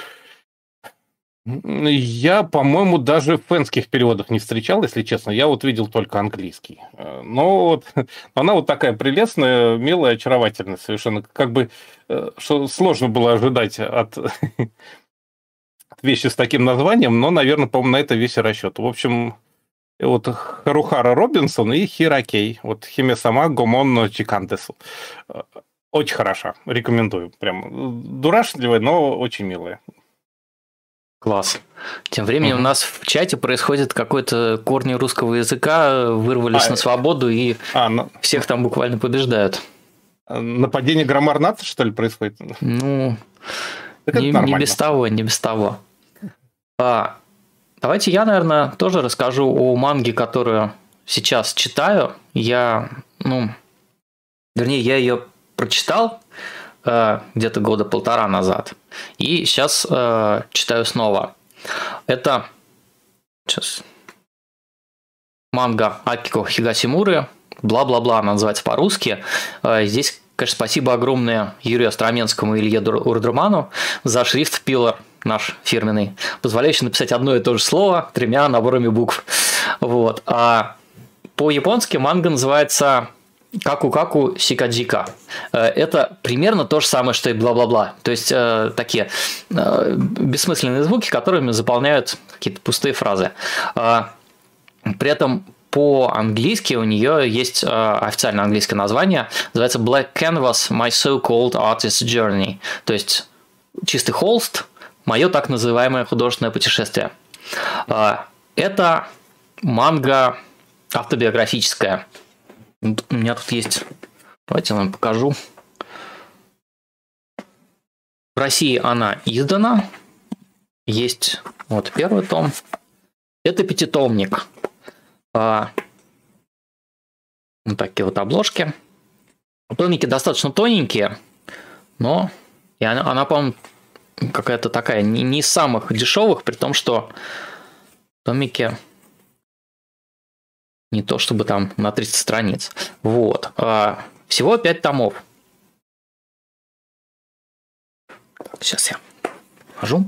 Я, по-моему, даже в фэнских переводах не встречал, если честно. Я вот видел только английский. Но вот она вот такая прелестная, милая, очаровательная совершенно. Как бы что сложно было ожидать от, от вещи с таким названием, но, наверное, по-моему, на это весь расчет. В общем, вот Харухара Робинсон и Хиракей. Вот Химе-сама Гомон Чикантесу. Очень хороша. Рекомендую. Прям дурашливая, но очень милая. Класс. Тем временем mm-hmm. у нас в чате происходит какой-то корни русского языка, вырвались а, на свободу и а, ну... всех там буквально побеждают. Нападение граммар нации, что ли, происходит? Ну, не, не без того, не без того. А, давайте я, наверное, тоже расскажу о манге, которую сейчас читаю. Я, ну, вернее, я ее прочитал где-то года полтора назад. И сейчас э, читаю снова. Это сейчас манга Акико Хигасимуры. Бла-бла-бла она называется по-русски. Э, здесь, конечно, спасибо огромное Юрию Остроменскому и Илье Урдерману за шрифт Pillar, наш фирменный, позволяющий написать одно и то же слово тремя наборами букв. Вот. А по-японски манга называется Каку-каку Сикаджика. Это примерно то же самое, что и бла-бла-бла. То есть э, такие э, бессмысленные звуки, которыми заполняют какие-то пустые фразы. Э, при этом по-английски у нее есть э, официальное английское название, называется Black Canvas My So-Called Artist's Journey. То есть чистый холст, мое так называемое художественное путешествие. Э, это манга автобиографическая. У меня тут есть... Давайте я вам покажу. В России она издана. Есть вот первый том. Это пятитомник. А... Вот такие вот обложки. Томики достаточно тоненькие, но и она, она по-моему, какая-то такая не, не из самых дешевых, при том, что томики... Не то чтобы там на триста страниц. Вот. А, всего пять томов. Так, сейчас я покажу.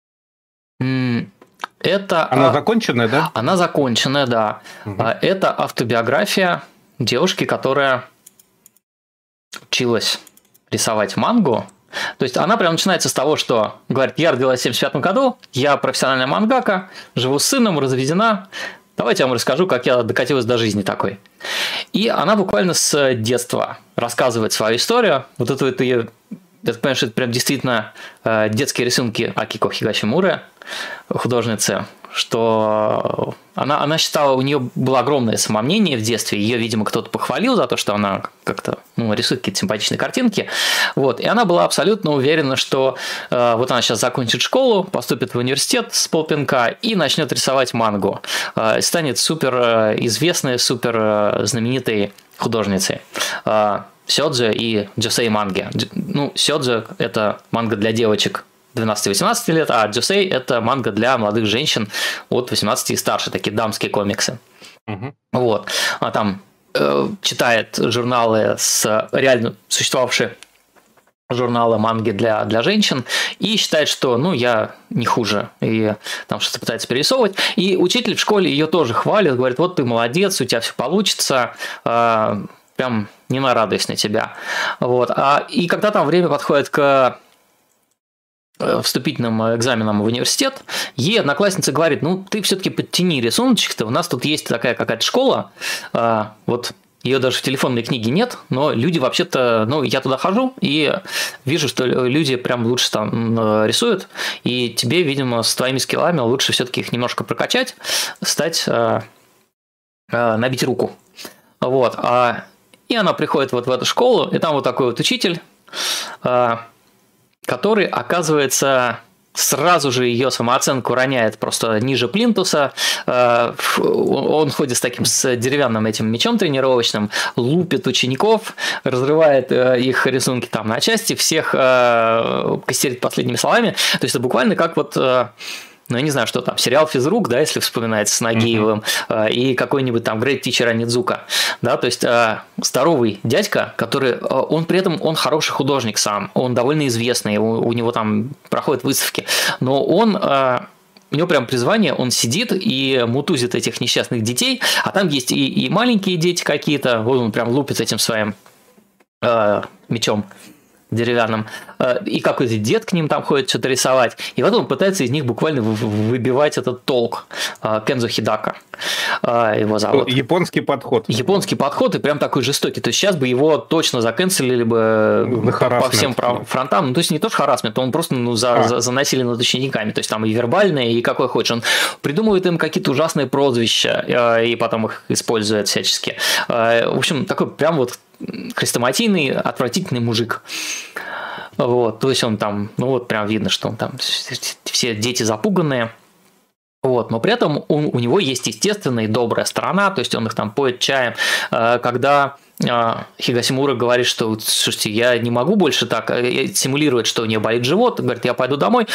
Это... Она а... законченная, да? Она законченная, да. Угу. А, это автобиография девушки, которая училась рисовать мангу. То есть она прям начинается с того, что говорит, я родилась в семьдесят пятом году, я профессиональная мангака, живу с сыном, разведена. давайте я вам расскажу, как я докатилась до жизни такой. И она буквально с детства рассказывает свою историю. Вот это, это я так понимаю, что это прям действительно детские рисунки Акико Хигасимуры, художницы, что она, она считала, у нее было огромное самомнение в детстве, ее, видимо, кто-то похвалил за то, что она как-то ну, рисует какие-то симпатичные картинки, вот, и она была абсолютно уверена, что э, вот она сейчас закончит школу, поступит в университет с полпинка и начнет рисовать мангу, э, станет супер известной, супер знаменитой художницей. Э, Сёдзе и Джосей манги. Ну, Сёдзе – это манга для девочек двенадцати-восемнадцати лет, а Джосей – это манга для молодых женщин от восемнадцати и старше, такие дамские комиксы. Угу. Вот. Она там э, читает журналы с реально существовавшие журналы манги для, для женщин и считает, что ну я не хуже, и там что-то пытается перерисовывать. И учитель в школе ее тоже хвалит, говорит, вот ты молодец, у тебя все получится, э, прям не нарадуюсь на тебя. Вот. А, и когда там время подходит к вступительным экзаменам в университет, ей одноклассница говорит, ну, ты все-таки подтяни рисуночек-то, у нас тут есть такая какая-то школа, а, вот ее даже в телефонной книге нет, но люди вообще-то, ну, я туда хожу и вижу, что люди прям лучше там рисуют, и тебе, видимо, с твоими скиллами лучше все-таки их немножко прокачать, стать, а, а, набить руку. Вот, а и она приходит вот в эту школу, и там вот такой вот учитель, который, оказывается, сразу же ее самооценку роняет просто ниже плинтуса. Он ходит с таким с деревянным этим мечом тренировочным, лупит учеников, разрывает их рисунки там на части, всех костерит последними словами. То есть это буквально как вот... Ну, я не знаю, что там, сериал «Физрук», да, если вспоминается, с Нагиевым, uh-huh. и какой-нибудь там Great Teacher Онидзука, да, то есть здоровый дядька, который, он при этом, он хороший художник сам, он довольно известный, у, у него там проходят выставки, но он... У него прям призвание, он сидит и мутузит этих несчастных детей, а там есть и, и маленькие дети какие-то, вот он прям лупит этим своим э, мечом деревянным, и какой-то дед к ним там ходит что-то рисовать, и потом он пытается из них буквально выбивать этот толк. Кензо Хидака его зовут. Японский подход. Японский подход, и прям такой жестокий. То есть сейчас бы его точно заканцелили бы по всем фронтам. Ну, то есть не то, что харассмент, он просто ну, за, а. за, за насилие над учениками. То есть там и вербальное, и какой хочешь. Он придумывает им какие-то ужасные прозвища, и потом их использует всячески. В общем, такой прям вот хрестоматийный, отвратительный мужик. Вот, то есть он там, ну вот прям видно, что он там все дети запуганные. Вот, но при этом он, у него есть естественная и добрая сторона, то есть он их там поет чаем. Когда Хигасимура говорит, что слушайте, я не могу больше так, симулирует, что у нее болит живот, говорит, я пойду домой.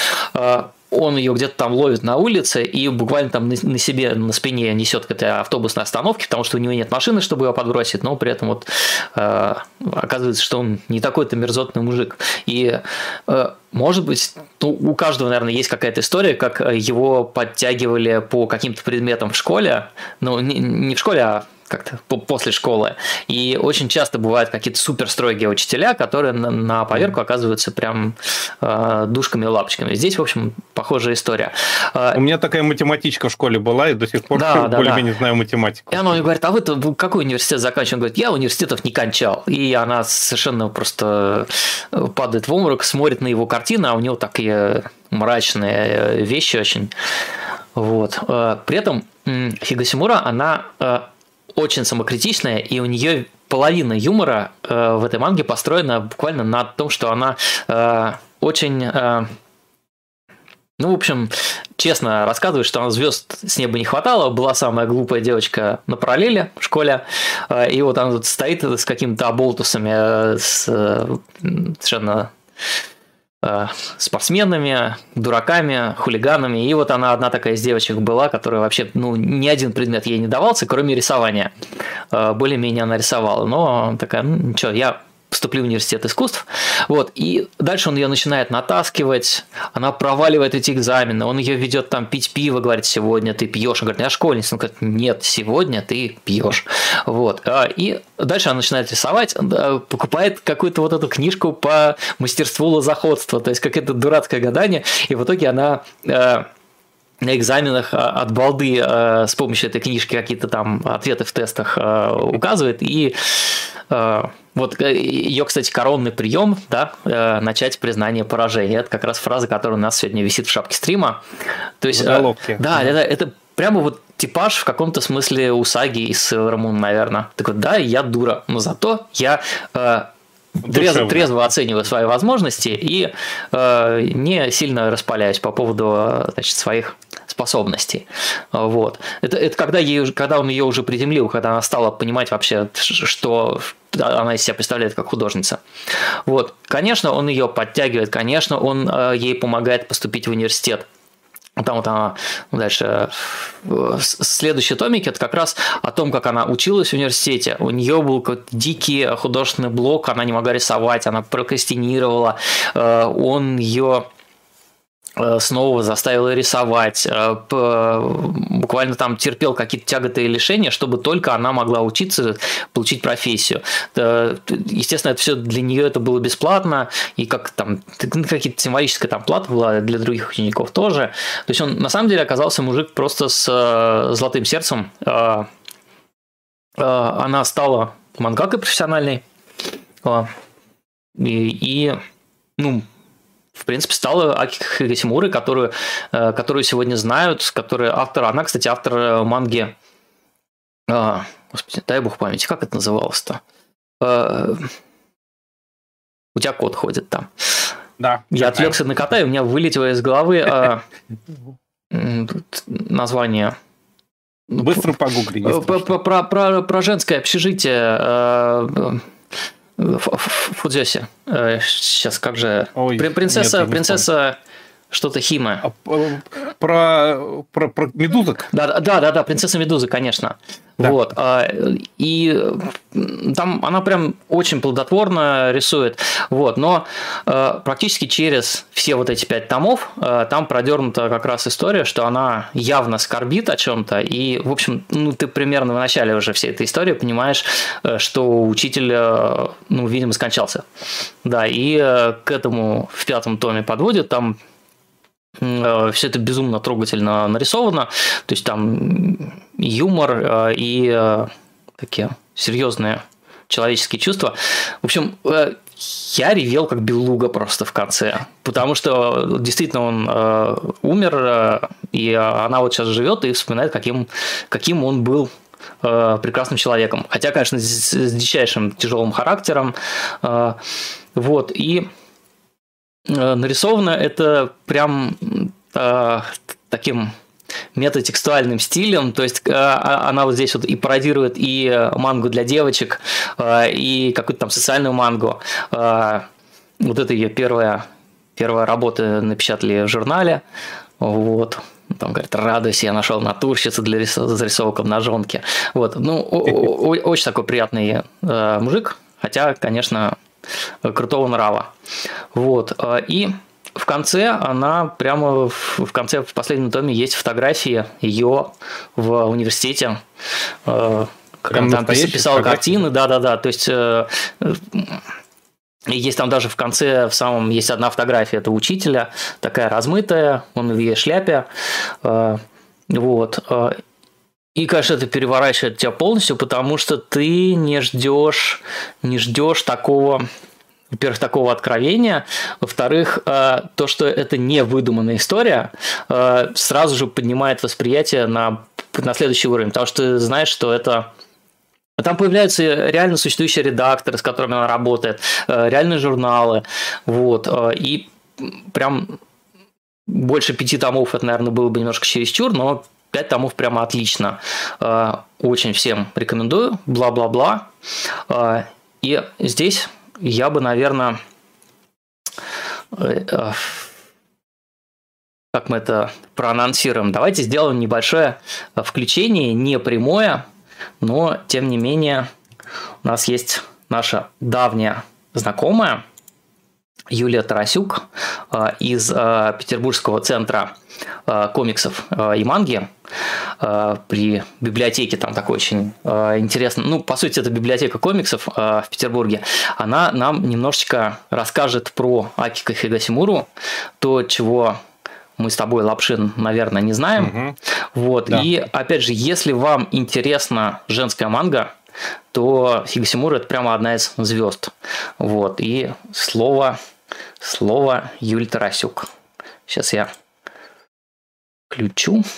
Он ее где-то там ловит на улице и буквально там на себе, на спине несет к этой автобусной остановке, потому что у него нет машины, чтобы его подбросить, но при этом вот э, оказывается, что он не такой-то мерзотный мужик. И э, может быть, ну, у каждого, наверное, есть какая-то история, как его подтягивали по каким-то предметам в школе, ну, не, не в школе, а как-то после школы. И очень часто бывают какие-то супер строгие учителя, которые на, на поверку оказываются прям э, душками и лапочками. Здесь, в общем, похожая история. У меня такая математичка в школе была, и до сих пор да, да, более-менее да. знаю математику. И она мне говорит, а вы-то вы какой университет заканчивали? Он говорит, я университетов не кончал. И она совершенно просто падает в обморок, смотрит на его картины, а у него такие мрачные вещи очень. Вот. При этом Хигасимура, она очень самокритичная, и у нее половина юмора э, в этой манге построена буквально на том, что она э, очень, э, ну, в общем, честно рассказывает, что она звезд с неба не хватало, была самая глупая девочка на параллели в школе, э, и вот она тут стоит с какими-то оболтусами, с э, совершенно... спортсменами, дураками, хулиганами. И вот она одна такая из девочек была, которая вообще, ну, ни один предмет ей не давался, кроме рисования. Более-менее она рисовала. Но такая, ну, ничего, я поступлю в университет искусств. Вот. И дальше он ее начинает натаскивать, она проваливает эти экзамены, он ее ведет там пить пиво, говорит, сегодня ты пьешь. Он говорит, я школьница. Он говорит, нет, сегодня ты пьешь. Вот. И дальше она начинает рисовать, покупает какую-то вот эту книжку по мастерству лозоходства, то есть какое-то дурацкое гадание, и в итоге она на экзаменах от балды э, с помощью этой книжки какие-то там ответы в тестах э, указывает. И э, вот ее, кстати, коронный прием, да, э, начать признание поражения. Это как раз фраза, которая у нас сегодня висит в шапке стрима. То есть, э, да, это, это прямо вот типаж в каком-то смысле Усаги из Sailor Moon, наверное. Так вот, да, я дура, но зато я... Э, Трезво, трезво оцениваю свои возможности и э, не сильно распаляюсь по поводу, значит, своих способностей. Вот. Это, это когда, ей, когда он ее уже приземлил, когда она стала понимать вообще, что она из себя представляет как художница. Вот. Конечно, он ее подтягивает, конечно, он э, ей помогает поступить в университет. Там вот она дальше. Следующий томик это как раз о том, как она училась в университете. У нее был какой-то дикий художественный блок, она не могла рисовать, она прокрастинировала. Он ее снова заставил рисовать, буквально там терпел какие-то тяготы и лишения, чтобы только она могла учиться, получить профессию. Естественно, это все для нее это было бесплатно, и как там какие-то символическая там плата была для других учеников тоже. То есть он на самом деле оказался мужик просто с золотым сердцем. Она стала мангакой профессиональной, и, и ну в принципе, стала Аки Хигасимурой, которую, которую сегодня знают, которая автор, она, кстати, автор манги, а, господи, дай бог памяти, как это называлось-то? А, у тебя кот ходит там. Да. Я отвлекся на кота, и у меня вылетело из головы а, название. Быстро погугли. Про, про, про, про женское общежитие. А, Фудзёси. Сейчас, как же... Ой, принцесса, нет, принцесса что-то Хима. А, про, про, про медузок? Да, да, да, да, принцесса Медуза, конечно. Да. Вот. И там она прям очень плодотворно рисует. Вот. Но практически через все вот эти пять томов там продернута как раз история, что она явно скорбит о чем-то. И, в общем, ну, ты примерно в начале уже всей этой истории понимаешь, что учитель, ну, видимо, скончался. Да, и к этому в пятом томе подводит, там все это безумно трогательно нарисовано, то есть там юмор и такие серьезные человеческие чувства. В общем, я ревел как белуга просто в конце, потому что действительно он умер, и она вот сейчас живет и вспоминает, каким, каким он был прекрасным человеком. Хотя, конечно, с, с дичайшим тяжелым характером. Вот, и нарисовано это прям э, таким метатекстуальным стилем, то есть э, она вот здесь вот и пародирует и мангу для девочек, э, и какую-то там социальную мангу. Э, вот это ее первая, первая работа напечатали в журнале. Вот. Там говорит, радуйся, я нашел натурщицу для зарисовок обнаженки. Вот. Ну, очень такой приятный э, мужик, хотя, конечно, крутого нрава. Вот. И в конце она прямо в конце, в последнем томе есть фотографии ее в университете. Как она там писала картины, да-да-да. То есть есть там даже в конце, в самом, есть одна фотография этого учителя, такая размытая, он в ее шляпе. Вот. И, конечно, это переворачивает тебя полностью, потому что ты не ждешь, не ждешь такого, во-первых, такого откровения, во-вторых, то, что это не выдуманная история, сразу же поднимает восприятие на, на следующий уровень, потому что ты знаешь, что это... Там появляются реально существующие редакторы, с которыми она работает, реальные журналы, вот, и прям больше пяти томов, это, наверное, было бы немножко чересчур, но пять томов прямо отлично. Очень всем рекомендую. Бла-бла-бла. И здесь я бы, наверное, как мы это проанонсируем, давайте сделаем небольшое включение, не прямое, но, тем не менее, у нас есть наша давняя знакомая Юлия Тарасюк из Петербургского центра комиксов и манги при библиотеке, там такой очень интересный, ну, по сути, это библиотека комиксов в Петербурге. Она нам немножечко расскажет про Акика Хигасимуру, то, чего мы с тобой лапши, наверное, не знаем. Угу. Вот. Да. И, опять же, если вам интересна женская манга, то Хигасимура – это прямо одна из звезд. Вот. И слово, слово Юль Тарасюк. Сейчас я включу.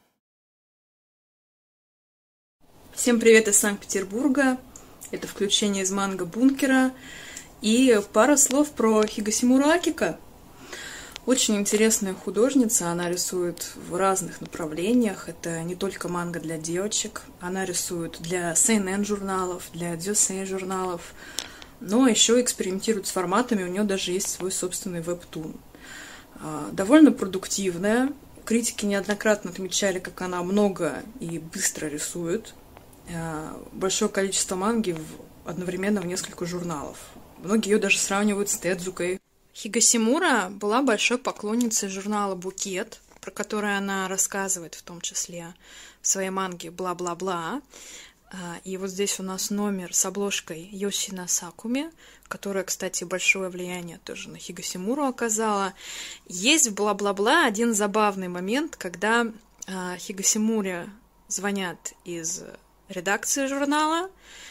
Всем привет из Санкт-Петербурга. Это включение из манго Бункера. И пара слов про Хигасимуру Акика. Очень интересная художница, она рисует в разных направлениях. Это не только манга для девочек, она рисует для сейнэн журналов, для дзюсей журналов, но еще экспериментирует с форматами, у нее даже есть свой собственный вебтун. Довольно продуктивная, критики неоднократно отмечали, как она много и быстро рисует. Большое количество манги одновременно в несколько журналов. Многие ее даже сравнивают с Тедзукой. Хигасимура была большой поклонницей журнала «Букет», про который она рассказывает в том числе в своей манге «Бла-бла-бла». И вот здесь у нас номер с обложкой Йосина Сакуми, которая, кстати, большое влияние тоже на Хигасимуру оказала. Есть в «Бла-бла-бла» один забавный момент, когда Хигасимуре звонят из редакции журнала,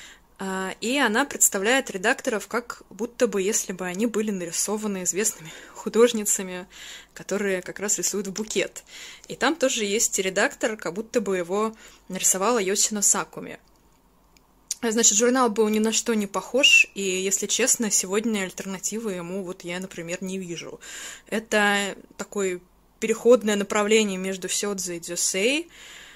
и она представляет редакторов как будто бы, если бы они были нарисованы известными художницами, которые как раз рисуют в «Букет». И там тоже есть редактор, как будто бы его нарисовала Йосино Сакуми. Значит, журнал был ни на что не похож, и, если честно, сегодня альтернативы ему вот я, например, не вижу. Это такое переходное направление между сёдзе и дзюсей,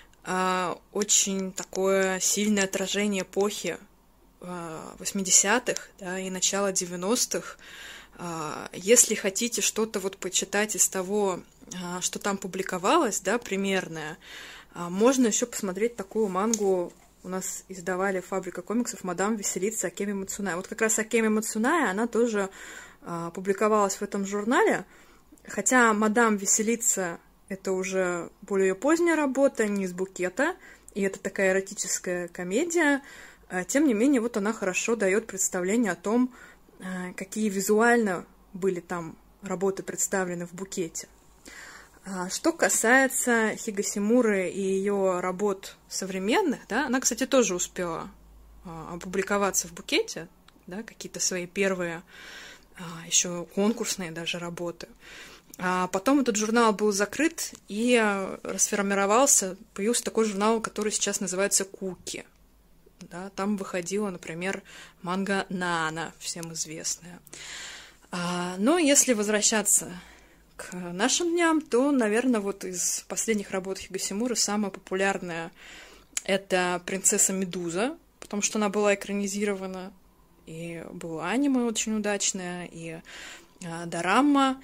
очень такое сильное отражение эпохи восьмидесятых, да, и начала девяностых. Если хотите что-то вот почитать из того, что там публиковалось, да, примерное, можно еще посмотреть такую мангу. У нас издавали «Фабрика комиксов» «Мадам веселится» Акеми Мацуная. Вот как раз Акеми Мацуная, она тоже публиковалась в этом журнале, хотя «Мадам веселится» — это уже более поздняя работа, не из «Букета», и это такая эротическая комедия. Тем не менее, вот она хорошо дает представление о том, какие визуально были там работы представлены в «Букете». Что касается Хигасимуры и ее работ современных, да, она, кстати, тоже успела опубликоваться в «Букете», да, какие-то свои первые, еще конкурсные даже работы. А потом этот журнал был закрыт и расформировался, появился такой журнал, который сейчас называется «Куки». Да, там выходила, например, манга «Нана», всем известная. А, но если возвращаться к нашим дням, то, наверное, вот из последних работ Хигасимуры самая популярная — это «Принцесса Медуза», потому что она была экранизирована, и было аниме очень удачное, и а, дорама.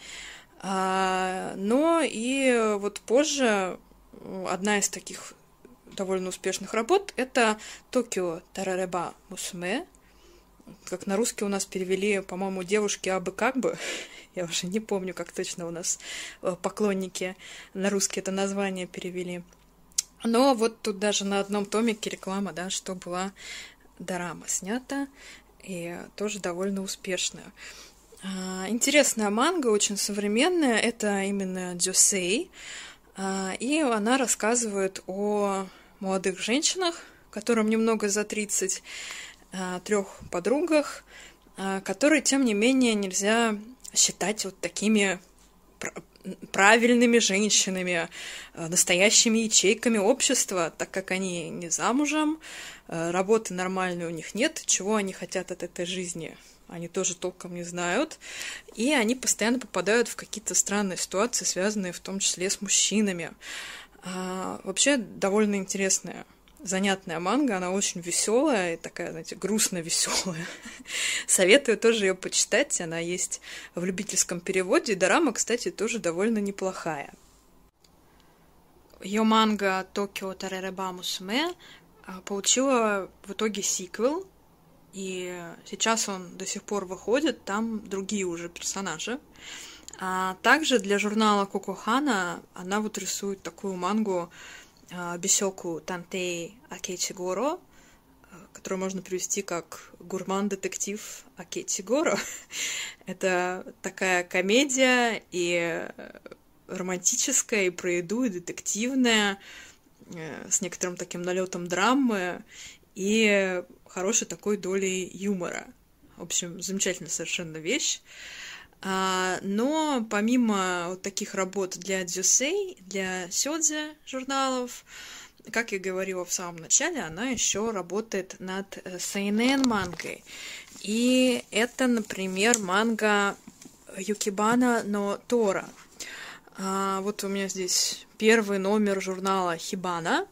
А, но и вот позже одна из таких довольно успешных работ — это «Токио Тарареба Мусуме». Как на русский у нас перевели, по-моему, «Девушки абы как бы». Я уже не помню, как точно у нас поклонники на русский это название перевели. Но вот тут даже на одном томике реклама, да, что была дорама снята, и тоже довольно успешная. Интересная манга, очень современная, это именно дзюсей, и она рассказывает о молодых женщинах, которым немного за тридцать, трех подругах, которые, тем не менее, нельзя считать вот такими правильными женщинами, настоящими ячейками общества, так как они не замужем, работы нормальной у них нет, чего они хотят от этой жизни, они тоже толком не знают, и они постоянно попадают в какие-то странные ситуации, связанные в том числе с мужчинами. А, вообще довольно интересная, занятная манга, она очень веселая, такая, знаете, грустно-веселая. Советую тоже ее почитать, она есть в любительском переводе. И дорама, кстати, тоже довольно неплохая. Ее манга «Токио Тарареба Мусуме» получила в итоге сиквел, и сейчас он до сих пор выходит, там другие уже персонажи. А также для журнала Кокохана она вот рисует такую мангу Бисёку Тантей Акетигоро, которую можно перевести как «Гурман-детектив Акетигоро». Это такая комедия, и романтическое и про еду, и детективное, с некоторым таким налетом драмы и хорошей такой долей юмора. В общем, замечательная совершенно вещь. Но помимо вот таких работ для дзюсей, для сёдзе журналов, как я говорила в самом начале, она еще работает над сейнэн мангой. И это, например, манга Юкибана но Тора. Вот у меня здесь первый номер журнала Хибана.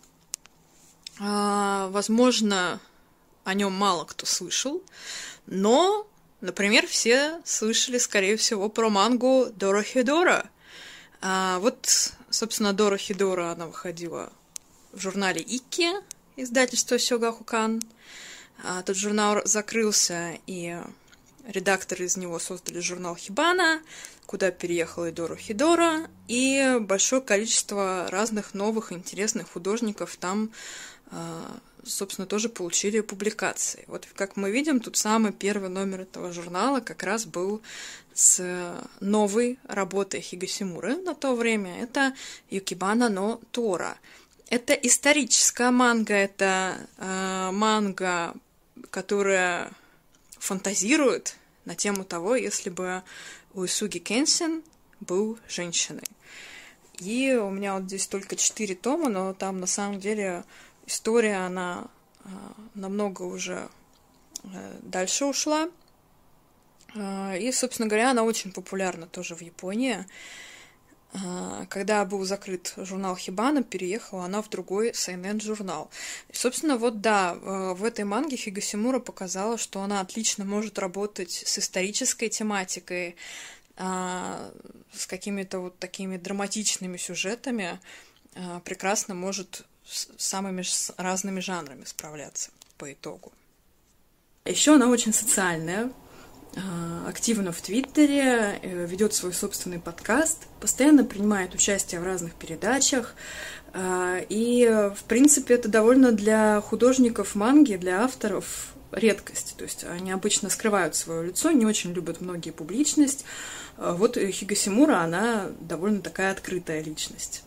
Возможно, о нем мало кто слышал, но, например, все слышали, скорее всего, про мангу Дорохедора. Вот, собственно, Дорохедора, она выходила в журнале Икки, издательство Сёгакукан. Тот журнал закрылся, и редакторы из него создали журнал Хибана, куда переехала и Дорохедора, и большое количество разных новых интересных художников там, собственно, тоже получили публикации. Вот как мы видим, тут самый первый номер этого журнала как раз был с новой работой Хигасимуры на то время. Это Юкибана но Тора. Это историческая манга, это э, манга, которая фантазирует на тему того, если бы Уэсуги Кенсин был женщиной. И у меня вот здесь только четыре тома, но там на самом деле история, она э, намного уже э, дальше ушла. Э, и, собственно говоря, она очень популярна тоже в Японии. Э, когда был закрыт журнал Хибана, переехала она в другой сейнэн-журнал. И, собственно, вот да, э, в этой манге Хигасимура показала, что она отлично может работать с исторической тематикой, э, с какими-то вот такими драматичными сюжетами, э, прекрасно может с самыми разными жанрами справляться по итогу. Еще она очень социальная, активна в Твиттере, ведет свой собственный подкаст, постоянно принимает участие в разных передачах. И, в принципе, это довольно для художников манги, для авторов редкость. То есть они обычно скрывают свое лицо, не очень любят многие публичность. Вот Хигасимура, она довольно такая открытая личность.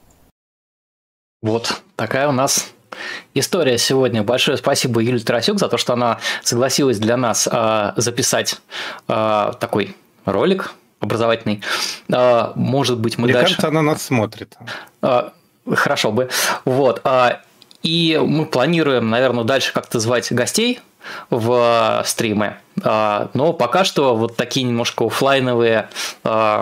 Вот такая у нас история сегодня. Большое спасибо Юлии Тарасюк за то, что она согласилась для нас э, записать э, такой ролик образовательный. Э, может быть, мы Мне дальше... кажется, она нас смотрит. Э, хорошо бы. Вот. Э, и мы планируем, наверное, дальше как-то звать гостей в э, стримы. Э, но пока что вот такие немножко оффлайновые э,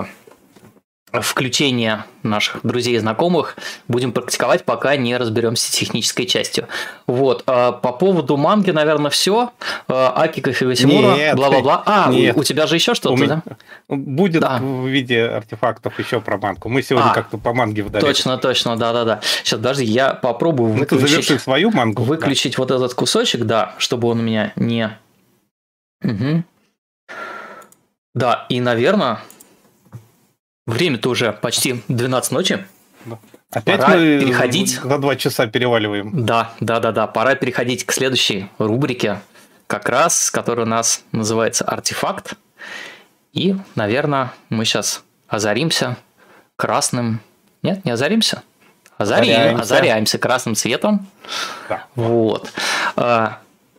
включение наших друзей и знакомых будем практиковать, пока не разберемся с технической частью. Вот. По поводу манги, наверное, все. Акика Хигасимура, бла-бла-бла. А, нет. У тебя же еще что-то, меня... да? Будет да. в виде артефактов еще про мангу. Мы сегодня а, как-то по манге вдали. Точно, точно, да-да-да. Сейчас, подожди, я попробую ну, выключить, свою мангу, выключить да. вот этот кусочек, да, чтобы он у меня не... Угу. Да, и, наверное... Время-то уже почти двенадцать ночи. Опять пора мы переходить... за два часа переваливаем. Да, да, да, да. Пора переходить к следующей рубрике, как раз, которая у нас называется «Артефакт». И, наверное, мы сейчас озаримся красным... Нет, не озаримся? Озарим, озаряемся. озаряемся красным цветом. Да. Вот. Кто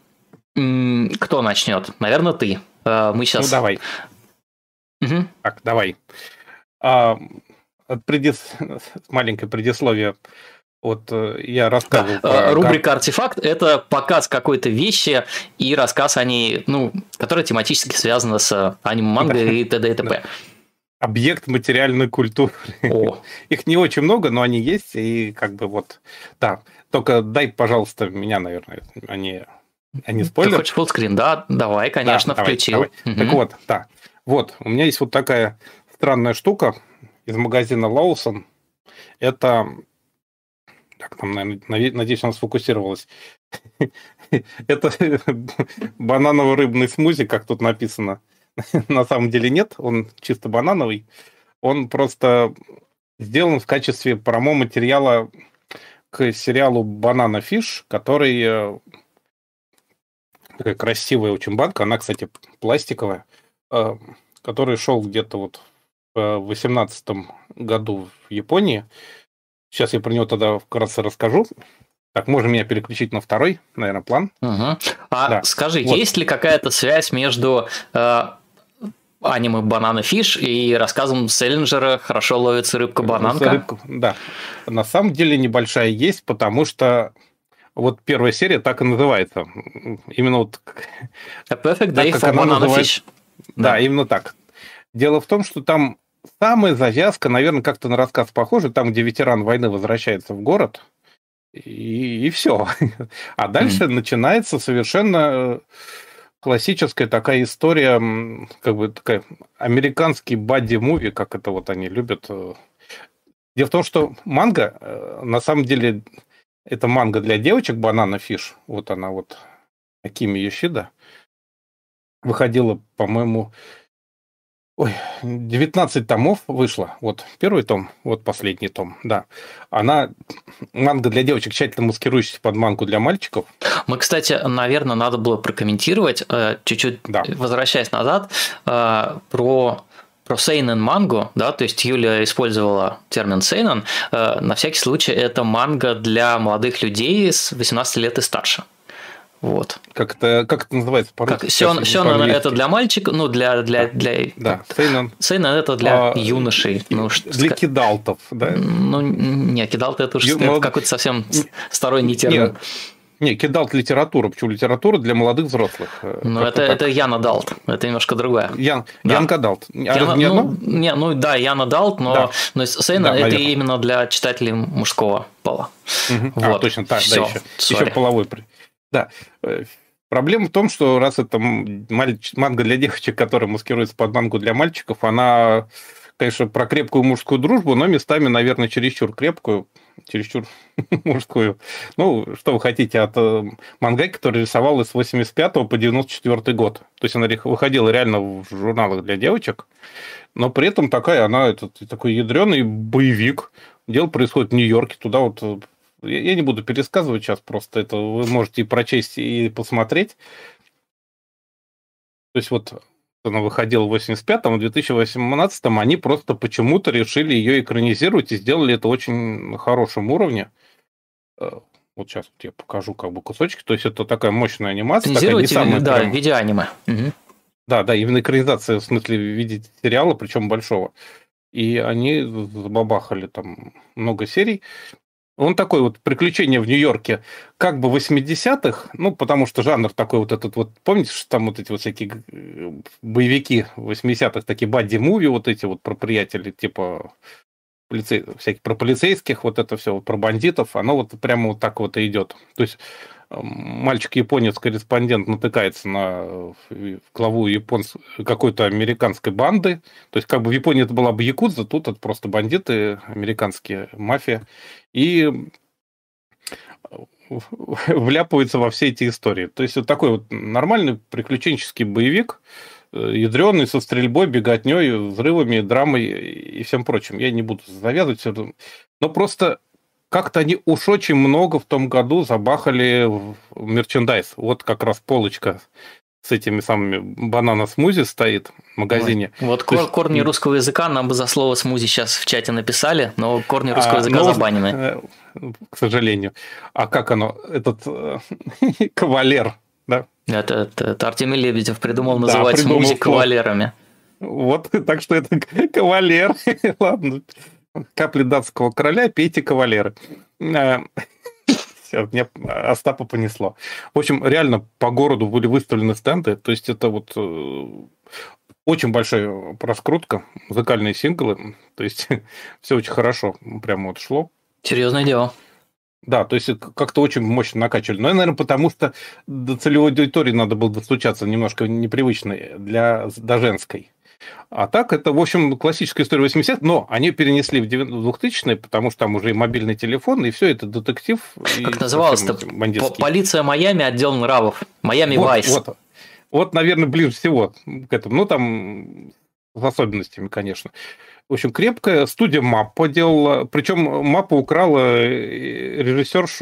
начнет? Наверное, ты. Мы сейчас... Ну, давай. Угу. Так, давай. А, предис... Маленькое предисловие. Вот я рассказывал. Да. Про... Рубрика «Артефакт» – это показ какой-то вещи и рассказ о ней, ну, которая тематически связана с аниме-мангой и т.д. и т.п. Объект материальной культуры. О. Их не очень много, но они есть. И как бы вот, да. Только дай, пожалуйста, меня, наверное, а не, а не спойлер. Ты хочешь фуллскрин? Да, давай, конечно, да, включил. Давай, давай. Угу. Так вот, да. Вот, у меня есть вот такая странная штука из магазина Lawson. Это... Так, там, наверное, надеюсь, она сфокусировалась. Это бананово-рыбный смузи, как тут написано. На самом деле нет, он чисто банановый. Он просто сделан в качестве промо-материала к сериалу «Банана Фиш», который... Такая красивая очень банка. Она, кстати, пластиковая. Который шел где-то вот в восемнадцатом году в Японии. Сейчас я про него тогда вкратце расскажу. Так, можно меня переключить на второй, наверное, план. Угу. А да. скажи, вот. Есть ли какая-то связь между э, аниме «Банана Фиш» и рассказом Селлинджера «Хорошо ловится рыбка-бананка»? Рыбка, да. На самом деле небольшая есть, потому что вот первая серия так и называется. Именно вот... A Perfect Day for Banana Fish. Да, да, именно так. Дело в том, что там самая завязка, наверное, как-то на рассказ похожа, там, где ветеран войны возвращается в город, и, и все. А дальше mm. начинается совершенно классическая такая история, как бы такая американский бадди-муви, как это вот они любят. Дело в том, что манга, на самом деле, это манга для девочек, Banana Fish, вот она вот, Акими Йошида, выходила, по-моему, ой, девятнадцать томов вышло. Вот первый том, вот последний том, да. Она манга для девочек, тщательно маскирующаяся под мангу для мальчиков. Мы, кстати, наверное, надо было прокомментировать, чуть-чуть да. возвращаясь назад, про... Про сейнэн мангу, да, то есть Юля использовала термин сейнэн, на всякий случай это манга для молодых людей с восемнадцати лет и старше. Вот. Как это, как это называется по-русски? Сёнэн это для мальчиков, ну, для... для, для да, сейнэн. Сейнэн это для а, юношей. Ну, для ска... кидалтов, да? Ну, не, кидалты это уже Ю... какой-то совсем сторонний термин. Нет. Не, кидалт литература. Почему литература для молодых взрослых? Ну, это, это Ян Адалт. Это немножко другое. Ян, да. Ян Адалт. А Ян, не ну, не, ну да, Ян Адалт, но, да. но сейнэн да, это наверное. Именно для читателей мужского пола. Угу. Вот. А, точно так, Всё, да, еще, еще половой. Да. Проблема в том, что раз это манга для девочек, которая маскируется под мангу для мальчиков, она, конечно, про крепкую мужскую дружбу, но местами, наверное, чересчур крепкую, чересчур мужскую. Ну, что вы хотите от мангаки, которая рисовалась с восемьдесят пятого по девяносто четвёртый год. То есть она выходила реально в журналах для девочек, но при этом такая, она этот, такой ядреный боевик. Дело происходит в Нью-Йорке, туда вот... Я не буду пересказывать сейчас, просто это вы можете и прочесть, и посмотреть. То есть вот она выходила в восемьдесят пятом, в две тысячи восемнадцатом они просто почему-то решили ее экранизировать и сделали это очень на хорошем уровне. Вот сейчас я покажу как бы кусочки. То есть это такая мощная анимация. Экранизировать, такая, да, прям... в виде аниме. Угу. Да, да, именно экранизация, в смысле, в виде сериала, причем большого. И они забабахали там много серий. Он такой вот приключение в Нью-Йорке, как бы восьмидесятых, ну, потому что жанр такой вот этот вот, помните, что там вот эти вот всякие боевики восьмидесятых, такие бадди-муви, вот эти вот про приятелей, типа полицей, всяких про полицейских, вот это все, вот про бандитов, оно вот прямо вот так вот и идет. То есть мальчик-японец-корреспондент натыкается на главу японской какой-то американской банды. То есть, как бы в Японии это была бы якудза, тут это просто бандиты, американские, мафия. И вляпывается во все эти истории. То есть, вот такой вот нормальный приключенческий боевик, ядреный, со стрельбой, беготней, взрывами, драмой и всем прочим. Я не буду завязывать все это. Но просто... Как-то они уж очень много в том году забахали в мерчендайз. Вот как раз полочка с этими самыми банана-смузи стоит в магазине. Ой. Вот кор- есть... корни русского языка нам бы за слово смузи сейчас в чате написали, но корни русского а, языка но, забанены. К сожалению. А как оно? Этот кавалер, да? Это, это, это Артемий Лебедев придумал называть да, придумал смузи кавалерами. Вот, так что это кавалер. Ладно. Капли датского короля, пейте кавалеры. Все, меня Остапа понесло. В общем, реально по городу были выставлены стенды. То есть это вот очень большая раскрутка, музыкальные синглы. То есть все очень хорошо прямо вот шло. Серьезное дело. Да, то есть как-то очень мощно накачивали. Но, наверное, потому что до целевой аудитории надо было достучаться немножко непривычной для, до женской. А так, это, в общем, классическая история восьмидесятых, но они перенесли в двухтысячные, потому что там уже и мобильный телефон, и все, это детектив. Как называлось-то? Полиция Майами, отдел нравов. Майами Вайс. Вот, вот, вот, наверное, ближе всего к этому. Ну, там с особенностями, конечно. В общем, крепкая студия Маппа делала, причем Маппа украла режиссершу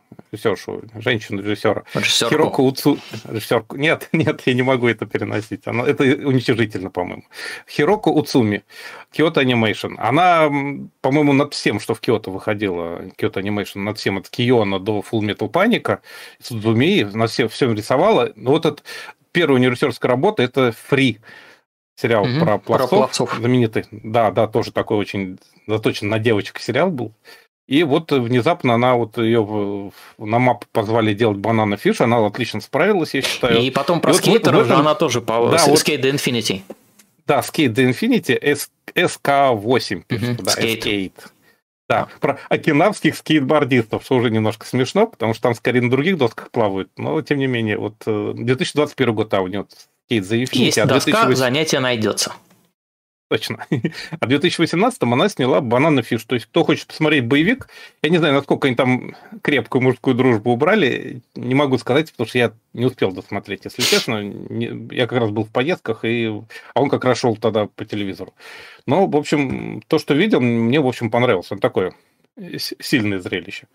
режиссершу, женщину-режиссера. Хироко Уцу... Режиссерку. Нет, нет, я не могу это переносить. Она... Это уничижительно, по-моему. Хироко Уцуми, Kyoto Animation. Она, по-моему, над всем, что в Kyoto выходило, Kyoto Animation, над всем, от Киона до Full Metal Panic, Судзумии, на всем, всем рисовала. Но вот эта первая режиссерская работа, это Free. Сериал mm-hmm. про пловцов, про пловцов, знаменитый. Да, да, тоже такой очень заточен на девочек сериал был. И вот внезапно она вот ее на мап позвали делать Banana Fish, она отлично справилась, я считаю. И потом про и скейтеров, вот этом... она тоже по да, Skate the Infinity. Да, Skate the Infinity, эс ка восемь, mm-hmm. да, Skate. Skate. Да, про окинавских скейтбордистов, что уже немножко смешно, потому что там скорее на других досках плавают, но тем не менее, вот две тысячи двадцать первый год, а у нее Skate the Infinity. Есть а доска, две тысячи восемнадцатый... занятие найдется. Точно. А в две тысячи восемнадцатом она сняла Banana Fish. То есть, кто хочет посмотреть боевик, я не знаю, насколько они там крепкую мужскую дружбу убрали, не могу сказать, потому что я не успел досмотреть, если честно. Не... Я как раз был в поездках, и... а он как раз шел тогда по телевизору. Но, в общем, то, что видел, мне, в общем, понравилось. Он такое сильное зрелище.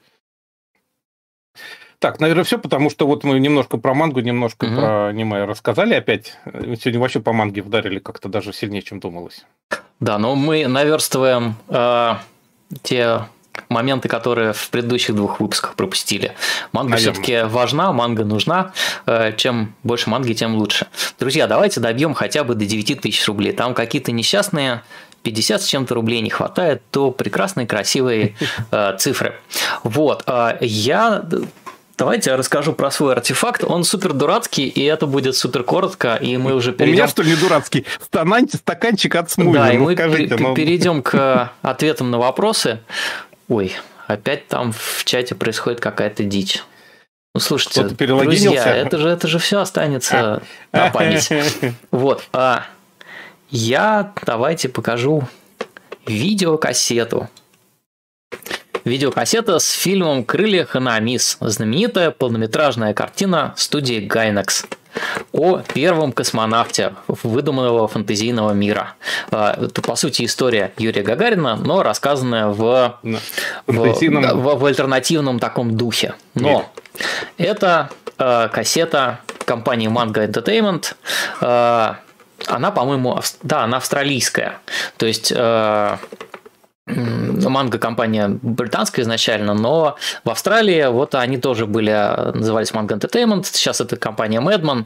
Так, наверное, все, потому что вот мы немножко про мангу, немножко угу. про аниме рассказали опять. Сегодня вообще по манге вдарили как-то даже сильнее, чем думалось. Да, но мы наверстываем э, те моменты, которые в предыдущих двух выпусках пропустили. Манга все-таки важна, манга нужна. Э, чем больше манги, тем лучше. Друзья, давайте добьем хотя бы до девять тысяч рублей. Там какие-то несчастные... пятьдесят с чем-то рублей не хватает, то прекрасные, красивые э, цифры. Вот, э, я... Давайте я расскажу про свой артефакт. Он супер дурацкий, и это будет супер коротко, и мы уже перейдем... У меня, что ли, не дурацкий? Стаканчик от смузи. Да, и мы скажите, но... перейдем к ответам на вопросы. Ой, опять там в чате происходит какая-то дичь. Ну, слушайте, друзья, это же, это же все останется на память. Вот. А я давайте покажу видеокассету. Видеокассета с фильмом «Крылья Ханамис», знаменитая полнометражная картина студии Gainax о первом космонавте выдуманного фэнтезийного мира. Это, по сути, история Юрия Гагарина, но рассказанная в, в, в, в альтернативном таком духе. Но Нет. это э, кассета компании Manga Entertainment. Э, она, по-моему, да, она австралийская. То есть... Э, манго-компания британская изначально, но в Австралии вот они тоже были, назывались Manga Entertainment, сейчас это компания Madman.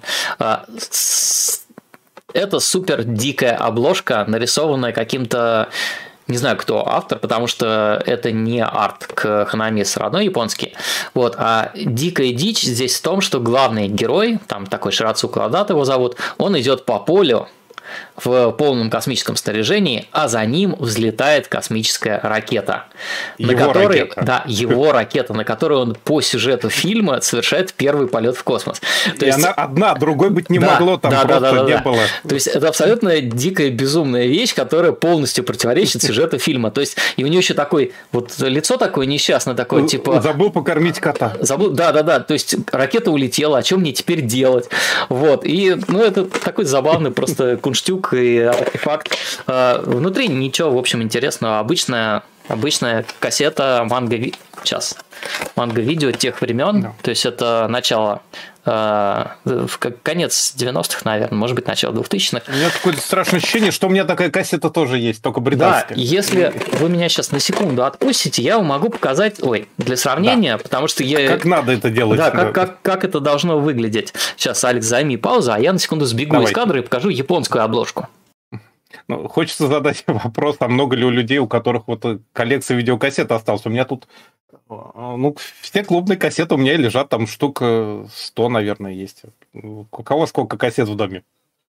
Это супер дикая обложка, нарисованная каким-то, не знаю, кто автор, потому что это не арт к Ханамис родной японский. Вот. А дикая дичь здесь в том, что главный герой, там такой Ширацу Кладат его зовут, он идет по полю в полном космическом снаряжении, а за ним взлетает космическая ракета. Его на которой, ракета. Да, его ракета, на которой он по сюжету фильма совершает первый полет в космос. То И есть... она одна, другой быть не да, могло, там да, просто да, да, не да. было. То есть это абсолютно дикая, безумная вещь, которая полностью противоречит сюжету фильма. То есть и у нее еще такое вот лицо такое несчастное, такое типа... Забыл покормить кота. Забыл, да-да-да, то есть ракета улетела, о чем мне теперь делать? Вот, и ну это такой забавный просто кунштюк и артефакт. Внутри ничего, в общем, интересного. Обычная, обычная кассета манго... Сейчас. Манго-видео тех времен. Да. То есть это начало... в конец девяностых, наверное, может быть, начало двухтысячных. У меня такое страшное ощущение, что у меня такая кассета тоже есть, только британская. Да, если вы меня сейчас на секунду отпустите, я вам могу показать, ой, для сравнения, да. потому что я... Как надо это делать. Да, как, как, как это должно выглядеть. Сейчас, Алекс, займи паузу, а я на секунду сбегу Давайте. из кадра и покажу японскую обложку. Ну, хочется задать вопрос, а много ли у людей, у которых вот коллекция видеокассет осталась? У меня тут, ну, все клубные кассеты у меня лежат, там штук сто, наверное, есть. У кого сколько кассет в доме?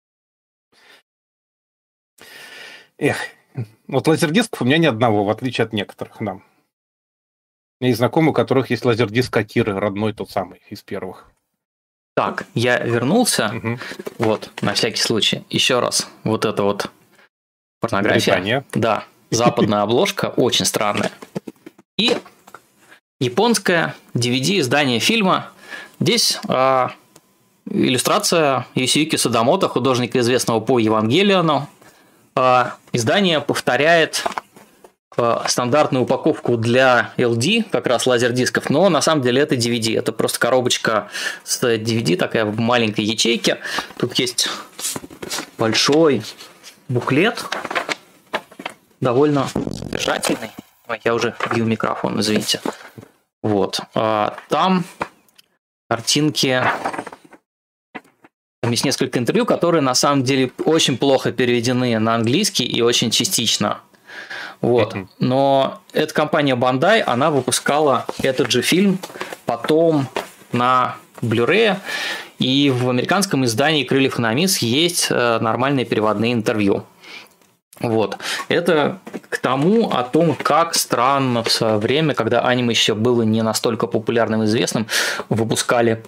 Эх, вот лазердисков у меня ни одного, в отличие от некоторых, да. У меня есть знакомые, у которых есть лазердиск Акиры, родной тот самый, из первых. Так, я вернулся, угу. вот, на всякий случай, еще раз, вот это вот порнография. Британия. Да, западная обложка, очень странная. И японское ди ви ди-издание фильма. Здесь а, иллюстрация Юсиюки Садамото, художника, известного по Евангелиону. А, издание повторяет стандартную упаковку для эл ди, как раз лазер-дисков, но на самом деле это ди ви ди. Это просто коробочка с ди ви ди, такая в маленькой ячейке. Тут есть большой буклет, довольно содержательный. Ой, я уже бью микрофон, извините. Вот. Там картинки... Там есть несколько интервью, которые на самом деле очень плохо переведены на английский и очень частично. Вот. Но эта компания Bandai, она выпускала этот же фильм потом на Blu-ray, и в американском издании «Крыльев и намис» есть нормальные переводные интервью. Вот. Это к тому, о том, как странно в свое время, когда аниме еще было не настолько популярным и известным, выпускали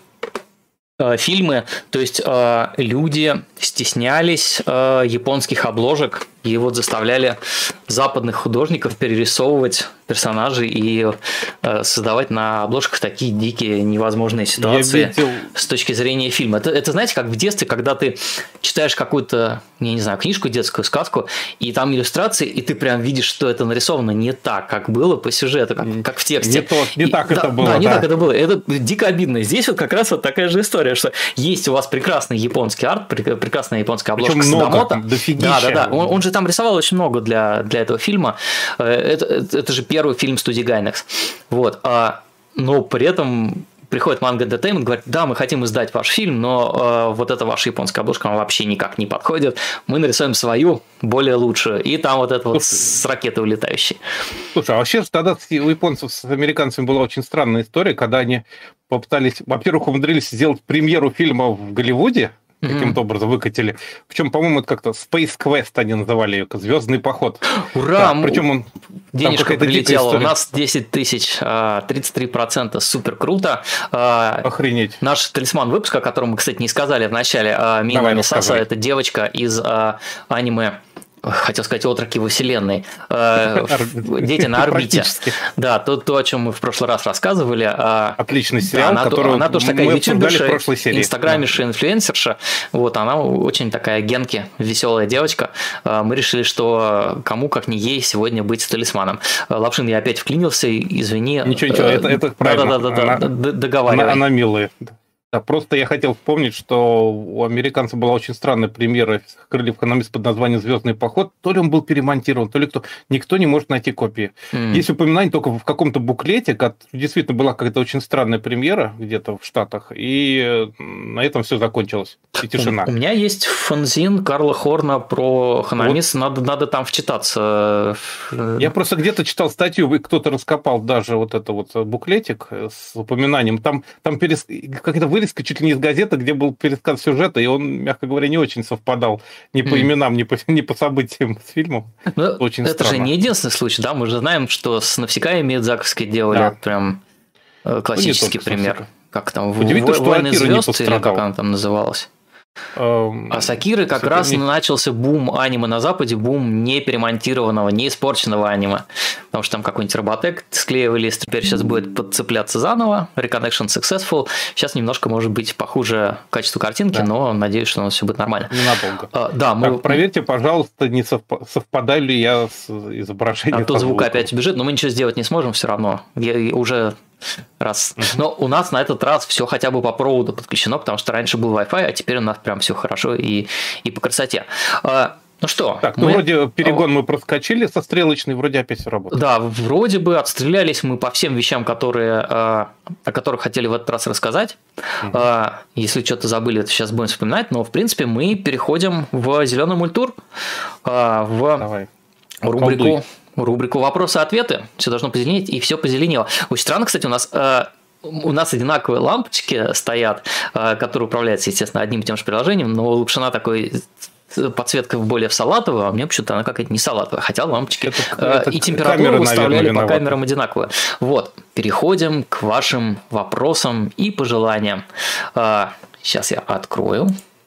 э, фильмы. То есть э, люди стеснялись э, японских обложек и вот заставляли западных художников перерисовывать персонажей и э, создавать на обложках такие дикие невозможные ситуации видел... с точки зрения фильма. Это, это, знаете, как в детстве, когда ты читаешь какую-то, я не знаю, книжку, детскую сказку, и там иллюстрации, и ты прям видишь, что это нарисовано не так, как было по сюжету, как, как в тексте. Не, то, не и, так да, это было. Да, да, не так это было. Это дико обидно. Здесь вот как раз вот такая же история, что есть у вас прекрасный японский арт, прекрасная японская обложка Садамото. Да, да, да. Он, он же там рисовал очень много для, для этого фильма. Это, это, это же первый фильм студии Gainax. Вот. Но при этом приходит Manga Entertainment, говорит, да, мы хотим издать ваш фильм, но э, вот эта ваша японская обложка вам вообще никак не подходит. Мы нарисуем свою, более лучшую. И там вот это вот с ракеты улетающей. Слушай, а вообще тогда у японцев с американцами была очень странная история, когда они попытались, во-первых, умудрились сделать премьеру фильма в Голливуде, каким-то mm-hmm. образом выкатили. Причем, по-моему, это как-то Space Quest они называли ее, «Звездный поход». Ура! Да, причем он... Денежка прилетела. У нас десять тысяч, тридцать три процента, супер круто. Охренеть. Наш талисман выпуска, о котором мы, кстати, не сказали в начале, Мина Мисаса, это девочка из аниме, хотел сказать, «Отроки во вселенной», «Дети на орбите». Да, то, то, о чем мы в прошлый раз рассказывали. Отличный сериал, да, который она тоже такая мы ютуберша, в прошлой серии. инстаграмерша, инфлюенсерша. Вот, она очень такая генки, веселая девочка. Мы решили, что кому, как не ей, сегодня быть талисманом. Лапшин, я опять вклинился, извини. Ничего, ничего, это, это правильно. Да-да-да, она, договаривай. Она, она милая. Да, просто я хотел вспомнить, что у американцев была очень странная премьера «Крыльев и намис» под названием «Звездный поход». То ли он был перемонтирован, то ли кто. Никто не может найти копии. Mm. Есть упоминание только в каком-то буклете, как действительно была какая-то очень странная премьера где-то в Штатах, и на этом все закончилось. И тишина. У, у меня есть фанзин Карла Хорна про Ханамис, вот. надо, надо там вчитаться. Я просто где-то читал статью, кто-то раскопал даже вот это вот буклетик с упоминанием. Там, там перес... какая-то вырезка чуть ли не из газеты, где был пересказ сюжета, и он, мягко говоря, не очень совпадал ни по mm. именам, ни по, ни по событиям с фильмом. Ну, очень это странно. Же не единственный случай, да? Мы же знаем, что с Навсекай и Миядзаковской делали да. прям классический ну, пример. Как там, «Войны звезд» или как она там называлась? А Сакиры как Сакир раз не... начался бум аниме на Западе, бум не перемонтированного, не испорченного аниме. Потому что там какой-нибудь роботек склеивали, теперь сейчас будет подцепляться заново. Reconnection successful. Сейчас немножко может быть похуже качество картинки, да. но надеюсь, что у нас все будет нормально. Ненадолго. А, да, мы... так, проверьте, пожалуйста, не совп... совпадаю ли я с изображением. А то звук опять убежит, но мы ничего сделать не сможем все равно. Я уже... Раз. Но у нас на этот раз все хотя бы по проводу подключено, потому что раньше был Wi-Fi, а теперь у нас прям все хорошо и, и по красоте. А, ну что? Так, ну мы... вроде перегон мы проскочили со стрелочной, вроде опять все работает. Да, вроде бы отстрелялись мы по всем вещам, которые, о которых хотели в этот раз рассказать. Угу. Если что-то забыли, это сейчас будем вспоминать, но в принципе мы переходим в зеленый мультур, в Давай. рубрику. Колдуй. Рубрику «Вопросы-ответы». Все должно позеленеть, и все позеленело. Очень странно, кстати, у нас, э, у нас одинаковые лампочки стоят, э, которые управляются, естественно, одним и тем же приложением, но у Лапшина такой подсветка более в салатовую, а у меня почему-то она какая-то не салатовая, хотя лампочки это, э, это и температуру камера, выставляли наверное, по камерам одинаковые. Вот, переходим к вашим вопросам и пожеланиям. Э, сейчас я открою.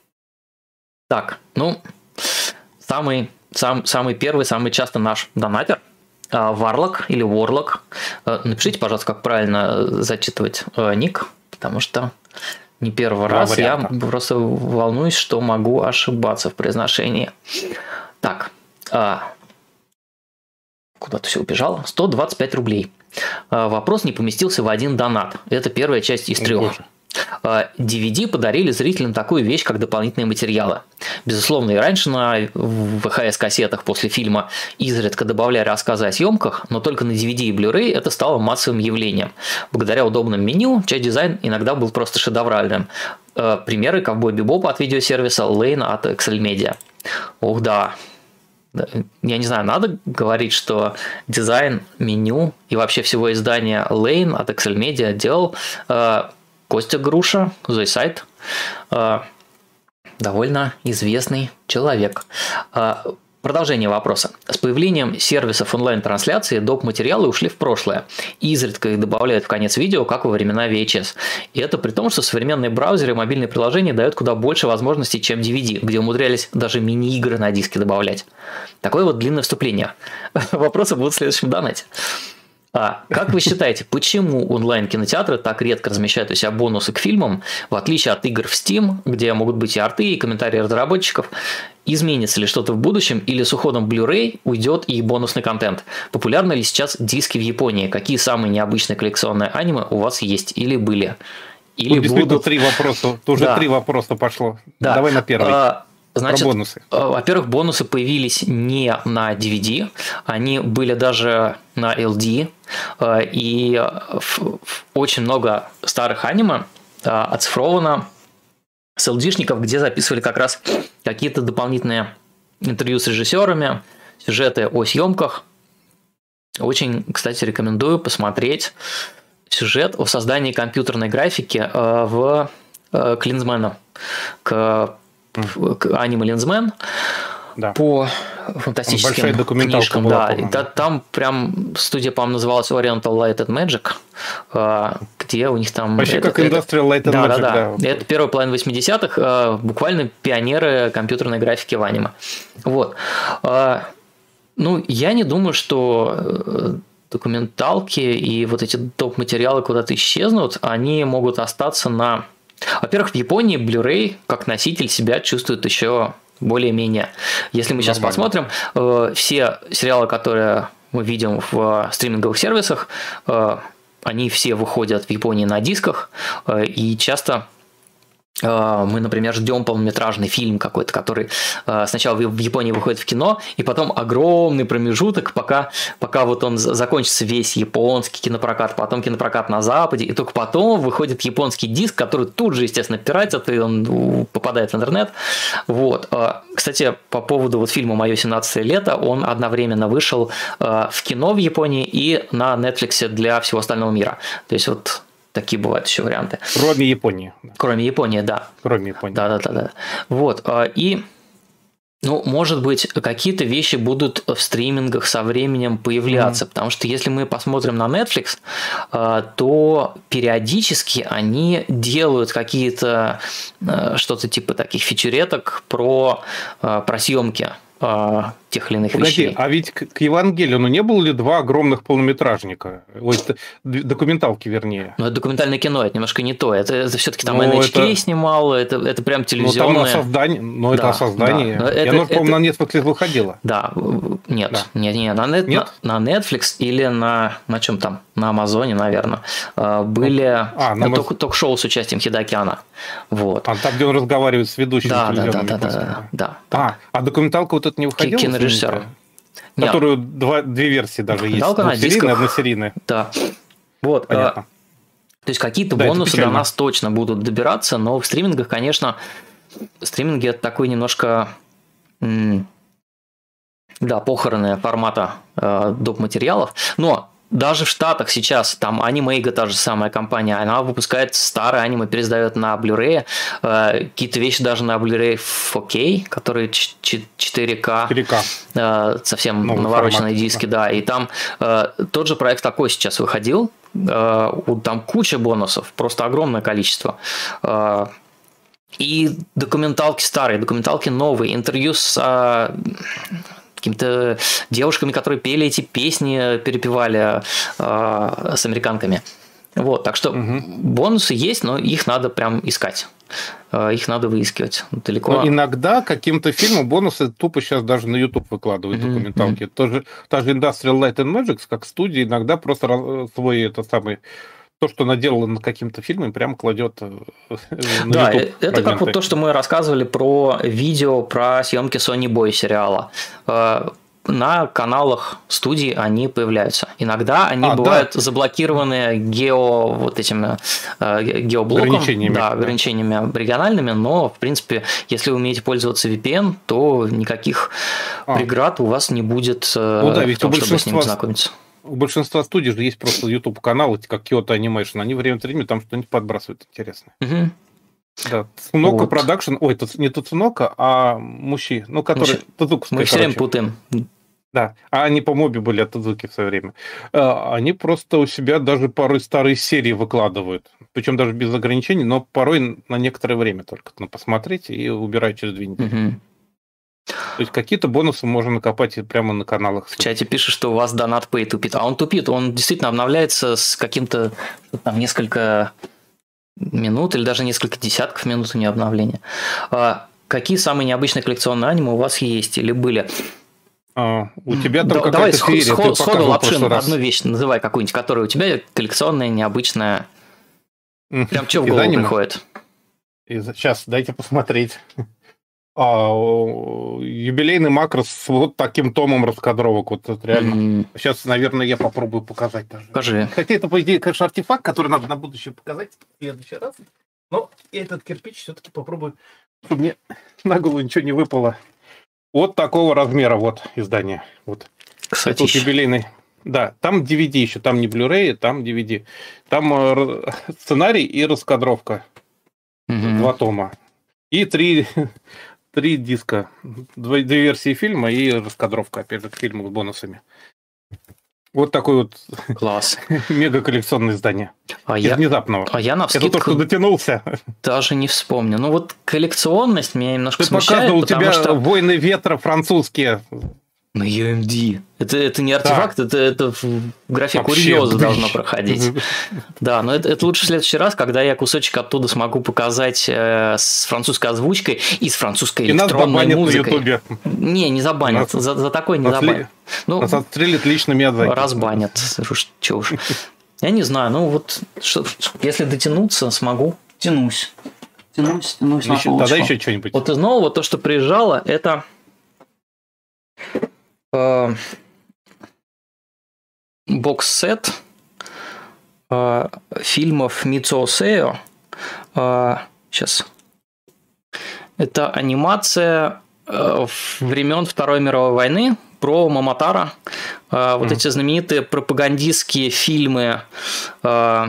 Так, ну, самый... Сам, самый первый, самый часто наш донатер Варлок или Ворлок. Напишите, пожалуйста, как правильно зачитывать ник, потому что не первый Два раз варианта. Я просто волнуюсь, что могу ошибаться в произношении. Так, куда-то все убежало, сто двадцать пять рублей. Вопрос не поместился в один донат. Это первая часть из трех. ди ви ди подарили зрителям такую вещь, как дополнительные материалы. Безусловно, и раньше на ви эйч эс-кассетах после фильма изредка добавляли рассказы о съемках, но только на ди ви ди и Blu-ray это стало массовым явлением. Благодаря удобным меню, чей дизайн иногда был просто шедевральным. Примеры «Ковбой Бибопа» от видеосервиса, Lane от Excel Media. Ух, да. Я не знаю, надо говорить, что дизайн, меню и вообще всего издания Lane от Excel Media делал э, Костя Груша, Зойсайт, э, довольно известный человек. Э, Продолжение вопроса. С появлением сервисов онлайн-трансляции доп. Материалы ушли в прошлое. Изредка их добавляют в конец видео, как во времена ви эйч эс. И это при том, что современные браузеры и мобильные приложения дают куда больше возможностей, чем ди ви ди, где умудрялись даже мини-игры на диске добавлять. Такое вот длинное вступление. Вопросы будут в следующем донате. А как вы считаете, почему онлайн-кинотеатры так редко размещают у себя бонусы к фильмам, в отличие от игр в Steam, где могут быть и арты, и комментарии разработчиков? Изменится ли что-то в будущем, или с уходом Blu-ray уйдет и бонусный контент? Популярны ли сейчас диски в Японии? Какие самые необычные коллекционные аниме у вас есть или были? Или Тут будут... три вопроса. Тут уже да. три вопроса пошло. Да. Давай на первый. А... Значит, Про бонусы. Во-первых, бонусы появились не на ди ви ди, они были даже на эл ди, и очень много старых аниме оцифровано с эл ди-шников, где записывали как раз какие-то дополнительные интервью с режиссерами, сюжеты о съемках. Очень, кстати, рекомендую посмотреть сюжет о создании компьютерной графики в Клинзмена к аниме Линзмен да. по фантастическим книжкам. Была, да. И да, там прям студия, по-моему, называлась Oriental Light and Magic, где у них там... Почти это, как Industrial Light and да, Magic. Да, да. Да. Это первая половина восьмидесятых, буквально пионеры компьютерной графики в аниме. Вот. Ну, я не думаю, что документалки и вот эти доп-материалы куда-то исчезнут. Они могут остаться на... Во-первых, в Японии Blu-ray как носитель себя чувствует еще более-менее. Если мы сейчас Нормально. посмотрим, э, все сериалы, которые мы видим в стриминговых сервисах, э, они все выходят в Японии на дисках, э, и часто мы, например, ждем полнометражный фильм какой-то, который сначала в Японии выходит в кино, и потом огромный промежуток, пока, пока вот он закончится весь японский кинопрокат, потом кинопрокат на Западе, и только потом выходит японский диск, который тут же, естественно, пиратят, и он попадает в интернет. Вот. Кстати, по поводу вот фильма «Мое семнадцатое лето», он одновременно вышел в кино в Японии и на Netflix для всего остального мира. То есть вот... Такие бывают еще варианты. Кроме Японии. Кроме Японии, да. Кроме Японии. Да, да, да, да. Вот. И, ну, может быть, какие-то вещи будут в стримингах со временем появляться. Mm-hmm. Потому что если мы посмотрим на Netflix, то периодически они делают какие-то что-то типа таких фичереток про, про съемки тех или иных Погоди, вещей. А ведь к Евангелиону не было ли два огромных полнометражника? Ой, документалки, вернее. Ну, это документальное кино, это немножко не то. Это, это все-таки там эн эйч кей это... снимал, это, это прям телевизионное. Ну, там о создании. Ну, да, это о создании. Да. Это, Я, ну, это, по-моему, на Netflix выходило. Да, нет, да. нет, нет, на, нет? нет? На, на Netflix или на, на чем там? На Амазоне, наверное. Были а, на ток- ток-шоу с участием Хидеакиана. Вот. А там, где он разговаривает с ведущим. Да, да, да, да, да, да. А, а документалка вот это не выходила? Кинорежиссер. Которую два, две версии даже есть. Двухсерийная, односерийная. Да. Вот. Понятно. То есть какие-то да, бонусы до нас точно будут добираться, но в стримингах, конечно, стриминги это такой немножко м- да, похороны формата э, доп. Материалов. Но даже в Штатах сейчас, там Animega, та же самая компания, она выпускает старые аниме, пересдает на Blu-ray, э, какие-то вещи даже на Blu-ray фор кей, которые четыре ка, четыре ка. Э, совсем Новый навороченные формат. Диски, да, и там э, тот же проект такой сейчас выходил, э, там куча бонусов, просто огромное количество. Э, и документалки старые, документалки новые, интервью с... Э, какими-то девушками, которые пели эти песни, перепевали э, с американками. Вот, так что угу. бонусы есть, но их надо прям искать. их надо выискивать далеко. Но иногда каким-то фильмам бонусы тупо сейчас даже на YouTube выкладывают mm-hmm. документалки. Mm-hmm. Тоже, та же Industrial Light and Magic, как студия, иногда просто свой это самый... То, что она делала над каким-то фильмом, прям кладет на Да, YouTube это фрагменты. Как вот то, что мы рассказывали про видео, про съемки Sonny Boy сериала. На каналах студии они появляются. Иногда они а, бывают да. заблокированы гео вот этими геоблоком, ограничениями, да, ограничениями да. региональными, но в принципе, если вы умеете пользоваться ви пи эн, то никаких а. преград у вас не будет ну, да, в том, чтобы с ними познакомиться. У большинства студий же есть просто YouTube каналы, как Kyoto Animation, они время от времени там что-нибудь подбрасывают интересное. Угу. Да, Цунока вот. Продакшн, ой, тут не Цунока, а Муши, ну, который... Тузуковский, мы все время путаем. Да, а они по моби были от Тузуки в свое время. Они просто у себя даже порой старые серии выкладывают, причем даже без ограничений, но порой на некоторое время только на посмотреть и убирать через две недели. Угу. То есть какие-то бонусы можно накопать прямо на каналах. В чате пишет, что у вас донат pay тупит. А он тупит, он действительно обновляется с каким-то там несколько... минут или даже несколько десятков минут у нее обновления. А какие самые необычные коллекционные аниме у вас есть или были? А, у тебя там да, какая-то давай феерия. Давай сходу лапшин одну вещь называй какую-нибудь, которая у тебя коллекционная, необычная. Прям что в голову аниме? Приходит? Сейчас, дайте посмотреть. А, юбилейный макрос с вот таким томом раскадровок. Вот это реально. Mm. Сейчас, наверное, я попробую показать даже. Покажи. Хотя это, по идее, конечно, артефакт, который надо на будущее показать в следующий раз. Но я этот кирпич все-таки попробую, чтобы мне на голову ничего не выпало. Вот такого размера вот издание. Вот. Кстати, это вот юбилейный. Да, там ди ви ди еще, там не Blu-ray, там ди ви ди. Там э, сценарий и раскадровка. Mm-hmm. Два тома. И три... Три диска, две, две версии фильма и раскадровка, опять же, к фильму с бонусами. Вот такой вот класс. Мега-коллекционное издание. А Из я, внезапного. А я навскидку это то, что дотянулся. Даже не вспомню. Ну вот коллекционность меня немножко Ты смущает. Ты показывал, у тебя что... «Войны ветра» французские. На ю эм ди. Это, это не артефакт, да. это, это в графе вообще курьеза должно проходить. Да, но это, это лучше в следующий раз, когда я кусочек оттуда смогу показать э, с французской озвучкой и с французской и электронной нас музыкой. На Ютубе. Не, не забанят. Нас, за, за такой не забанят. Ли... Ну, нас отстрелят лично Миядзаки. Разбанят. Чего уж. Я не знаю, ну вот, что, если дотянуться, смогу. Тянусь. Тянусь, тянусь на полочку. Тогда еще что-нибудь. Вот из нового то, что приезжало, это... бокс-сет э, фильмов Мицуо Сэйо. Э, сейчас. Это анимация э, времен Второй мировой войны про Момотаро. Э, вот mm. эти знаменитые пропагандистские фильмы, э,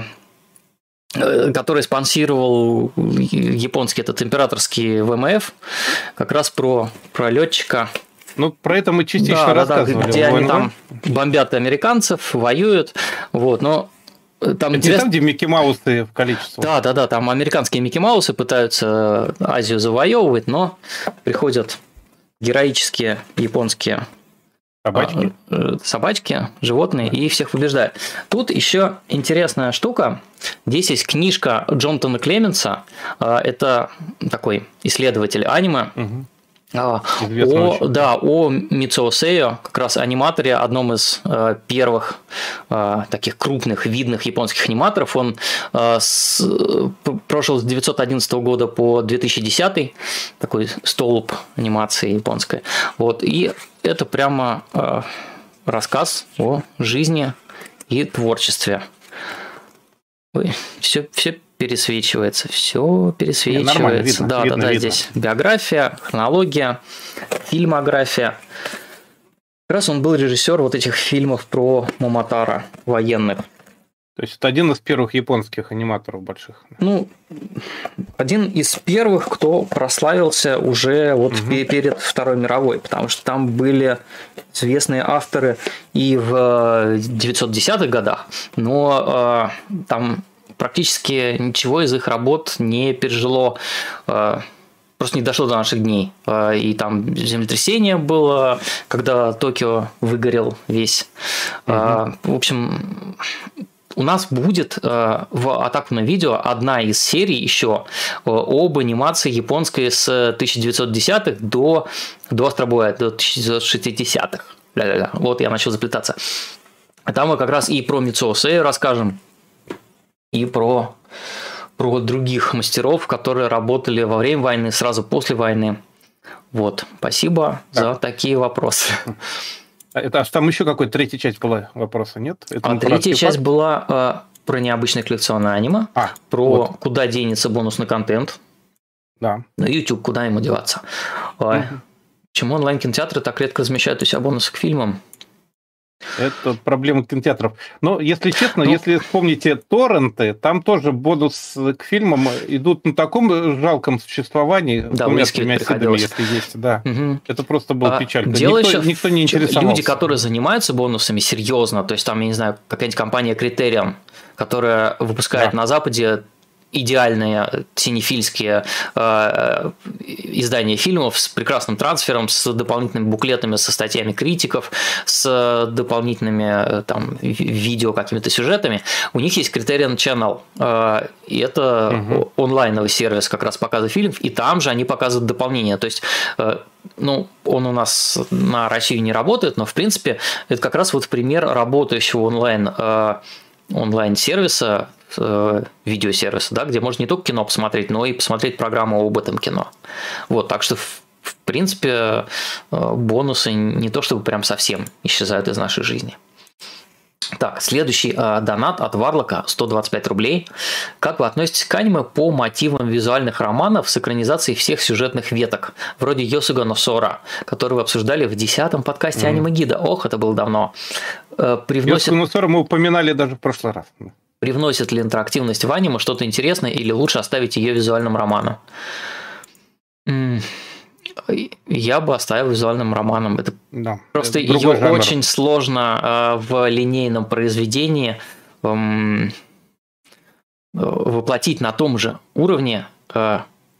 который спонсировал японский этот императорский вэ эм эф, как раз про, про летчика. Ну, про это мы частично да, рассказывали. Да, где они там бомбят американцев, воюют. Вот, но там это интерес... там, где Микки Маусы в количестве. Да, да, да, там американские Микки Маусы пытаются Азию завоевывать, но приходят героические японские собачки, собачки животные, и всех побеждают. Тут еще интересная штука. Здесь есть книжка Джонатана Клеменса. Это такой исследователь аниме. Угу. О, да, о Мицуо Сэйо, как раз аниматоре, одном из э, первых э, таких крупных, видных японских аниматоров. Он э, с, прожил с девятьсот одиннадцатого года по две тысячи десятый, такой столб анимации японской. Вот, и это прямо э, рассказ о жизни и творчестве. Ой, все, все пересвечивается, все пересвечивается. Видно, да, видно, да, да, видно. Здесь биография, хронология, фильмография. Как раз он был режиссер вот этих фильмов про Момотаро военных. То есть это один из первых японских аниматоров больших. Ну, один из первых, кто прославился уже вот угу. перед Второй мировой, потому что там были известные авторы и в девятьсот десятых годах, но э, там практически ничего из их работ не пережило, э, просто не дошло до наших дней. Э, и там землетрясение было, когда Токио выгорел весь. Угу. Э, в общем... у нас будет э, в «Атаку на видео» одна из серий еще э, об анимации японской с тысяча девятьсот десятых до, до Астробоя, до тысяча девятьсот шестидесятых. Ля-ля-ля. Вот я начал заплетаться. Там мы как раз и про Мицуо Сэю расскажем, и про, про других мастеров, которые работали во время войны, сразу после войны. Вот. Спасибо так. за такие вопросы. Это аж там еще какой-то третья часть была вопроса, нет? Это а третья часть факт? была э, про необычное коллекционное аниме, а, про вот. куда денется бонусный контент. Да. На YouTube, куда ему деваться. Ой. Угу. Почему онлайн-кинотеатры так редко размещают у себя бонусы к фильмам? Это проблема кинотеатров. Но, если честно, ну, если вспомните торренты, там тоже бонус к фильмам идут на таком жалком существовании, да, двумя тремя седами, если есть. Да. Угу. Это просто было а, печально. Никто, еще, никто не интересовался. Люди, которые занимаются бонусами серьезно, то есть там, я не знаю, какая-нибудь компания Criterion, которая выпускает да. на Западе идеальные синефильские э, издания фильмов с прекрасным трансфером, с дополнительными буклетами, со статьями критиков, с дополнительными там, видео какими-то сюжетами. У них есть Criterion Channel, э, и это угу. онлайновый сервис как раз показа фильмов, и там же они показывают дополнения. То есть, э, ну, он у нас на Россию не работает, но в принципе это как раз вот пример работающего онлайн, э, онлайн-сервиса, видеосервиса, да, где можно не только кино посмотреть, но и посмотреть программу об этом кино. Вот, так что, в, в принципе, бонусы не то чтобы прям совсем исчезают из нашей жизни. Так, следующий э, донат от Варлока, сто двадцать пять рублей. Как вы относитесь к аниме по мотивам визуальных романов с экранизацией всех сюжетных веток, вроде Йосуга но Сора, который вы обсуждали в десятом подкасте mm-hmm. аниме-гида? Ох, это было давно. Э, привносит... Йосуга но Сора мы упоминали даже в прошлый раз. Привносит ли интерактивность в аниме что-то интересное или лучше оставить ее визуальным романом? Я бы оставил визуальным романом. Это да, просто это ее жанр. Очень сложно э, в линейном произведении э, воплотить на том же уровне, э,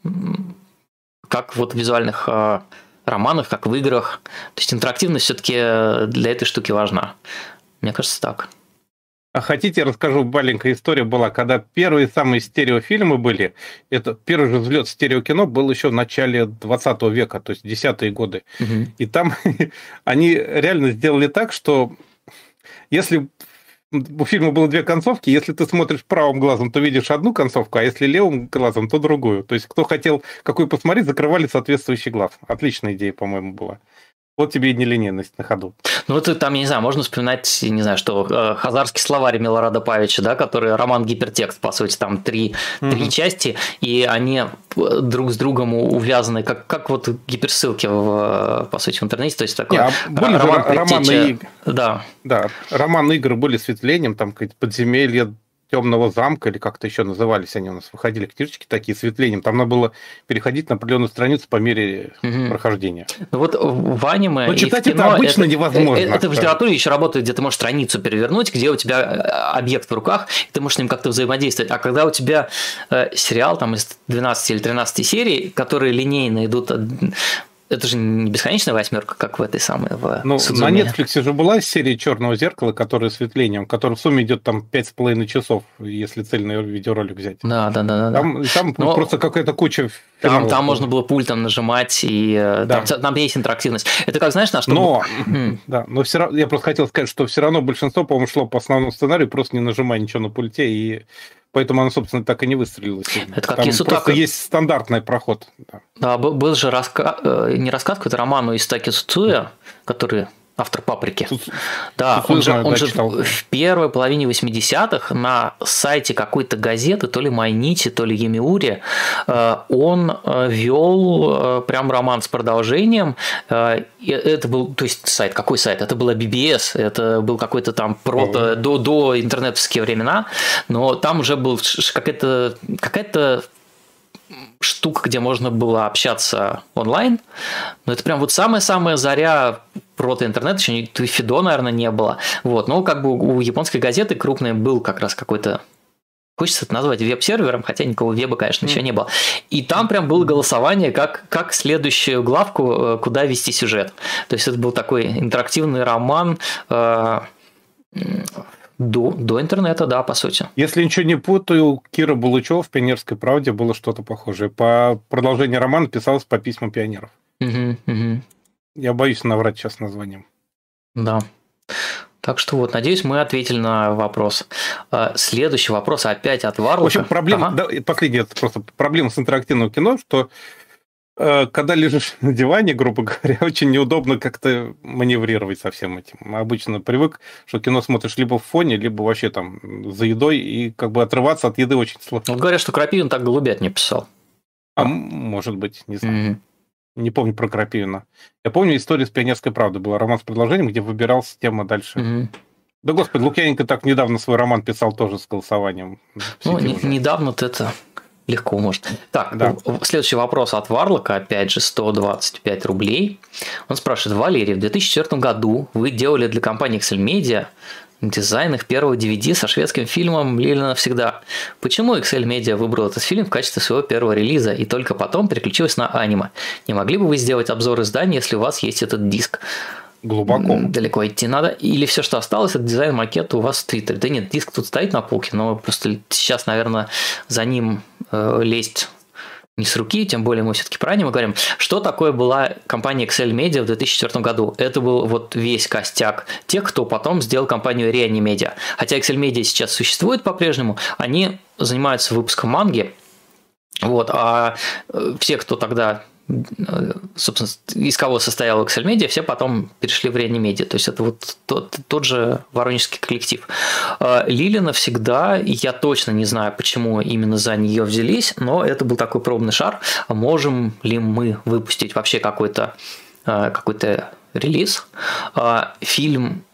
как вот в визуальных э, романах, как в играх. То есть интерактивность все-таки для этой штуки важна. Мне кажется, так. А хотите, расскажу, маленькая история была, когда первые самые стереофильмы были, это первый же взлет стереокино был еще в начале двадцатого века, то есть десятые годы. Угу. И там они реально сделали так, что если у фильма было две концовки, если ты смотришь правым глазом, то видишь одну концовку, а если левым глазом, то другую. То есть кто хотел какой посмотреть, закрывали соответствующий глаз. Отличная идея, по-моему, была. Вот тебе и нелинейность на ходу. Ну, это там, я не знаю, можно вспоминать, не знаю, что, хазарский словарь Милорада Павича, да, который роман гипертекст, по сути, там три, mm-hmm. три части, и они друг с другом увязаны, как, как вот гиперссылки, в, по сути, в интернете, то есть такой не, а были роман романные игры. Да. Да, романные игры были с светлением, там какие-то подземелья, темного замка, или как-то еще назывались они у нас, выходили книжечки такие с светлением, там надо было переходить на определенную страницу по мере угу. прохождения. Ну вот в аниме но читать и в кино это обычно это, невозможно. Это, это в литературе еще работает, где ты можешь страницу перевернуть, где у тебя объект в руках, и ты можешь с ним как-то взаимодействовать. А когда у тебя э, сериал там из двенадцати или тринадцати серий, которые линейно идут... Это же не бесконечная восьмерка, как в этой самой в ну, Судзуме. На Netflix же была серия «Черного зеркала», которая с светлением, которая в сумме идет там пять с половиной часов, если цельный видеоролик взять. Да, да, да. Там, да. там Но просто какая-то куча... Там, там можно было пультом нажимать, и да. там, там есть интерактивность. Это как, знаешь, на что... Но, да, но все равно, я просто хотел сказать, что все равно большинство, по-моему, шло по основному сценарию, просто не нажимая ничего на пульте, и... Поэтому она, собственно, так и не выстрелила. Это как там Исутака. Просто есть стандартный проход. Да, да был, был же раска... не рассказ, какой-то роман у Исутаки Цуцуя, который автор «Паприки». Цу... Да, Цуцуя, он же, знаю, он да, же в первой половине восьмидесятых на сайте какой-то газеты, то ли Майнити, то ли Юмиури, он вел прям роман с продолжением. Это был, то есть сайт, какой сайт? Это была би би эс, это был какой-то там прото, до, до интернетовские времена, но там уже был какая-то, какая-то штука, где можно было общаться онлайн, но это прям вот самая-самая заря прото-интернета, еще Фидо, наверное, не было. Вот. Но как бы у японской газеты крупной был как раз какой-то, хочется это назвать веб-сервером, хотя никакого веба, конечно, mm. еще не было. И там прям было голосование, как, как следующую главку, куда вести сюжет. То есть это был такой интерактивный роман, э, До, до интернета, да, по сути. Если ничего не путаю, Кира Булычева в «Пионерской правде» было что-то похожее. По продолжению романа писалось по письмам пионеров. Угу, угу. Я боюсь наврать сейчас названием. Да. Так что вот, надеюсь, мы ответили на вопрос. Следующий вопрос опять от Варлока. В общем, проблема, ага. да, последняя, это просто проблема с интерактивным кино, что когда лежишь на диване, грубо говоря, очень неудобно как-то маневрировать со всем этим. Обычно привык, что кино смотришь либо в фоне, либо вообще там за едой, и как бы отрываться от еды очень сложно. Вот говорят, что Крапивин так «Голубят» не писал. А может быть, не знаю. Mm-hmm. Не помню про Крапивина. Я помню историю с «Пионерской правдой». Была роман с предложением, где выбиралась тема дальше. Mm-hmm. Да, господи, Лукьяненко так недавно свой роман писал тоже с голосованием. Ну, не, недавно-то это... Легко может. Так, да. Следующий вопрос от Варлока, опять же, сто двадцать пять рублей. Он спрашивает: Валерий, в две тысячи четвёртом году вы делали для компании Excel Media дизайн их первого ди ви ди со шведским фильмом «Лилия навсегда». Почему Excel Media выбрал этот фильм в качестве своего первого релиза и только потом переключилась на аниме? Не могли бы вы сделать обзор издания, если у вас есть этот диск? Глубоко. Далеко идти надо. Или все, что осталось, это дизайн макета у вас в Твиттере. Да нет, диск тут стоит на полке, но просто сейчас, наверное, за ним э, лезть не с руки, тем более мы все-таки про аниме говорим. Что такое была компания Excel Media в две тысячи четвёртом году? Это был вот весь костяк тех, кто потом сделал компанию Reanimedia. Хотя Excel Media сейчас существует по-прежнему, они занимаются выпуском манги. Вот, а все, кто тогда... собственно, из кого состоял Excel Media, все потом перешли в Reanimedia. То есть это вот тот, тот же воронежский коллектив. Лилия навсегда, я точно не знаю, почему именно за нее взялись, но это был такой пробный шар. Можем ли мы выпустить вообще какой-то, какой-то релиз? Фильм,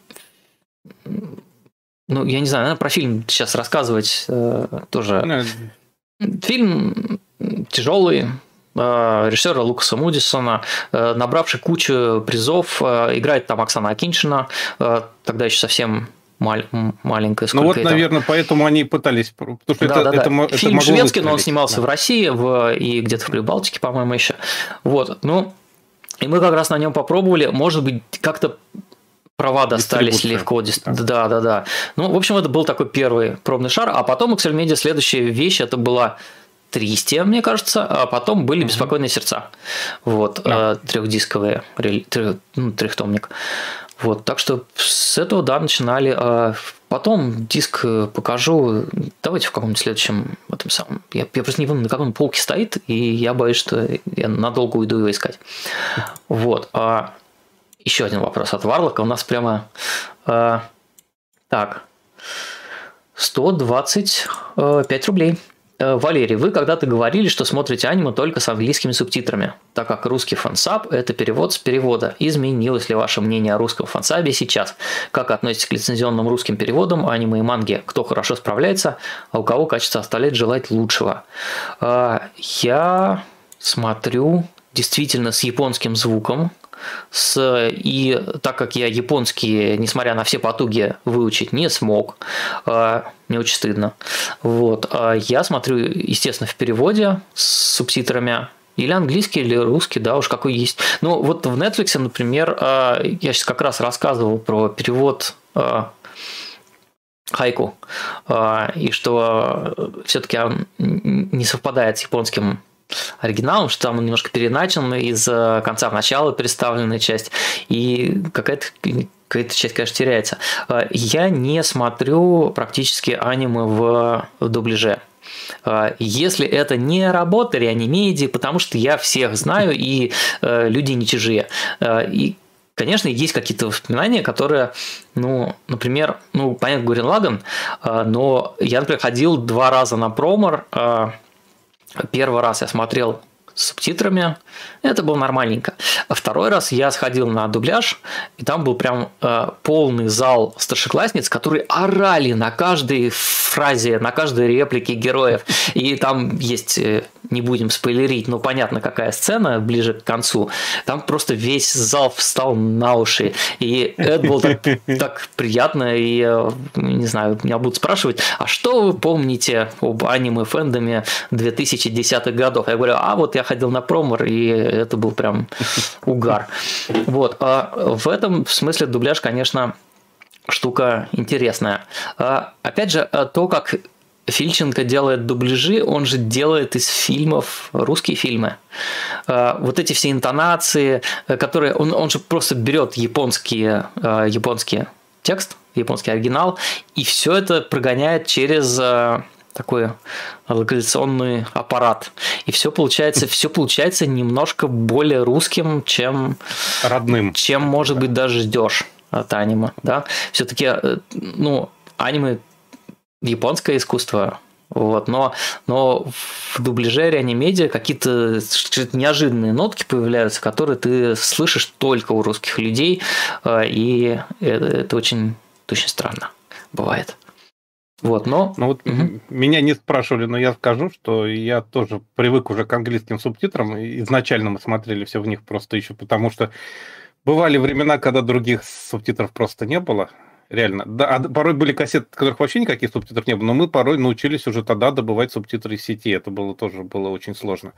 ну, я не знаю, наверное, про фильм сейчас рассказывать тоже. Фильм тяжелый, режиссера Лукаса Мудисона, набравший кучу призов, играет там Оксана Акиньшина, тогда еще совсем маль, маленькая. Ну вот, наверное, поэтому они пытались, потому что да, это, да, это, да. это Фильм шведский, но он снимался да. в России в, и где-то в Прибалтике, по-моему, еще. Вот, ну, и мы как раз на нем попробовали, может быть, как-то права достались легко. Да. да, да, да. Ну, в общем, это был такой первый пробный шар, а потом Excel Media следующая вещь, это была Тристия, мне кажется, а потом были «Беспокойные сердца». Вот, да. трехдисковые, трех, ну, трехтомник. Вот, так что с этого, да, начинали. Потом диск покажу. Давайте в каком-нибудь следующем этом самом. Я, я просто не помню, на каком полке стоит, и я боюсь, что я надолго уйду его искать. Вот. А еще один вопрос от Варлока. У нас прямо... А, так. сто двадцать пять рублей. Валерий, вы когда-то говорили, что смотрите аниме только с английскими субтитрами, так как русский фансаб – это перевод с перевода. Изменилось ли ваше мнение о русском фансабе сейчас? Как относитесь к лицензионным русским переводам аниме и манги? Кто хорошо справляется, а у кого качество оставляет желать лучшего? Я смотрю действительно с японским звуком. С, и так как я японский, несмотря на все потуги, выучить не смог, мне очень стыдно. Вот, я смотрю, естественно, в переводе с субтитрами, или английский, или русский, да, уж какой есть. Ну, вот в Netflix, например, я сейчас как раз рассказывал про перевод Хайку, и что все-таки он не совпадает с японским оригиналом, что там он немножко переначан из конца в начало переставленная часть, и какая-то какая-то часть, конечно, теряется. Я не смотрю практически аниме в, в дубляже. Если это не работа Reanimedia, потому что я всех знаю, и э, люди не чужие. И, конечно, есть какие-то воспоминания, которые, ну, например, ну, понятно, Гуррен Лаганн, но я, например, ходил два раза на промор. Первый раз я смотрел с субтитрами, это было нормальненько. А второй раз я сходил на дубляж, и там был прям э, полный зал старшеклассниц, которые орали на каждой фразе, на каждой реплике героев. И там есть, э, не будем спойлерить, но понятно, какая сцена ближе к концу. Там просто весь зал встал на уши. И это было так, так приятно. И, э, не знаю, меня будут спрашивать, а что вы помните об аниме-фэндоме две тысячи десятых годов? Я говорю, а вот я ходил на промор, и это был прям угар. Вот. А в этом смысле дубляж, конечно, штука интересная. Опять же, то, как Фильченко делает дубляжи, он же делает из фильмов русские фильмы. Вот эти все интонации, которые... Он, он же просто берет японские, японский текст, японский оригинал, и все это прогоняет через такой локализационный аппарат. И все получается, все получается немножко более русским, чем... Родным. Чем, может быть, даже ждешь от аниме. Да? Все-таки, ну, аниме японское искусство, вот, но, но в дубляже реанимедиа какие-то неожиданные нотки появляются, которые ты слышишь только у русских людей, и это, это очень, очень странно бывает. Вот, но... Ну вот угу. Меня не спрашивали, но я скажу, что я тоже привык уже к английским субтитрам. Изначально мы смотрели все в них просто еще потому, что бывали времена, когда других субтитров просто не было. Реально. Да, а порой были кассеты, в которых вообще никаких субтитров не было, но мы порой научились уже тогда добывать субтитры из сети. Это было тоже было очень сложно.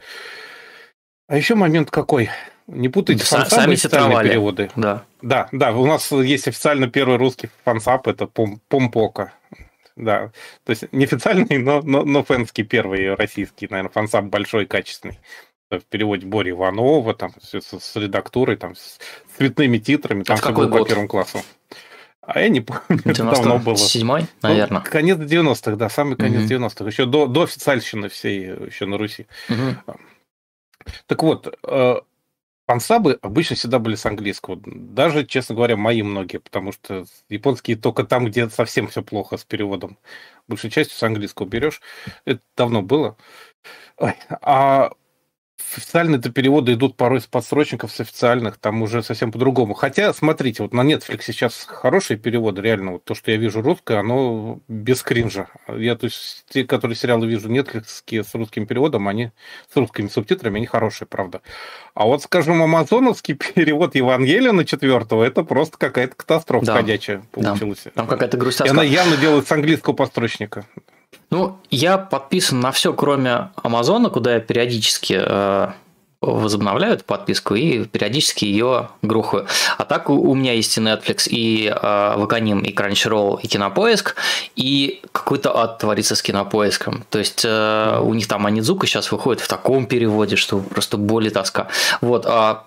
А еще момент какой? Не путайте фансабы и официальные переводы. Да. да, да, у нас есть официально первый русский фансаб, это Пом- Помпока. Да, то есть неофициальный, но, но, но фэнский первый российский, наверное, фансаб большой, качественный. В переводе Бори Иванова, там, с, с редактурой, там, с цветными титрами, там это все было по первому классу. А я не помню, это давно было. седьмой, наверное. Ну, конец девяностых, да, самый конец mm-hmm. девяностых. Еще до, до официальщины всей, еще на Руси. Mm-hmm. Так вот, фансабы обычно всегда были с английского. Даже, честно говоря, мои многие, потому что японские только там, где совсем все плохо с переводом. Большей частью с английского берешь. Это давно было. Ой, а официальные-то переводы идут порой с подсрочников, с официальных, там уже совсем по-другому. Хотя, смотрите, вот на Netflix сейчас хорошие переводы, реально, вот то, что я вижу русское, оно без кринжа. Я, то есть, те, которые сериалы вижу нетфликсские с русским переводом, они с русскими субтитрами, они хорошие, правда. А вот, скажем, амазоновский перевод Евангелия четвертого, это просто какая-то катастрофа да. ходячая получилась. Да. Там какая-то грусть. И она явно делает с английского подстрочника. Ну, я подписан на все, кроме Амазона, куда я периодически э, возобновляю эту подписку и периодически ее грухаю. А так у, у меня есть и Netflix, и э, Ваканим, и Crunchyroll, и Кинопоиск, и какой-то ад творится с Кинопоиском. То есть э, у них там Анидзука сейчас выходит в таком переводе, что просто боль и тоска. Вот. А,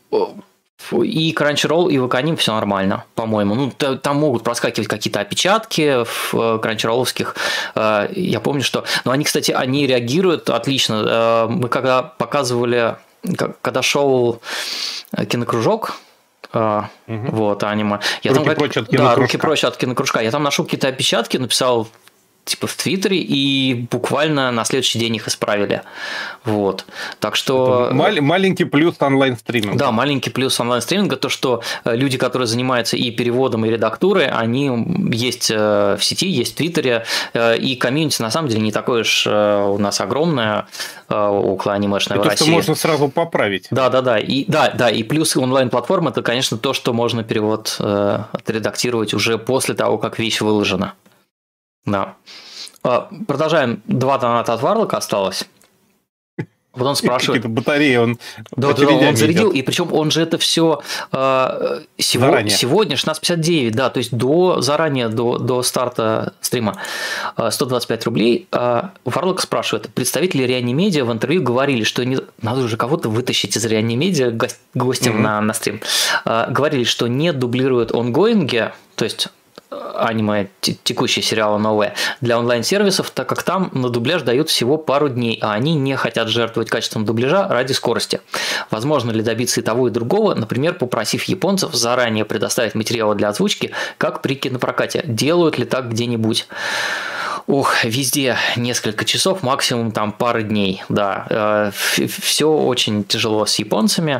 и Crunchyroll, и Ваканим все нормально, по-моему. Ну, там могут проскакивать какие-то опечатки в кранчеролловских. Я помню, что... Но они, кстати, они реагируют отлично. Мы когда показывали... Когда шел кинокружок, угу. вот, аниме... Я руки там, прочь от кинокружка. Да, руки прочь от кинокружка. Я там нашел какие-то опечатки, написал... типа в Твиттере, и буквально на следующий день их исправили. Вот. Так что... Мал- маленький плюс онлайн-стриминга. Да, маленький плюс онлайн-стриминга, то, что люди, которые занимаются и переводом, и редактурой, они есть в сети, есть в Твиттере, и комьюнити, на самом деле, не такое уж у нас огромное около анимешной в России. Это что можно сразу поправить. Да, да, да. И, да, да, и плюс онлайн-платформа, это, конечно, то, что можно перевод отредактировать уже после того, как вещь выложена. Да. Продолжаем. Два доната от Варлока осталось. Вот он спрашивает. Какие-то батареи он, да, да, он зарядил, и причем он же это все э, сего, сегодня шестнадцать пятьдесят девять, да, то есть до заранее до, до старта стрима сто двадцать пять рублей. Варлок спрашивает, представители Реанимедиа в интервью говорили, что не, надо уже кого-то вытащить из Реанимедиа гость, гостем mm-hmm. на, на стрим. Говорили, что не дублируют онгоинги, то есть аниме, текущие сериалы новые, для онлайн-сервисов, так как там на дубляж дают всего пару дней, а они не хотят жертвовать качеством дубляжа ради скорости. Возможно ли добиться и того, и другого, например, попросив японцев заранее предоставить материалы для озвучки, как при кинопрокате? Делают ли так где-нибудь? Ох, везде несколько часов, максимум там пары дней, да. Все очень тяжело с японцами,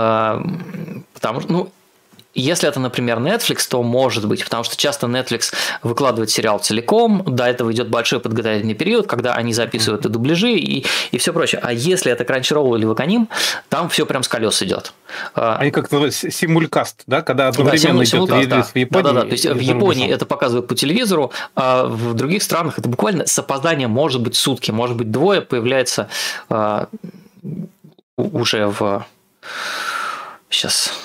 потому что, ну, если это, например, Netflix, то может быть, потому что часто Netflix выкладывает сериал целиком, до этого идет большой подготовительный период, когда они записывают и дубляжи, и, и все прочее. А если это Crunchyroll или Ваканим, там все прям с колес идет. Они как называются симулькаст, да, когда одновременно да, идет релиз да. в Японии. Да, да, да. То есть в Японии это показывают по телевизору, а в других странах это буквально совпадание, может быть сутки, может быть двое, появляется а, уже в... Сейчас...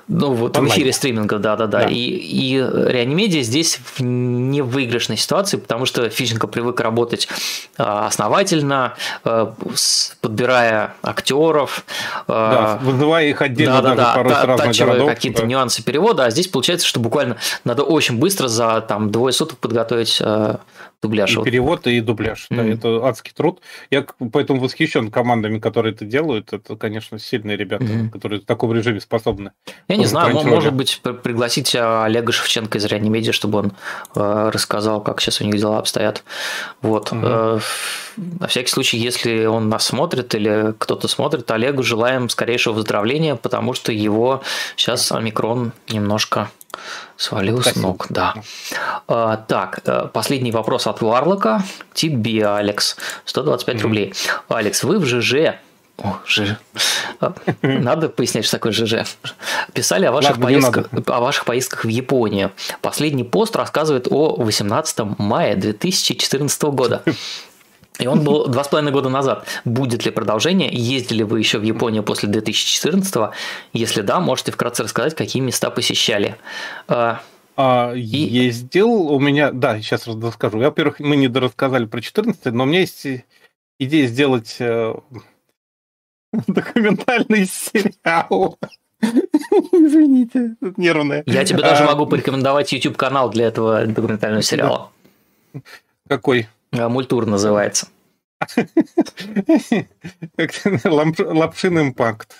Ну, вот в эфире стриминга, да-да-да. Да. И, и Реанимедиа здесь в невыигрышной ситуации, потому что Фищенко привык работать основательно, подбирая актеров. Да, вызывая их отдельно, да, даже да, порой да, с разных городов. Какие-то да. нюансы перевода, а здесь получается, что буквально надо очень быстро за там, двое суток подготовить дубляж. И перевод, и дубляж. Mm-hmm. Да, это адский труд. Я поэтому восхищен командами, которые это делают. Это, конечно, сильные ребята, mm-hmm. которые в таком режиме способны. Я не знаю, может быть, пригласить Олега Шевченко из Реанимедиа, чтобы он э, рассказал, как сейчас у них дела обстоят. Вот. Mm-hmm. Э, на всякий случай, если он нас смотрит или кто-то смотрит, Олегу желаем скорейшего выздоровления, потому что его сейчас омикрон немножко... свалил с ног, да. А, так, последний вопрос от Варлока. Тебе, Алекс. сто двадцать пять mm-hmm. рублей. Алекс, вы в ЖЖ. О, ЖЖ. Надо пояснять, что такое ЖЖ. Писали о ваших, Ладно, поездках, о ваших поездках в Японию. Последний пост рассказывает о восемнадцатого мая две тысячи четырнадцатого года. И он был два с половиной года назад. Будет ли продолжение? Ездили вы еще в Японию после две тысячи четырнадцатого? Если да, можете вкратце рассказать, какие места посещали. А, и... Ездил у меня... Да, сейчас расскажу. Во-первых, мы не дорассказали про четырнадцатый, но у меня есть идея сделать документальный сериал. Извините, нервная. Я тебе даже могу порекомендовать YouTube-канал для этого документального сериала. Какой? Мультур называется. Лапшин импакт.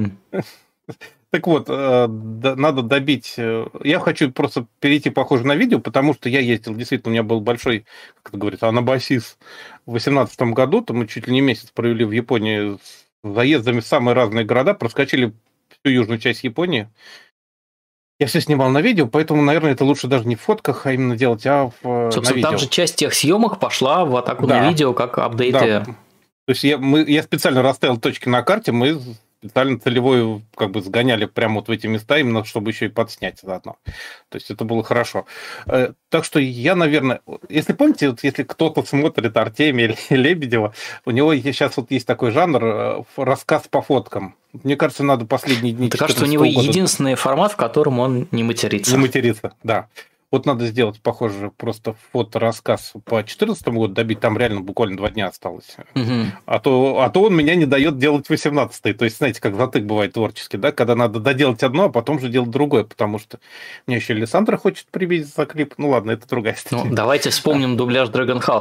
Так вот, надо добить... Я хочу просто перейти, похоже, на видео, потому что я ездил, действительно, у меня был большой, как это говорится, анабасис в две тысячи восемнадцатом году, то мы чуть ли не месяц провели в Японии с заездами в самые разные города, проскочили всю южную часть Японии. Я все снимал на видео, поэтому, наверное, это лучше даже не в фотках, а именно делать, а в Собственно, на видео. Там же часть тех съемок пошла в атаку да. на видео, как апдейты. Да. То есть я, мы, я специально расставил точки на карте, мы специально целевой как бы сгоняли прямо вот в эти места, именно чтобы еще и подснять заодно. То есть это было хорошо. Так что я, наверное, если помните, вот если кто-то смотрит Артемия или Лебедева, у него сейчас вот есть такой жанр рассказ по фоткам. Мне кажется, надо последние дни... Мне кажется, у него года... единственный формат, в котором он не матерится. Не матерится, да. Вот надо сделать, похоже, просто фоторассказ по две тысячи четырнадцатому году, добить, там реально буквально два дня осталось. Угу. А, то, а то он меня не дает делать восемнадцатый. То есть, знаете, как затык бывает творческий, да, когда надо доделать одно, а потом же делать другое, потому что мне еще Александра хочет прибить за клип. Ну ладно, это другая история. Ну, давайте вспомним дубляж Dragon Half.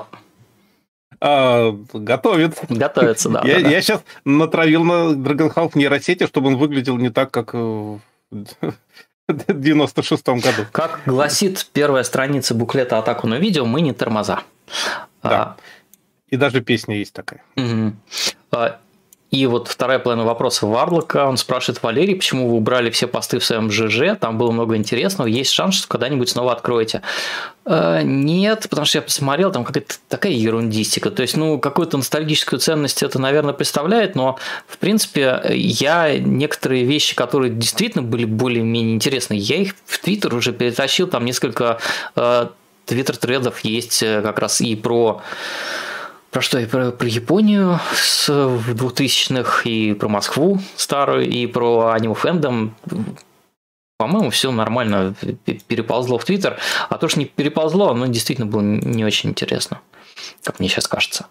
А, готовит. Готовится, да. Я, да, я сейчас натравил на Dragon Half нейросети, чтобы он выглядел не так, как в девяносто шестом году. Как гласит первая страница буклета «Атаку на видео», мы не тормоза. Да. А, и даже песня есть такая. Угу. А, и вот вторая половина вопроса Варлока. Он спрашивает: Валерий, почему вы убрали все посты в своем ЖЖ? Там было много интересного. Есть шанс, что когда-нибудь снова откроете? А, нет, потому что я посмотрел, там какая-то такая ерундистика. То есть, ну, какую-то ностальгическую ценность это, наверное, представляет, но, в принципе, я некоторые вещи, которые действительно были более-менее интересны, я их в Твиттер уже перетащил. Там несколько э, твиттер-тредов есть как раз и про... Про что? И про, про Японию с двухтысячных, и про Москву старую, и про аниме фэндом. По-моему, все нормально переползло в Твиттер. А то, что не переползло, оно действительно было не очень интересно, как мне сейчас кажется.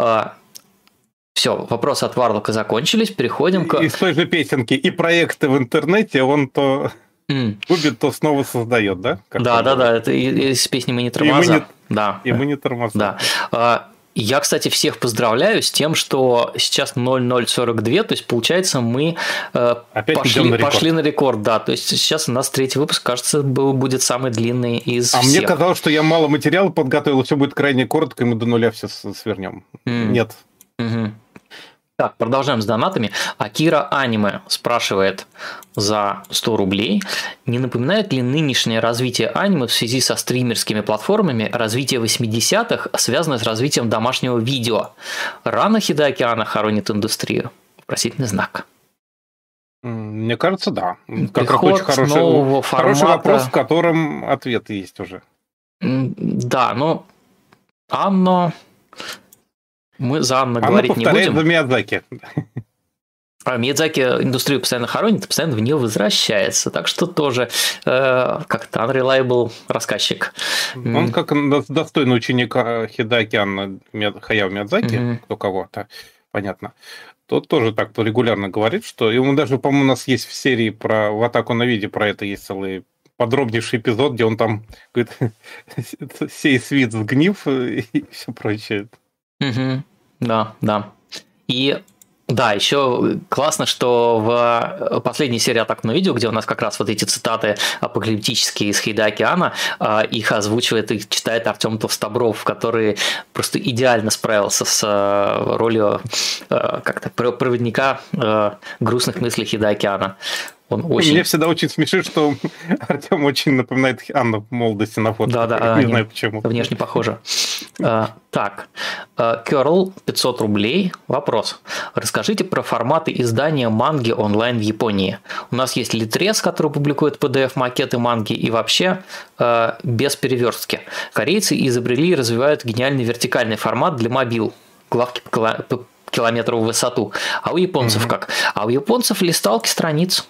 Все, вопросы от Варлока закончились. Переходим к... Из той же песенки. И проекты в интернете он то mm. губит, то снова создает, да? Как да, да, да. Это из песни «Мы не тормоза». И мы не, да. и мы не тормоза. Да. Я, кстати, всех поздравляю с тем, что сейчас ноль ноль сорок два, то есть, получается, мы э, пошли, на пошли на рекорд. Да, то есть, сейчас у нас третий выпуск, кажется, был, будет самый длинный из а всех. А мне казалось, что я мало материала подготовил, все будет крайне коротко, и мы до нуля все свернем. Mm. Нет. Mm-hmm. Так, продолжаем с донатами. Акира Аниме спрашивает за сто рублей. Не напоминает ли нынешнее развитие аниме в связи со стримерскими платформами развитие восьмидесятых, связанное с развитием домашнего видео? Рано Хидеаки Анно хоронит индустрию? Вопросительный знак. Мне кажется, да. Как очень хороший, нового хороший формата... вопрос, в котором ответ есть уже. Да, но Анно... Мы за Анно говорить не будем. За Миядзаки. А Миядзаки индустрию постоянно хоронит, постоянно в нее возвращается. Так что тоже э, как-то unreliable рассказчик. Он как достойный ученик Хидэаки Анно Хаяо Миядзаки, mm-hmm. кто кого-то, понятно. Тот тоже так регулярно говорит, что ему даже, по-моему, у нас есть в серии про в атаку на виде про это есть целый подробнейший эпизод, где он там говорит, сей свит сгнив и все прочее. Mm-hmm. Да, да. И да, еще классно, что в последней серии «Атака на видео», где у нас как раз вот эти цитаты апокалиптические из Хидэаки Анно, их озвучивает и читает Артем Толстобров, который просто идеально справился с ролью как-то проводника грустных мыслей Хидэаки Анно. Он очень... Меня всегда очень смешит, что Артем очень напоминает Анну в молодости на фото. Да, да, не они знаю почему. Внешне похоже. Так, Curl, пятьсот рублей. Вопрос. Расскажите про форматы издания манги онлайн в Японии. У нас есть Litres, который публикует пи ди эф-макеты манги, и вообще без переверстки. Корейцы изобрели и развивают гениальный вертикальный формат для мобил. Главки по километров в высоту. А у японцев mm-hmm. как? А у японцев листалки страниц.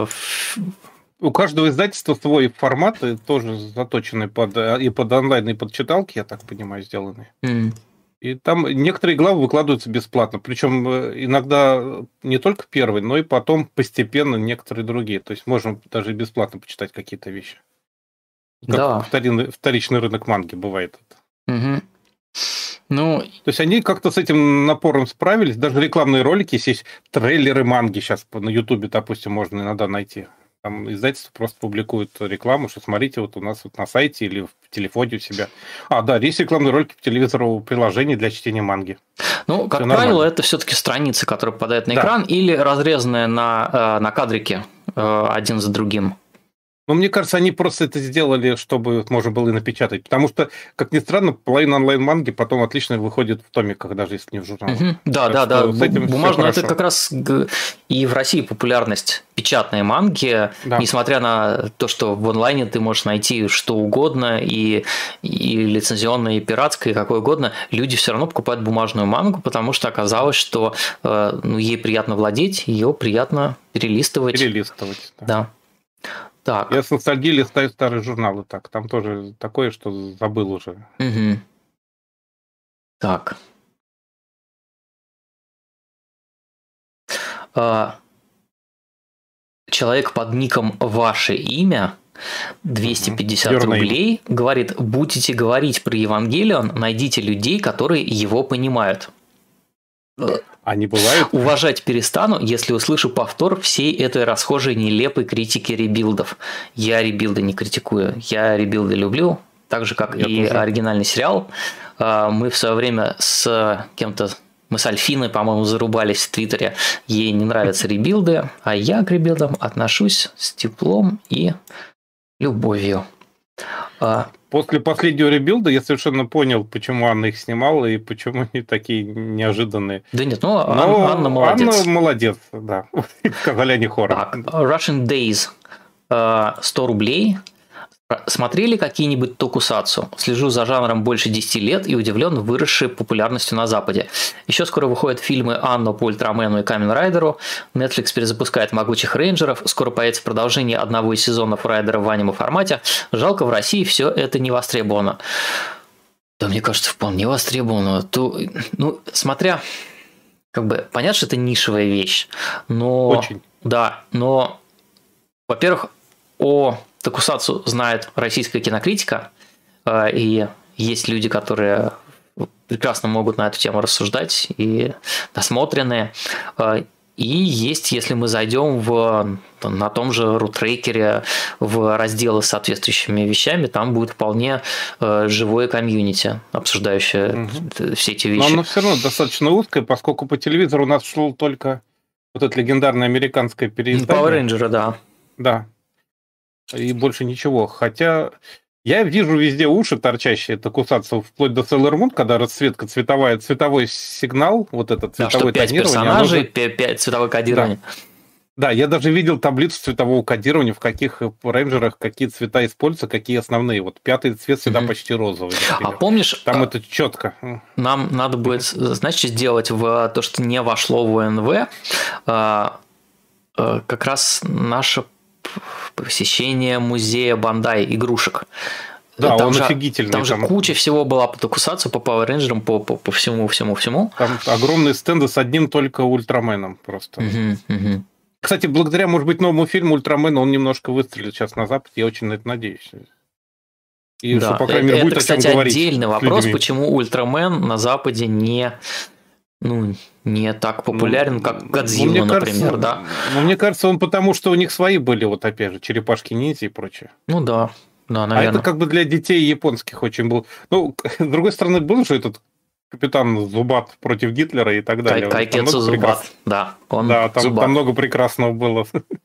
У каждого издательства свой формат, тоже заточенный под, и под онлайн, и под читалки, я так понимаю, сделаны. Mm. И там некоторые главы выкладываются бесплатно. Причем иногда не только первый, но и потом постепенно некоторые другие. То есть можем даже бесплатно почитать какие-то вещи. Как да. вторичный, вторичный рынок манги бывает. Mm-hmm. Ну, то есть они как-то с этим напором справились. Даже рекламные ролики, есть трейлеры манги сейчас на Ютубе, допустим, можно иногда найти. Там издательство просто публикует рекламу, что смотрите, вот у нас вот на сайте или в телефоне у себя. А, да, есть рекламные ролики по телевизору, приложений для чтения манги. Ну, как все правило, нормально. Это все-таки страницы, которые попадают на экран, да. или разрезанные на, на кадрике один за другим. Но мне кажется, они просто это сделали, чтобы можно было и напечатать. Потому что, как ни странно, половина онлайн-манги потом отлично выходит в томиках, даже если не в журналах. Угу. Да, так да, да. Бумажно это как раз и в России популярность печатной манги, да. несмотря на то, что в онлайне ты можешь найти что угодно, и, и лицензионное, и пиратское, и какое угодно, люди все равно покупают бумажную мангу, потому что оказалось, что ну, ей приятно владеть, ее приятно перелистывать. Перелистывать, да. да. Так. Я с ностальгией листаю старые журналы, так, там тоже такое, что забыл уже. Угу. Так. А, человек под ником «Ваше имя» двести пятьдесят угу. рублей говорит: будете говорить про Евангелион, найдите людей, которые его понимают. Они бывают? Уважать перестану, если услышу повтор всей этой расхожей нелепой критики ребилдов. Я ребилды не критикую, я ребилды люблю, так же, как я и тоже. Оригинальный сериал. Мы в свое время с кем-то, мы с Альфиной, по-моему, зарубались в Твиттере, ей не нравятся ребилды, а я к ребилдам отношусь с теплом и любовью. После последнего ребилда я совершенно понял, почему Анна их снимала и почему они такие неожиданные. Да нет, ну Но Анна молодец. Анна молодец, да. Сказали они хором. Так, Russian Days сто рублей. Смотрели какие-нибудь токусацу? Слежу за жанром больше десяти лет и удивлен выросшей популярностью на Западе. Еще скоро выходят фильмы «Анно» по Ультрамену и «Камен Райдеру». Netflix перезапускает «Могучих рейнджеров». Скоро появится продолжение одного из сезонов Райдера в аниме-формате. Жалко, в России все это не востребовано. Да, мне кажется, вполне востребовано. То, ну, смотря... Как бы, понятно, что это нишевая вещь. Но... Очень. Да, но... Во-первых, о... Токусацу знает российская кинокритика, и есть люди, которые прекрасно могут на эту тему рассуждать и насмотренные. И есть, если мы зайдем в, на том же Рутрекере в разделы с соответствующими вещами, там будет вполне живое комьюнити, обсуждающее угу. все эти вещи. Но оно все равно достаточно узкое, поскольку по телевизору у нас шло только вот это легендарное американское переиздание. Power Rangers, да. Да. И больше ничего. Хотя я вижу везде уши торчащие, токусацу, вплоть до Sailor Moon, когда расцветка цветовая, цветовой сигнал, вот этот цветовой да, что пять тонирование. персонажей, пять цветовое кодирование. Да. Да, я даже видел таблицу цветового кодирования, в каких рейнджерах какие цвета используются, какие основные. Вот пятый цвет всегда mm-hmm. почти розовый. Например. А помнишь, там а... это четко. Нам надо будет, знаешь, что сделать в то, что не вошло в ОНВ, а, а, как раз наше посещение музея Бандай игрушек. Да, там он же, офигительный. Там же там... куча всего была по токусацию, по Power Rangers, по, по, по всему, всему, всему. Там огромные стенды с одним только Ультраменом просто. Uh-huh, uh-huh. Кстати, благодаря, может быть, новому фильму Ультрамена он немножко выстрелит сейчас на Западе. Я очень на это надеюсь. И да, что, по крайней мере, это, будет кстати, о чем говорить. Отдельный вопрос, почему Ультрамен на Западе не... Ну, не так популярен, ну, как Годзилла, ну, например, кажется, да. Ну, мне кажется, он потому, что у них свои были, вот опять же, черепашки-ниндзя и прочее. Ну да, да, наверное. А это как бы для детей японских очень был. Ну, с другой стороны, был же этот капитан Зубат против Гитлера и так далее. Кай- Кайкетсу Зубат, прекрас... да. Он да, там, там много прекрасного было.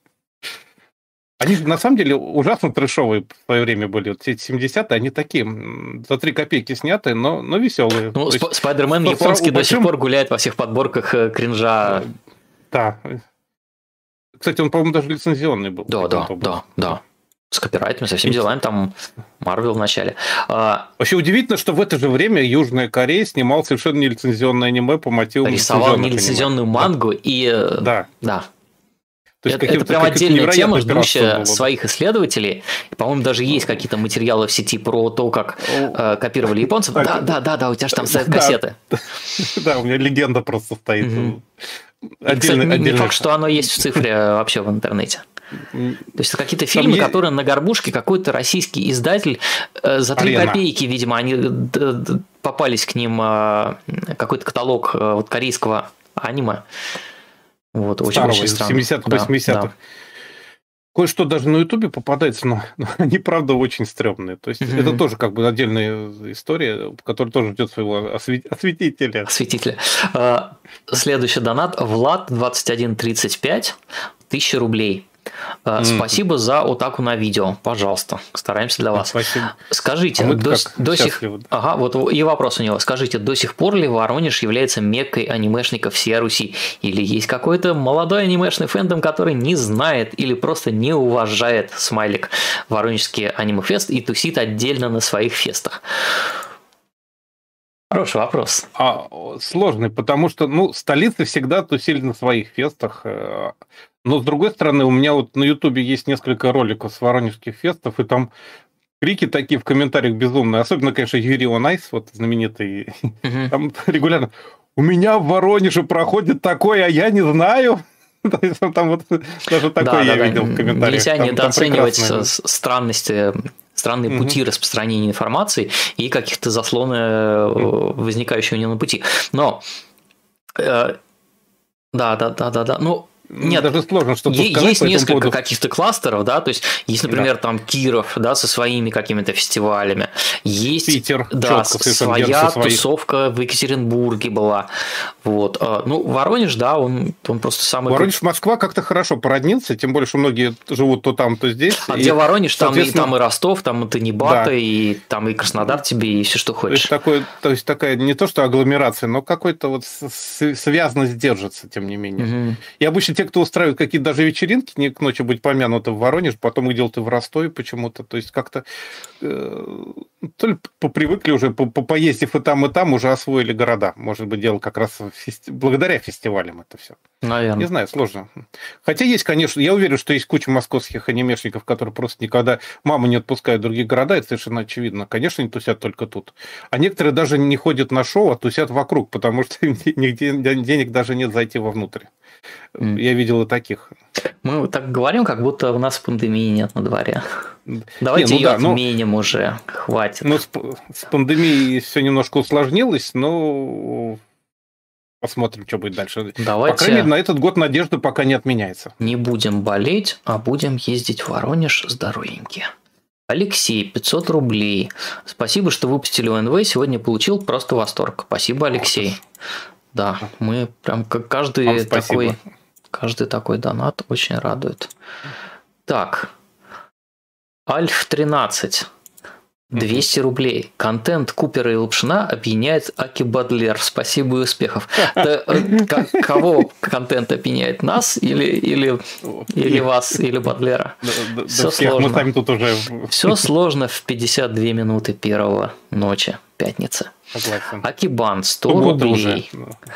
Они, на самом деле, ужасно трэшовые в свое время были. Вот эти семидесятые, они такие, за три копейки снятые, но, но веселые. Ну, Сп- Спайдермен японский до большим... сих пор гуляет во всех подборках кринжа. Да. Кстати, он, по-моему, даже лицензионный был. Да, да, да, да. С копирайтами, со всеми делами, там Марвел в начале. А... Вообще удивительно, что в это же время Южная Корея снимал совершенно нелицензионное аниме по мотивам рисовал нелицензионную мангу да. и... Да. да. То есть это, это прям отдельная тема, ждущая было. Своих исследователей. По-моему, даже есть какие-то материалы в сети про то, как э, копировали японцев. Да, да, да, да, у тебя же там стоят кассеты. Да, у меня легенда просто стоит. Кстати, не факт, что оно есть в цифре вообще в интернете. То есть это какие-то фильмы, которые на горбушке какой-то российский издатель за три копейки, видимо, они попались к ним какой-то каталог вот корейского аниме. Вот, очень, старого, очень из семидесятых, восьмидесятых. Да, да. Кое-что даже на Ютубе попадается, но, но они, правда, очень стрёмные. То есть mm-hmm. это тоже как бы отдельная история, которая тоже ждет своего освет... осветителя. Осветителя. Следующий донат. Влад двадцать один тридцать пять. Тысяча рублей. Mm-hmm. Спасибо за отаку на видео. Пожалуйста, стараемся для вас. Спасибо. Скажите, а до, до сих... ага, вот и вопрос у него. Скажите, до сих пор ли Воронеж является меккой анимешников всей Руси? Или есть какой-то молодой анимешный фэндом, который не знает или просто не уважает, смайлик, Воронежский аниме-фест и тусит отдельно на своих фестах? Хороший вопрос. А, сложный, потому что, ну, столицы всегда тусили на своих фестах. Но, с другой стороны, у меня вот на Ютубе есть несколько роликов с воронежских фестов, и там крики такие в комментариях безумные. Особенно, конечно, Юрий On Ice, вот знаменитый. Uh-huh. Там регулярно «У меня в Воронеже проходит такое, а я не знаю». Там вот даже такое я видел в комментариях. Нельзя недооценивать странности, странные uh-huh. пути распространения информации и каких-то заслоны, uh-huh. возникающие у него на пути. Но, э, да, да, да, да, да, ну, нет, даже сложно что-то есть сказать по несколько поводу. Каких-то кластеров, да, то есть есть, например, да. там Киров, да, со своими какими-то фестивалями, есть, Питер, да, своя тусовка в Екатеринбурге была, вот, ну Воронеж, да, он, он просто самый. Воронеж, Москва как-то хорошо породнился, тем более, что многие живут то там, то здесь. А и, где Воронеж, там и там и Ростов, там и Танибата, да. и там и Краснодар тебе и все, что хочешь. То есть, такой, то есть такая не то что агломерация, но какой-то вот связанность держится, тем не менее. Угу. И обычно те, кто устраивает какие-то даже вечеринки, не к ночи быть помянуты в Воронеж, потом их делают и в Ростове почему-то. То есть как-то э, то ли попривыкли уже, по поездив и там, и там, уже освоили города. Может быть, дело как раз фести... благодаря фестивалям это все. Наверное. Не знаю, сложно. Хотя есть, конечно, я уверен, что есть куча московских анимешников, которые просто никогда маму не отпускают в другие города, это совершенно очевидно. Конечно, они тусят только тут. А некоторые даже не ходят на шоу, а тусят вокруг, потому что нигде денег даже нет зайти вовнутрь. Mm. Я видел и таких. Мы так говорим, как будто у нас пандемии нет на дворе. Давайте не, ну ее да, отменим но... уже, хватит. Ну, с, с пандемией все немножко усложнилось, но посмотрим, что будет дальше. Давайте... По крайней мере, на этот год надежда пока не отменяется. Не будем болеть, а будем ездить в Воронеж здоровенькие. Алексей, пятьсот рублей. Спасибо, что выпустили ОНВ. Сегодня получил просто восторг. Спасибо, Алексей. Да, мы прям как каждый такой, каждый такой донат очень радует. Так, Альф тринадцать. двести рублей. Контент Купера и Лапшина опьяняет Аки Бадлер. Спасибо и успехов. Кого контент опьяняет? Нас или, или, или вас, или Бадлера? Все сложно. Мы сами тут уже... Все сложно в пятьдесят две минуты первого ночи, пятницы. Акибан, сто рублей.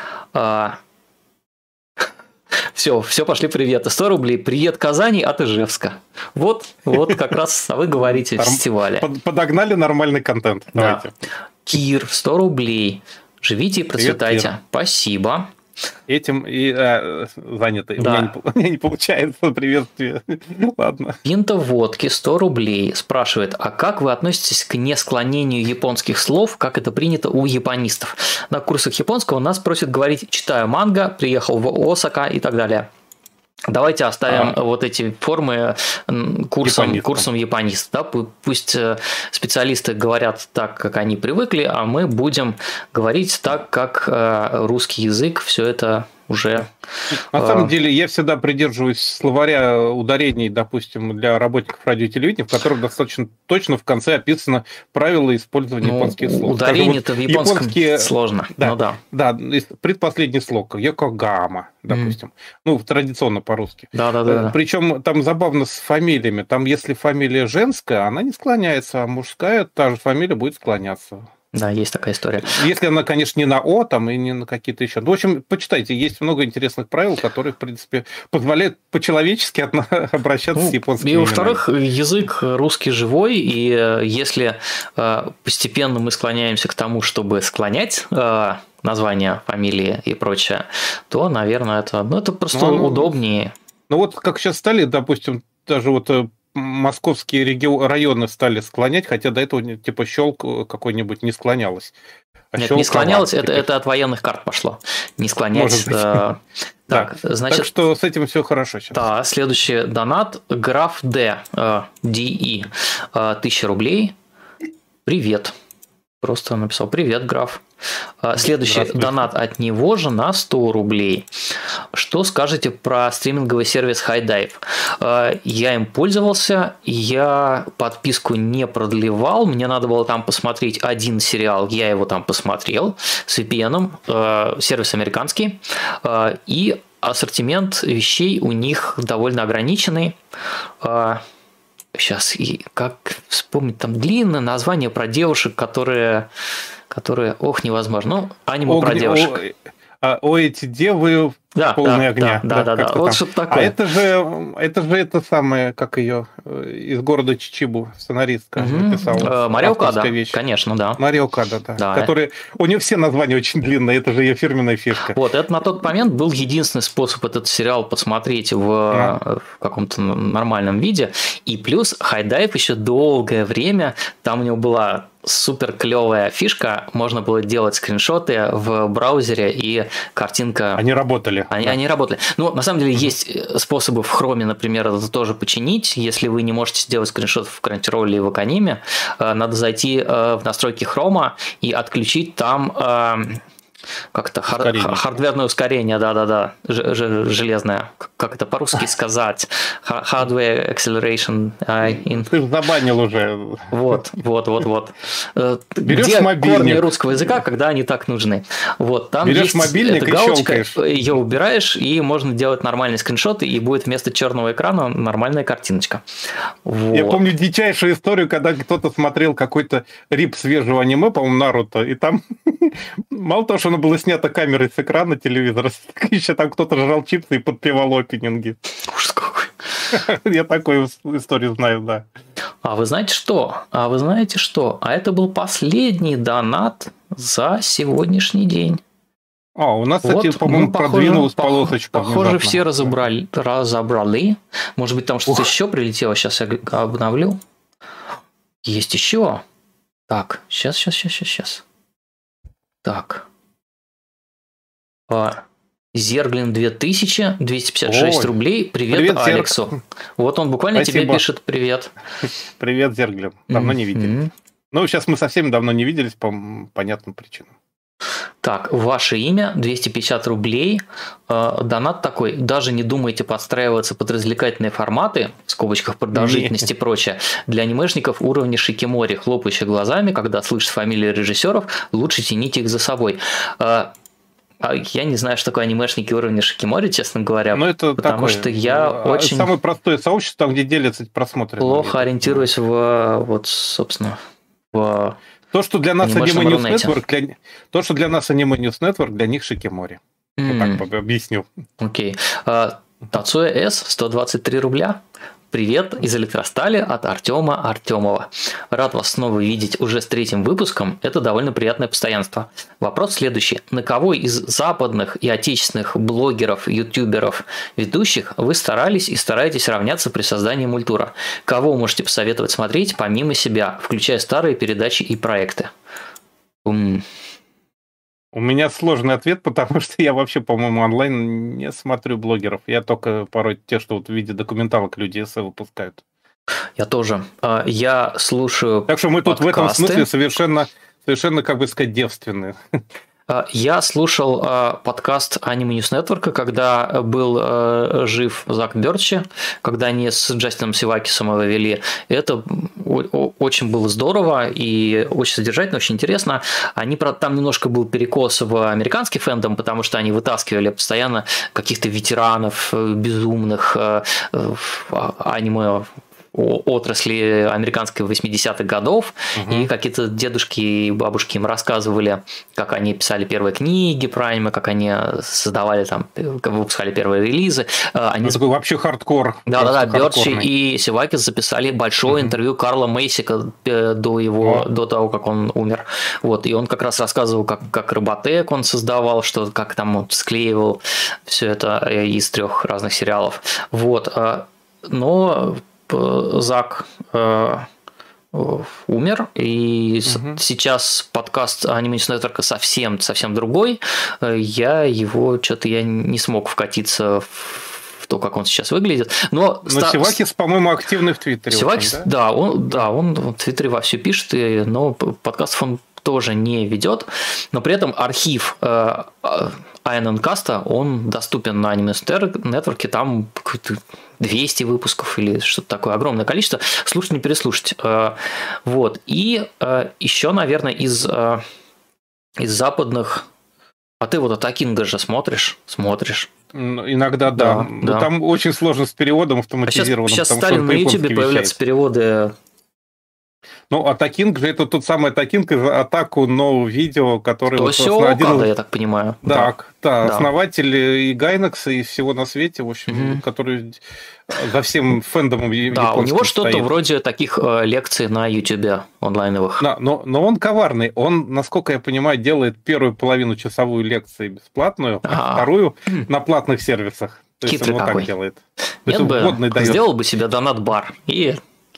Все, все, пошли приветы. сто рублей. Привет, Казани от Ижевска. Вот, вот как раз вы говорите в фестивале. Подогнали нормальный контент. Да. Кир, сто рублей. Живите и процветайте. Привет, спасибо. Этим и э, заняты. Да. У, меня не, у меня не получается приветствие. Ладно. Пинта водки, сто рублей. Спрашивает, а как вы относитесь к несклонению японских слов, как это принято у японистов? На курсах японского нас просят говорить «читаю манго», «приехал в Осака» и так далее. Давайте оставим а, вот эти формы курсом, курсом японист. Да? Пусть специалисты говорят так, как они привыкли, а мы будем говорить так, как русский язык все это уже... На самом деле, я всегда придерживаюсь словаря ударений, допустим, для работников радио и телевидения, в котором достаточно точно в конце описано правила использования ну, японских слов. Ударение-то вот в японском японские... сложно. Да, ну, да. да, предпоследний слог, Йокогама, допустим. Mm. Ну, традиционно по-русски. Да, да, да. Причем там забавно с фамилиями. Там, если фамилия женская, она не склоняется, а мужская, та же фамилия будет склоняться. Да, есть такая история. Если она, конечно, не на О там и не на какие-то еще. В общем, почитайте, есть много интересных правил, которые, в принципе, позволяют по-человечески обращаться ну, с японскими И, во-вторых, язык русский живой, и если постепенно мы склоняемся к тому, чтобы склонять название, фамилии и прочее, то, наверное, это, ну, это просто ну, удобнее. Ну, вот как сейчас стали, допустим, даже вот... московские регион, районы стали склонять, хотя до этого типа щелк какой-нибудь не склонялось. А Нет, не склонялось, это, это от военных карт пошло. Не склонять. Да. Так, да. значит, так что с этим все хорошо сейчас. Да, следующий донат. Граф Д. Ди. Тысяча рублей. Привет. Просто написал «Привет, граф». Следующий донат от него же на сто рублей. Что скажете про стриминговый сервис HiDive? Я им пользовался, я подписку не продлевал, мне надо было там посмотреть один сериал, я его там посмотрел с ви пи эн, сервис американский, и ассортимент вещей у них довольно ограниченный. Сейчас, и как вспомнить там длинное название про девушек, которые, которые ох, невозможно. Ну, аниме Огни, про девушек. О, о, эти девы да, полные да, огня. Да, да, да. да. Вот что-то такое. А это же, это же это самое, как ее, из города Чичибу, сценаристка угу. написала. Марио Када, конечно, да. Марио Када, да. да. Который, у нее все названия очень длинные, это же ее фирменная фишка. Вот, это на тот момент был единственный способ этот сериал посмотреть в, а. в каком-то нормальном виде. И плюс HiDive еще долгое время, там у него была супер клевая фишка, можно было делать скриншоты в браузере, и картинка... Они работали. Они, да. они работали. Ну, на самом деле, uh-huh. есть способы в Chrome, например, это тоже починить. Если вы не можете сделать скриншот в Crunchyroll или в Аканime, надо зайти в настройки Chrome и отключить там... как-то хар- хардверное ускорение, да-да-да, Ж- ж- железное, как это по-русски сказать, hardware acceleration. In... Ты забанил уже. Вот, вот, вот, вот. Берешь Где мобильник. корни русского языка, когда они так нужны. Вот, там Берешь есть мобильник эта и галочка, щелкаешь. Ее убираешь, и можно делать нормальные скриншоты, и будет вместо черного экрана нормальная картиночка. Вот. Я помню дичайшую историю, когда кто-то смотрел какой-то рип свежего аниме, по-моему, Наруто, и там мало того, что оно было снято камерой с экрана телевизора, еще там кто-то жрал чипсы и подпевал опенинги. Ужас какой. Я такую историю знаю, да. А вы знаете что? А вы знаете что? А это был последний донат за сегодняшний день. А, у нас, вот, кстати, по-моему, похоже, продвинулась полосочка. Похоже, внезапно. Все разобрали, разобрали. Может быть, там что-то Ух. еще прилетело. Сейчас я обновлю. Есть еще. Так, сейчас, сейчас, сейчас, сейчас, сейчас. Так. Зерглин две тысячи двести пятьдесят шесть Ой. Рублей. Привет, привет Алексу. Зерг... Вот он буквально Спасибо. Тебе пишет привет. Привет, Зерглин. Давно mm-hmm. не виделись. Ну, сейчас мы совсем давно не виделись по понятным причинам. Так, ваше имя, двести пятьдесят рублей. Э, донат такой. Даже не думайте подстраиваться под развлекательные форматы, в скобочках продолжительность и прочее. Для анимешников уровня Шикимори, хлопающих глазами, когда слышишь фамилии режиссеров, лучше тяните их за собой. Э, я не знаю, что такое анимешники уровня Шикимори, честно говоря, Но это потому такое, что я очень... Самое простое сообщество, где делятся просмотры. Плохо ориентируюсь в, вот, собственно, в... То, что для нас Anime News Network, для... то, что для нас Anime News Network, для них Шикимори. Mm. Вот так объясню. Окей. Okay. Тацуя С, сто двадцать три рубля. Привет из Электростали от Артема Артемова. Рад вас снова видеть уже с третьим выпуском. Это довольно приятное постоянство. Вопрос следующий. На кого из западных и отечественных блогеров, ютуберов, ведущих вы старались и стараетесь равняться при создании мультура? Кого можете посоветовать смотреть помимо себя, включая старые передачи и проекты? Ум. У меня сложный ответ, потому что я вообще, по-моему, онлайн не смотрю блогеров. Я только порой те, что вот в виде документалок люди эссе выпускают. Я тоже. Я слушаю Так что мы подкасты. Тут в этом смысле совершенно, совершенно, как бы сказать, девственные. Я слушал подкаст Anime News Network, когда был жив Зак Бёрчи, когда они с Джастином Сивакисом его вели. Это очень было здорово и очень содержательно, очень интересно. Они, правда, там немножко был перекос в американский фэндом, потому что они вытаскивали постоянно каких-то ветеранов, безумных аниме отрасли американской восьмидесятых годов, угу. и какие-то дедушки и бабушки им рассказывали, как они писали первые книги про аниме, как они создавали там, выпускали первые релизы. Они... Ну, такой вообще хардкор. Да-да-да, Бёрчи и Сивакис записали большое угу. интервью Карла Мейсика до его, О. до того, как он умер. Вот, и он как раз рассказывал, как, как Роботек он создавал, что, как там он склеивал все это из трех разных сериалов. Вот, но Зак э, умер, и угу. сейчас подкаст Anime News Network совсем, совсем другой. Я его, что-то я не смог вкатиться в то, как он сейчас выглядит. Но, но ста... Сивакис, по-моему, активный в Твиттере. Сивакис, очень, да? Да, он, да, он в Твиттере вовсю пишет, и, но подкастов он тоже не ведет, но при этом архив э, Айнонкаста, он доступен на Anime News Network, там двести выпусков или что-то такое, огромное количество, слушать, не переслушать. Э, вот. И э, еще, наверное, из, э, из западных... А ты вот Атакинга же смотришь? Смотришь. Иногда, да. да. Но да. Там очень сложно с переводом автоматизированным. А сейчас, сейчас стали на YouTube появляться переводы. Ну, Атакинг же это тот самый Атакинг из Атаку нового видео, который... То вот все один... я так понимаю. Да, да, да, основатель и Гайнекса, и всего на свете, в общем, угу. который за всем фэндомом японским Да, у него что-то стоит. Вроде таких э, лекций на YouTube онлайновых. Да, но, но он коварный. Он, насколько я понимаю, делает первую половину часовую лекции бесплатную, а, а вторую на платных сервисах. То Хитрый есть он какой. Вот так делает. Нет бы, сделал бы себе донат-бар и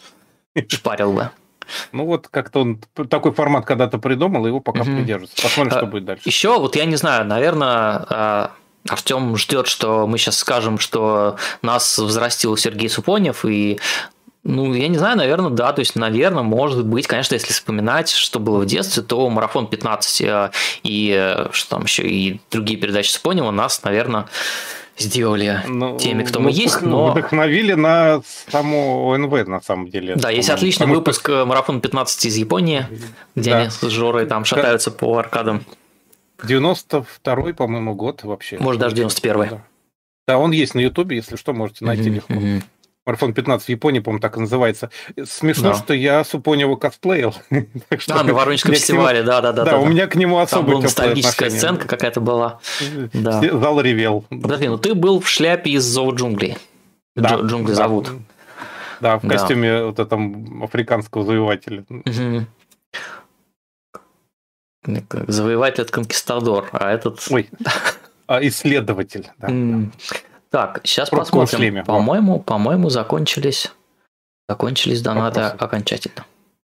шпарил бы. Ну вот как-то он такой формат когда-то придумал, его пока угу. придерживается. Посмотрим, что будет дальше. Еще вот я не знаю, наверное, Артем ждет, что мы сейчас скажем, что нас взрастил Сергей Супонев, и ну, я не знаю, наверное, да, то есть, наверное, может быть, конечно, если вспоминать, что было в детстве, то Марафон пятнадцать и что там еще, и другие передачи Супонева нас, наверное, сделали ну, теми, кто ну, мы есть, но... Вдохновили на само ОНВ, на самом деле. Да, есть отличный Потому выпуск что... Марафон пятнадцать из Японии, где да. они с Жорой там шатаются по аркадам. девяносто второй, по-моему, год вообще. Может, даже девяносто первый. Да. да, он есть на Ютубе, если что, можете найти mm-hmm, легко. Mm-hmm. Марафон пятнадцать в Японии, по-моему, так и называется. Смешно, да. что я Супонева косплеил. А, на Воронежском фестивале, да-да-да. Да, у меня к нему особо теплое ностальгическая сценка какая-то была. Зал ревел. Подожди, ну ты был в шляпе из Зоо джунглей. Джунгли зовут. Да, в костюме вот этом африканского завоевателя. Завоеватель — это конкистадор, а этот... Ой, исследователь, да. Так, сейчас Просто посмотрим. По-моему, по-моему, закончились, закончились донаты Вопросы. окончательно.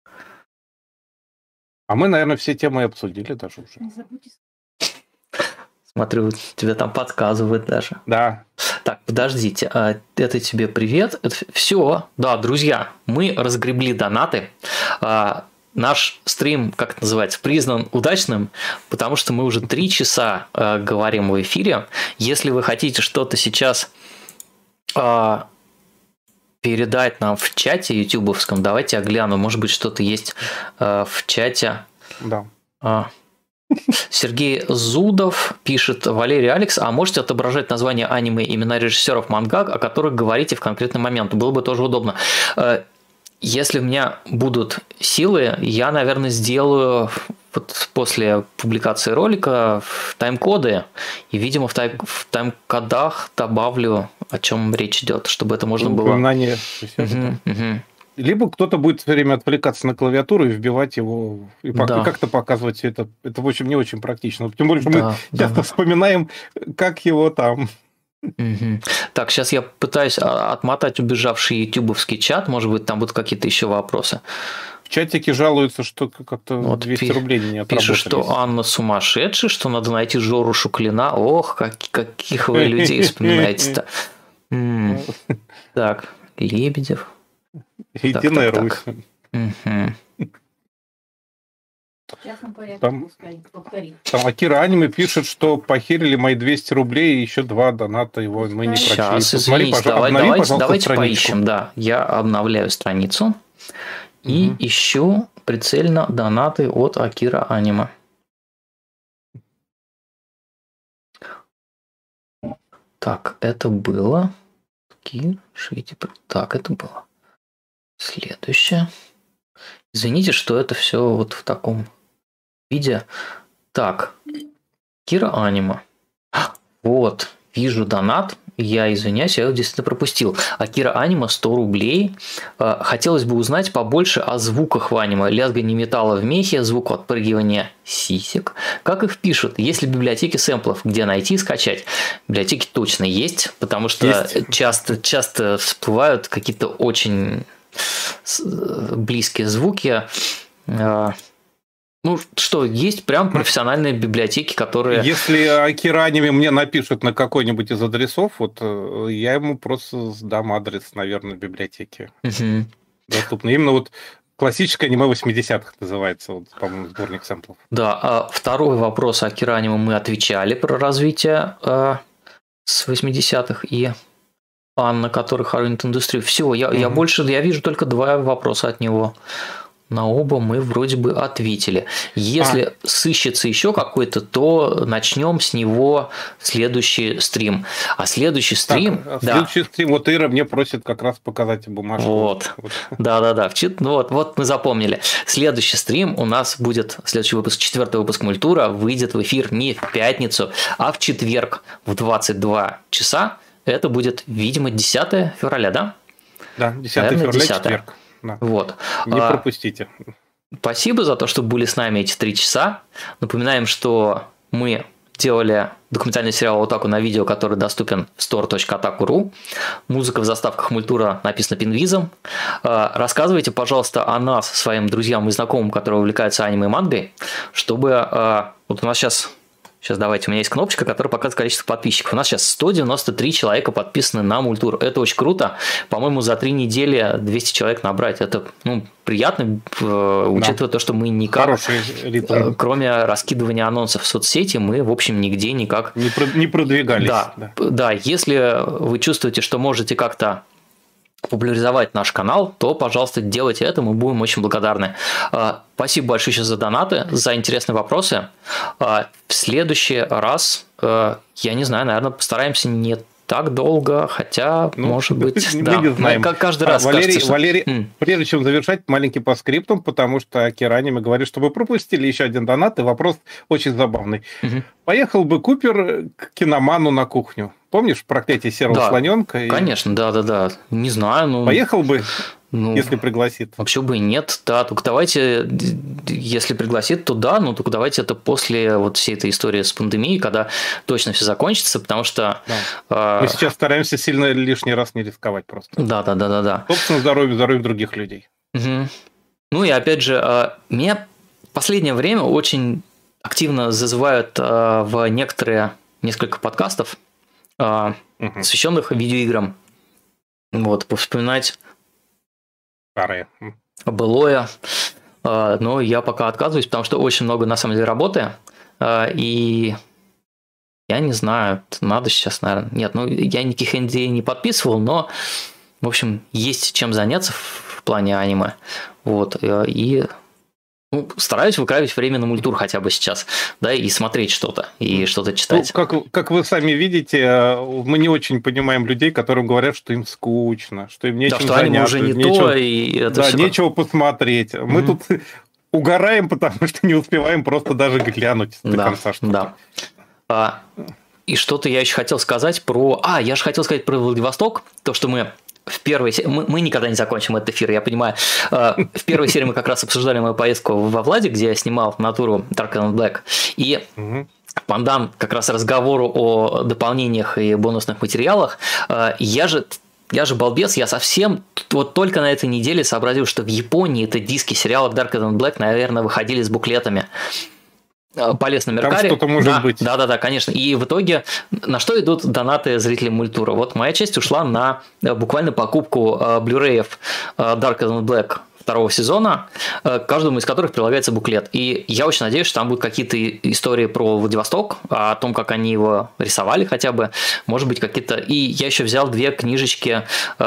А мы, наверное, все темы обсудили даже уже. Не забудьте. Смотрю, тебе там подсказывают даже. Да. Так, подождите, это тебе привет. Это все. Да, друзья, мы разгребли донаты. наш стрим, как это называется, признан удачным, потому что мы уже три часа э, говорим в эфире. Если вы хотите что-то сейчас э, передать нам в чате ютубовском, давайте я гляну, может быть, что-то есть э, в чате. Да. А. Сергей Зудов пишет: Валерий Алекс, а можете отображать название аниме, имена режиссеров мангак, о которых говорите в конкретный момент? Было бы тоже удобно. Если у меня будут силы, я, наверное, сделаю вот после публикации ролика тайм-коды и, видимо, в, тай- в тайм-кодах добавлю, о чем речь идет, чтобы это можно было... Упоминание. Угу, угу. Либо кто-то будет все время отвлекаться на клавиатуру и вбивать его, и, Да. и как-то показывать это. Это, в общем, не очень практично. Тем более, что Да, мы часто да. вспоминаем, как его там... Угу. Так, сейчас я пытаюсь отмотать убежавший ютубовский чат, может быть, там будут какие-то еще вопросы. В чатике жалуются, что как-то Вот двести пи- рублей не отработались. Пишет, что Анна сумасшедшая, что надо найти Жору Шуклина. Ох, как, каких вы людей вспоминаете-то. М. Так, Лебедев. Единая так, Русь. так. Мгм. Там, там Акира Аниме пишет, что похерили мои двести рублей и еще два доната его мы не прочли. Сейчас, Посмотри, извините, пожалуйста, давай, обнови, давайте, пожалуйста, давайте страничку. поищем. Да, я обновляю страницу и Мгм. ищу прицельно донаты от Акира Аниме. Так, это было. Кир, шейте. Так, это было. Следующее. Извините, что это все вот в таком виде. Так, Кира Аниме. Вот, вижу донат. Я извиняюсь, я его действительно пропустил. Акира Аниме сто рублей. Э, Хотелось бы узнать побольше о звуках в аниме. Лязганье металла в мехе, звук отпрыгивания сисек. Как их пишут? Есть ли библиотеки сэмплов, где найти и скачать? Библиотеки точно есть, потому что Есть. часто, часто всплывают какие-то очень с- близкие звуки. Э, Ну что, есть прям профессиональные библиотеки, которые... Если Акира Аниме мне напишет на какой-нибудь из адресов, вот э, я ему просто сдам адрес, наверное, библиотеки. Мгм. Доступно. Именно вот классическое аниме восьмидесятых называется, вот, по-моему, сборник сэмплов. Да, а второй вопрос о Акира Аниме мы отвечали про развитие э, с восьмидесятых и Анна, который хоронит индустрию. Все, я, я Мгм. больше, я вижу только два вопроса от него. На оба мы вроде бы ответили. Если сыщется еще какой-то, то начнем с него следующий стрим. А следующий стрим... Так, а да. следующий стрим, вот Ира мне просит как раз показать бумажку. Вот. Да-да-да, в чит- ну вот, вот мы запомнили. Следующий стрим у нас будет, следующий выпуск, четвертый выпуск Мультура, выйдет в эфир не в пятницу, а в четверг в двадцать два часа. Это будет, видимо, десятое февраля, да? Да, десятое Наверное, февраля, десятое. четверг. Да. Вот. Не А, пропустите. Спасибо за то, что были с нами эти три часа. Напоминаем, что мы делали документальный сериал «Отаку» на видео, который доступен в стор точка атаку точка ру. Музыка в заставках Мультура написана пингвизом. А, Рассказывайте, пожалуйста, о нас своим друзьям и знакомым, которые увлекаются аниме и мангой, чтобы... а, Вот у нас сейчас... Сейчас давайте, у меня есть кнопочка, которая показывает количество подписчиков. У нас сейчас сто девяносто три человека подписаны на Мультур. Это очень круто. По-моему, за три недели двести человек набрать. Это ну, приятно, э, учитывая то, что мы никак, Хороший э, ритм. кроме раскидывания анонсов в соцсети, мы, в общем, нигде никак... Не, про- не продвигались. Да, Да. да, если вы чувствуете, что можете как-то популяризовать наш канал, то, пожалуйста, делайте это, мы будем очень благодарны. А, Спасибо большое еще за донаты, за интересные вопросы. А, В следующий раз, э, я не знаю, наверное, постараемся не так долго, хотя, Ну, может быть, мы да. не знаем. Как каждый А, раз Валерий, кажется, что- Валерий, М. прежде чем завершать, маленький по скриптам, потому что Акира Аниме говорит, что вы пропустили еще один донат, и вопрос очень забавный. Мгм. Поехал бы Купер к киноману на кухню. Помнишь «Проклятие серого Да, слоненка»? И Конечно, да-да-да. Не знаю, ну... Поехал бы, ну, если пригласит. Вообще бы и нет, да, только давайте, если пригласит, то да, но только давайте это после вот всей этой истории с пандемией, когда точно все закончится, потому что... Да. э, Мы сейчас стараемся сильно лишний раз не рисковать просто. Да, да, да, да, да. Собственно, здоровье, здоровье других людей. Мгм. Ну и опять же, э, меня в последнее время очень активно зазывают э, в некоторые, несколько подкастов, э, Мгм. посвященных видеоиграм. Вот, повспоминать Старые. М. былое. но я пока отказываюсь, потому что очень много, на самом деле, работы, и я не знаю, надо сейчас, наверное... Нет, ну, я никаких эн ди эй не подписывал, но, в общем, есть чем заняться в плане аниме, вот, и... Ну, стараюсь выкравить время на мультур хотя бы сейчас, да, и смотреть что-то, и что-то читать. Ну, как, как вы сами видите, мы не очень понимаем людей, которым говорят, что им скучно, что им нечем да, что заняться. Уже не нечего, то, и это да, все нечего так... посмотреть. Mm-hmm. Мы тут угораем, потому что не успеваем просто даже глянуть до да, конца что-то. Да. А, и что-то я еще хотел сказать про... А, я же хотел сказать про Владивосток, то, что мы... В первой серии, мы, мы никогда не закончим этот эфир, я понимаю. В первой серии мы как раз обсуждали мою поездку во Владик, где я снимал натуру Dark and Black. И пандан как раз разговору о дополнениях и бонусных материалах. Я же, я же балбес, я совсем вот только на этой неделе сообразил, что в Японии это диски сериалов Dark and Black, наверное, выходили с буклетами. Полез на Меркари. Там что-то может да, быть. Да, да, да, конечно. И в итоге на что идут донаты зрителей мультура? Вот моя часть ушла на буквально покупку Blu-ray'ев Dark and Black второго сезона, каждому из которых прилагается буклет. И я очень надеюсь, что там будут какие-то истории про Владивосток, о том, как они его рисовали хотя бы, может быть, какие-то... И я еще взял две книжечки,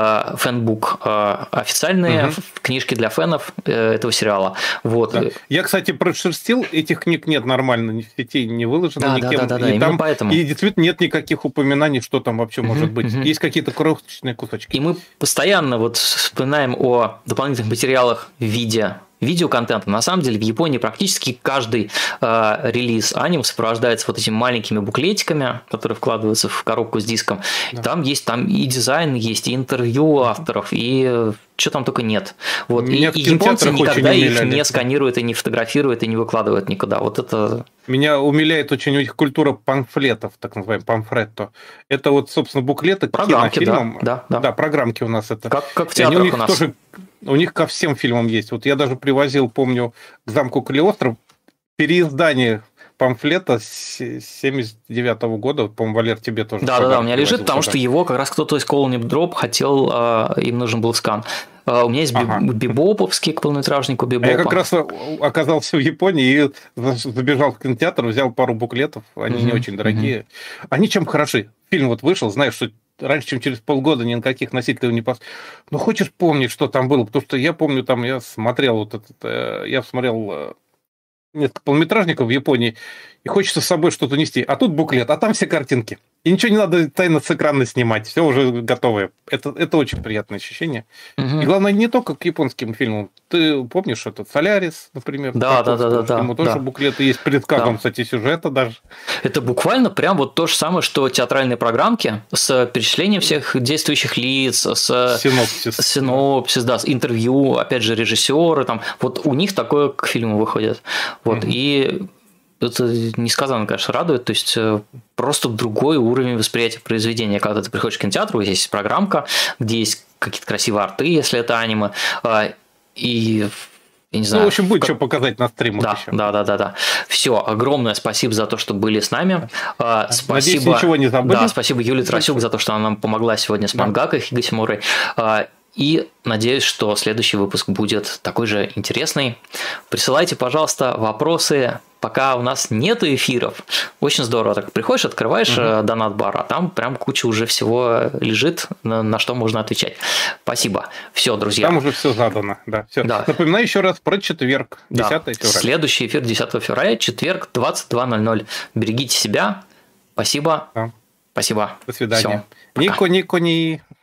фэнбук, официальные угу. книжки для фэнов этого сериала. Вот. Да. Я, кстати, прошерстил, этих книг нет нормально, ни в сети не выложено да, никем. Да, да, да, и, там, поэтому. и действительно нет никаких упоминаний, что там вообще угу, может быть. Угу. Есть какие-то крошечные кусочки. И мы постоянно вот вспоминаем о дополнительных материалах в виде видеоконтента. На самом деле в Японии практически каждый э, релиз аниме сопровождается вот этими маленькими буклетиками, которые вкладываются в коробку с диском. Да. Там есть там и дизайн, есть и интервью авторов, и что там только нет. Вот. И, и японцы никогда их не сканируют, и не фотографируют, и не выкладывают никуда. Вот это... Меня умиляет очень у них культура памфлетов, так называемый памфретто. Это вот, собственно, буклеты к кинофильмам. Да, да, да. да, программки у нас это. Как, как в театрах у них у нас. Тоже, у них ко всем фильмам есть. Вот я даже привозил, помню, к замку Калиостро переиздание памфлета с семьдесят девятого года, по-моему, Валер, тебе тоже. Да, да, да, у меня лежит, потому что его как раз кто-то из Colony Drop хотел, им нужен был скан. У меня есть ага. бибоповский полнометражник у Бибопа. А я как раз оказался в Японии и забежал в кинотеатр, взял пару буклетов, они mm-hmm. не очень дорогие. Mm-hmm. Они чем хороши? Фильм вот вышел, знаешь, что раньше, чем через полгода, ни на каких носителей не пос... Ну, хочешь помнить, что там было? Потому что я помню, там я смотрел вот этот, я смотрел несколько полнометражников в Японии, и хочется с собой что-то нести. А тут буклет, а там все картинки. И ничего не надо тайно с экрана снимать, все уже готовое. Это, это очень приятное ощущение. Угу. И главное, не только к японским фильмам. Ты помнишь этот «Солярис», например? Да, да, да, да. Ему тоже да. буклеты есть, предсказом, да. кстати, сюжета даже. Это буквально прям вот то же самое, что театральные программки с перечислением всех действующих лиц, с синопсис, синопсис да, с интервью, опять же, режиссеры, там, вот у них такое к фильму выходит. Вот, угу. и это несказанно, конечно, радует, то есть просто другой уровень восприятия произведения, когда ты приходишь к кинотеатру, здесь есть программка, где есть какие-то красивые арты, если это аниме, и я не знаю. Ну, в общем, будет как... что показать на стримах да, еще. Да, да, да, да. Все, огромное спасибо за то, что были с нами. Спасибо. Надеюсь, ничего не забыли. Да, спасибо Юлии Тарасюк за то, что она нам помогла сегодня с мангакой Хигасимурой. И надеюсь, что следующий выпуск будет такой же интересный. Присылайте, пожалуйста, вопросы, пока у нас нет эфиров. Очень здорово. Так приходишь, открываешь угу. донат-бар, а там прям куча уже всего лежит, на, на что можно отвечать. Спасибо. Все, друзья. Там уже все задано. Да, все. Да. Напоминаю еще раз про четверг, десятого да. февраля. Следующий эфир десятого февраля, четверг, двадцать два ноль ноль. Берегите себя. Спасибо. Да. Спасибо. До свидания. Нико, Нико, не...